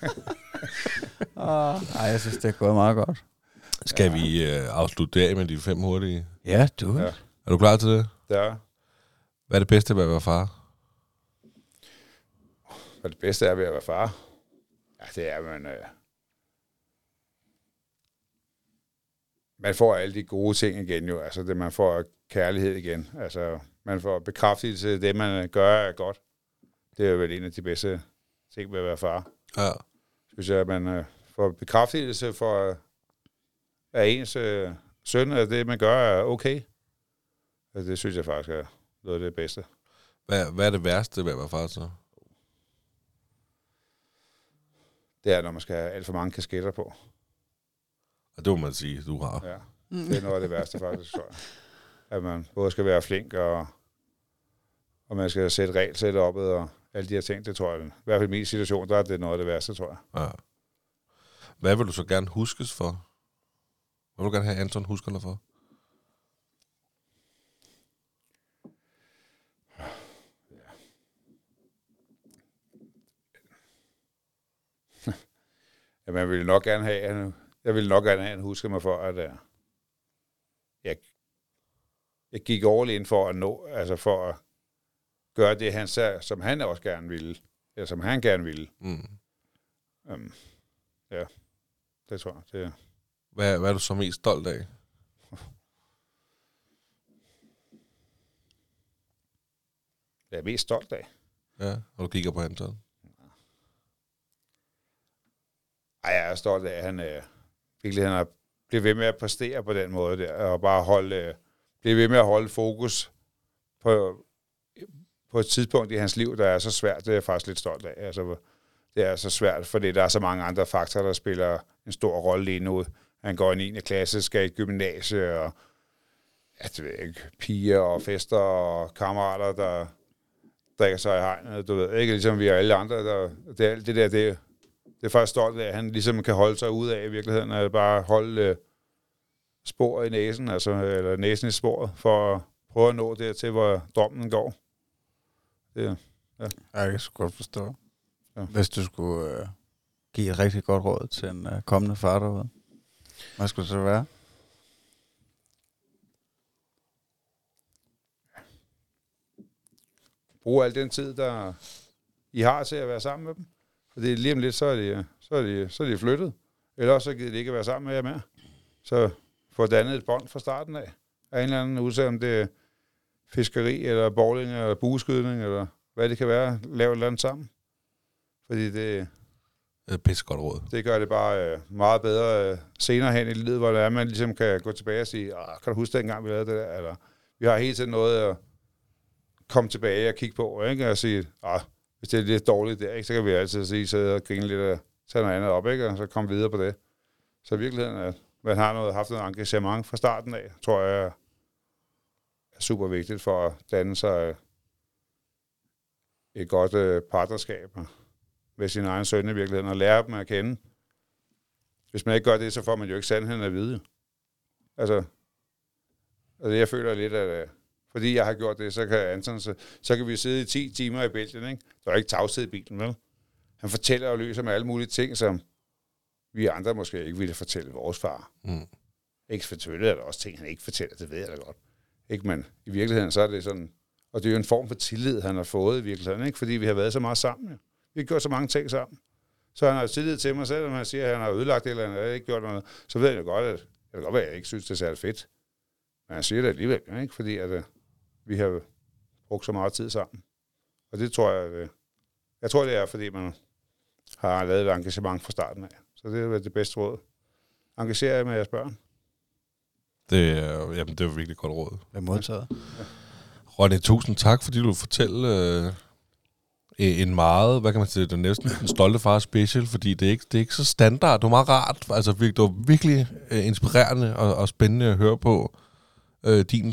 Nej, jeg synes, det er gået meget godt. Skal vi afslutte der med de 5 hurtige? Ja, du. Ja. Er du klar til det? Ja. Hvad er det bedste ved at være far? Hvad det bedste er ved at være far? Ja, det er, at man får alle de gode ting igen jo. Altså, man får kærlighed igen. Altså, man får bekræftelse af det, man gør er godt. Det er vel en af de bedste ting ved at være far. Ja. Synes jeg, at man får bekræftelse for, at ens søn, at det, man gør, er okay. Altså, det synes jeg faktisk er noget af det bedste. Hvad er det værste ved at være far så? Det er, når man skal have alt for mange kasketter på. Og det må man sige, du har. Ja, det er noget af det værste faktisk, tror jeg. At man både skal være flink, og man skal sætte regelsæt op, og alle de her ting, det tror jeg. I hvert fald i min situation, der er det noget af det værste, tror jeg. Ja. Hvad vil du så gerne huskes for? Hvad vil du gerne have, Anton husker dig for? Ja, jeg ville nok gerne have, at huske mig for, at jeg gik all in for at nå, altså for at gøre det, han sagde, som han også gerne ville, eller som han gerne ville. Ja, det tror jeg. Det. Hvad er du så mest stolt af? Hvad er jeg mest stolt af? Ja, når du kigger på Anton. Ej, jeg er stolt af, at han virkelig har blevet ved med at præstere på den måde der, og bare blive ved med at holde fokus på et tidspunkt i hans liv, der er så svært. Det er jeg faktisk lidt stolt af. Altså, det er så svært, fordi der er så mange andre faktorer, der spiller en stor rolle lige nu. Han går i 9. klasse, skal i gymnasie, og piger og fester og kammerater, der drikker sig i hegnet. Du ved ikke, ligesom vi er alle andre. Det er alt det der, det er faktisk stolt af, at han ligesom kan holde sig ud af i virkeligheden, at bare holde spor i næsen, altså, eller næsen i sporet, for at prøve at nå dertil, hvor drømmen går. Det, ja. Jeg kan godt forstå. Ja. Hvis du skulle give et rigtig godt råd til en kommende far derude, hvad skulle det så være? Brug al den tid, der I har til at være sammen med dem. Fordi lige om lidt, så er de flyttet. Eller så gider de ikke at være sammen med jer mere. Så få dannet et bånd fra starten af en eller anden, uanset om det er fiskeri, eller bowling, eller bueskydning, eller hvad det kan være. Lave et eller andet sammen. Fordi det er pissegodt råd. Det gør det bare meget bedre senere hen i livet, hvor det er, man ligesom kan gå tilbage og sige, kan du huske dengang, vi lavede det der? Eller, vi har hele tiden noget at komme tilbage og kigge på, ikke? Og sige, hvis det er lidt dårligt der, ikke? Så kan vi altid sige, sidde og grine lidt og tage noget andet op, ikke? Og så komme videre på det. Så i virkeligheden, at man har haft noget engagement fra starten af, tror jeg er super vigtigt for at danne sig et godt partnerskab med sin egen søn i virkeligheden, og lære dem at kende. Hvis man ikke gør det, så får man jo ikke sandheden at vide. Altså jeg føler lidt, at fordi jeg har gjort det, så kan Anton, så kan vi sidde i 10 timer i Belgien, ikke? Der er ikke tavshed i bilen, vel? Han fortæller og løser med alle mulige ting, som vi andre måske ikke ville fortælle vores far. Ikke selvfølgelig er der også ting, han ikke fortæller, det ved jeg da godt. Ikke, men i virkeligheden, så er det sådan, og det er jo en form for tillid, han har fået i virkeligheden, ikke? Fordi vi har været så meget sammen, ja. Vi har gjort så mange ting sammen. Så han har tillid til mig selv, når han siger, at han har ødelagt det, eller han har ikke gjort noget, så ved jeg jo godt, at det kan godt være, at jeg ikke synes, det er særlig fedt. Men han siger det alligevel, ikke? Fordi at vi har brugt så meget tid sammen. Og det tror jeg tror, det er, fordi man har lavet et engagement fra starten af. Så det er det bedste råd. Engagere jer med jeres børn. Det er jo virkelig godt råd. Det er modtaget. Ronny, tusind tak, fordi du fortæller en meget, hvad kan man sige, det er næsten en stolte far special, fordi det er ikke så standard. Det var meget rart. Altså, det var virkelig inspirerende og spændende at høre på din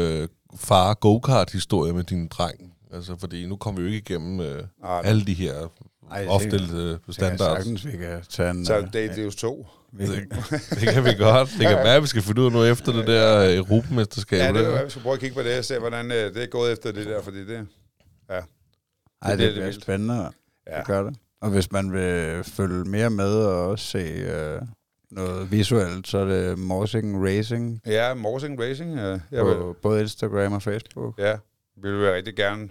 far go-kart-historie med din dreng. Altså, fordi nu kommer vi jo ikke igennem alle de her opstillede standards. Vi kan tage en... Så det er jo 2. Det kan vi godt. Det kan være, at vi skal finde ud af noget efter det der Europamesterskab. Ja, det er vi skal prøve at kigge på det og se, hvordan det er gået efter det der, fordi det... Ja. Ej, det bliver spændende. Ja. Det gør det. Og hvis man vil følge mere med og også se noget visuelt, så er det Morsing Racing. Ja, Morsing Racing. På både Instagram og Facebook. Ja, vi vil rigtig gerne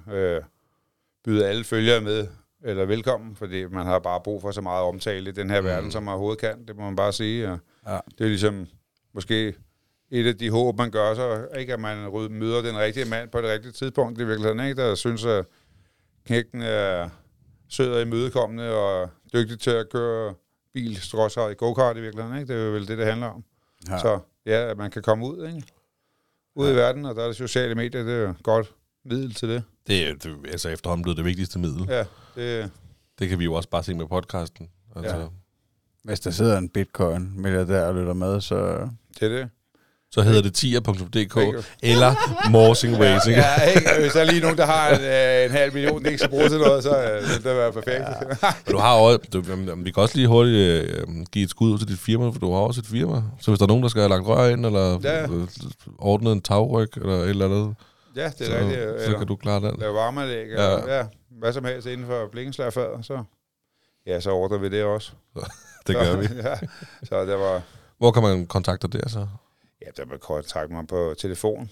byde alle følgere med, eller velkommen, fordi man har bare brug for så meget omtale i den her verden, som man overhovedet kan. Det må man bare sige. Ja. Det er ligesom måske et af de håb, man gør så, ikke at man møder den rigtige mand på det rigtige tidspunkt. Det er virkelig ikke, der synes, at knægten er sød og imødekommende og dygtig til at køre bil, stråsar i go-kart i virkeligheden, ikke? Det er jo vel det handler om. Ja. Så ja, at man kan komme ud, ikke? Ud i verden, og der er det sociale medier, det er jo godt middel til det. Det er altså efterhånden blevet det vigtigste middel. Ja, det kan vi jo også bare se med podcasten. Altså. Ja. Hvis der sidder en bitcoin-milliardær og lytter med, så... Det er det. Så hedder det tier.dk eller Morsing Racing. Ja, ikke? Hvis der er lige nogen, der har en 500.000, det ikke skal bruge til noget, så det vil være perfekt. Ja. Du har også, vi kan også lige hurtigt give et skud ud til dit firma, for du har også et firma. Så hvis der er nogen, der skal have lagt rør ind, eller ordnet en tagryg, eller et eller andet, ja, det er rigtigt. Så kan du klare den. Lave varmeanlæg, ja, hvad som helst inden for blikkenslagerfadet, så ordner vi det også. Det gør vi. Ja, så det var... Hvor kan man kontakte dig der så? Ja, der vil kontakte mig på telefon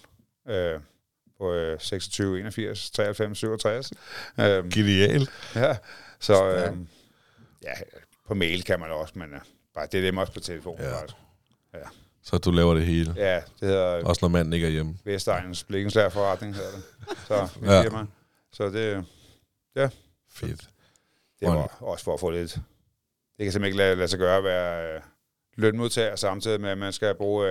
på 26 81 93 67. Genial. Ja, så ja, på mail kan man også, men bare det er dem også på telefon. Ja. Ja. Så du laver det hele? Ja, det hedder... Også når manden ikke er hjemme? Vestegnens blikkenslagerforretning hedder det. Så mit firma. Så det... Ja. Fedt. Det var også for at få lidt... Det kan simpelthen ikke lade sig gøre at være... lønmodtager, samtidig med, at man skal bruge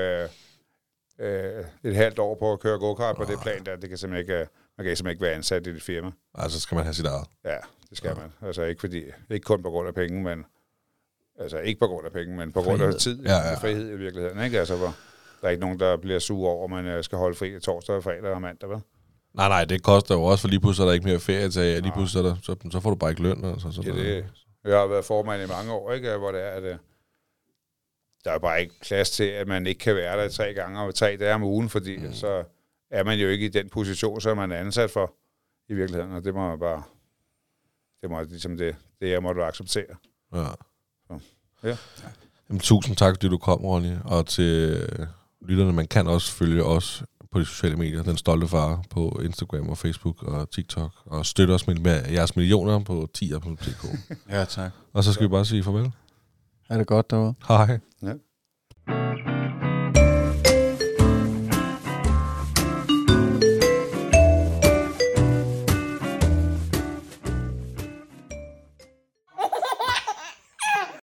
et halvt år på at køre go-kart på det plan der. Det kan simpelthen ikke, man kan simpelthen ikke være ansat i det firma. Altså skal man have sit eget? Ja, det skal man. Altså ikke kun på grund af penge, men altså ikke på grund af penge, men på grund af tid. Ja. Frihed i virkeligheden, ikke? Altså, hvor der er ikke nogen, der bliver sur over, at man skal holde fri torsdag, fredag og mandag, vel? Nej, det koster jo også, for lige pludselig er der ikke mere ferie til, og lige pludselig så får du bare ikke løn. Altså, så det. Jeg har været formand i mange år, ikke? Hvor det er, at der er bare ikke plads til, at man ikke kan være der 3 gange og 3 dage om ugen, fordi så er man jo ikke i den position, som man er ansat for i virkeligheden, og det må man bare, det må ligesom det jeg må du acceptere. Ja. Så, ja. Jamen, tusind tak, fordi du kom, Ronny, og til lytterne, man kan også følge os på de sociale medier, Den Stolte Far, på Instagram og Facebook og TikTok, og støtte os med jeres millioner på tier.dk. Ja, tak. Og så skal vi bare sige farvel. Er det godt derude? Hej. Ja.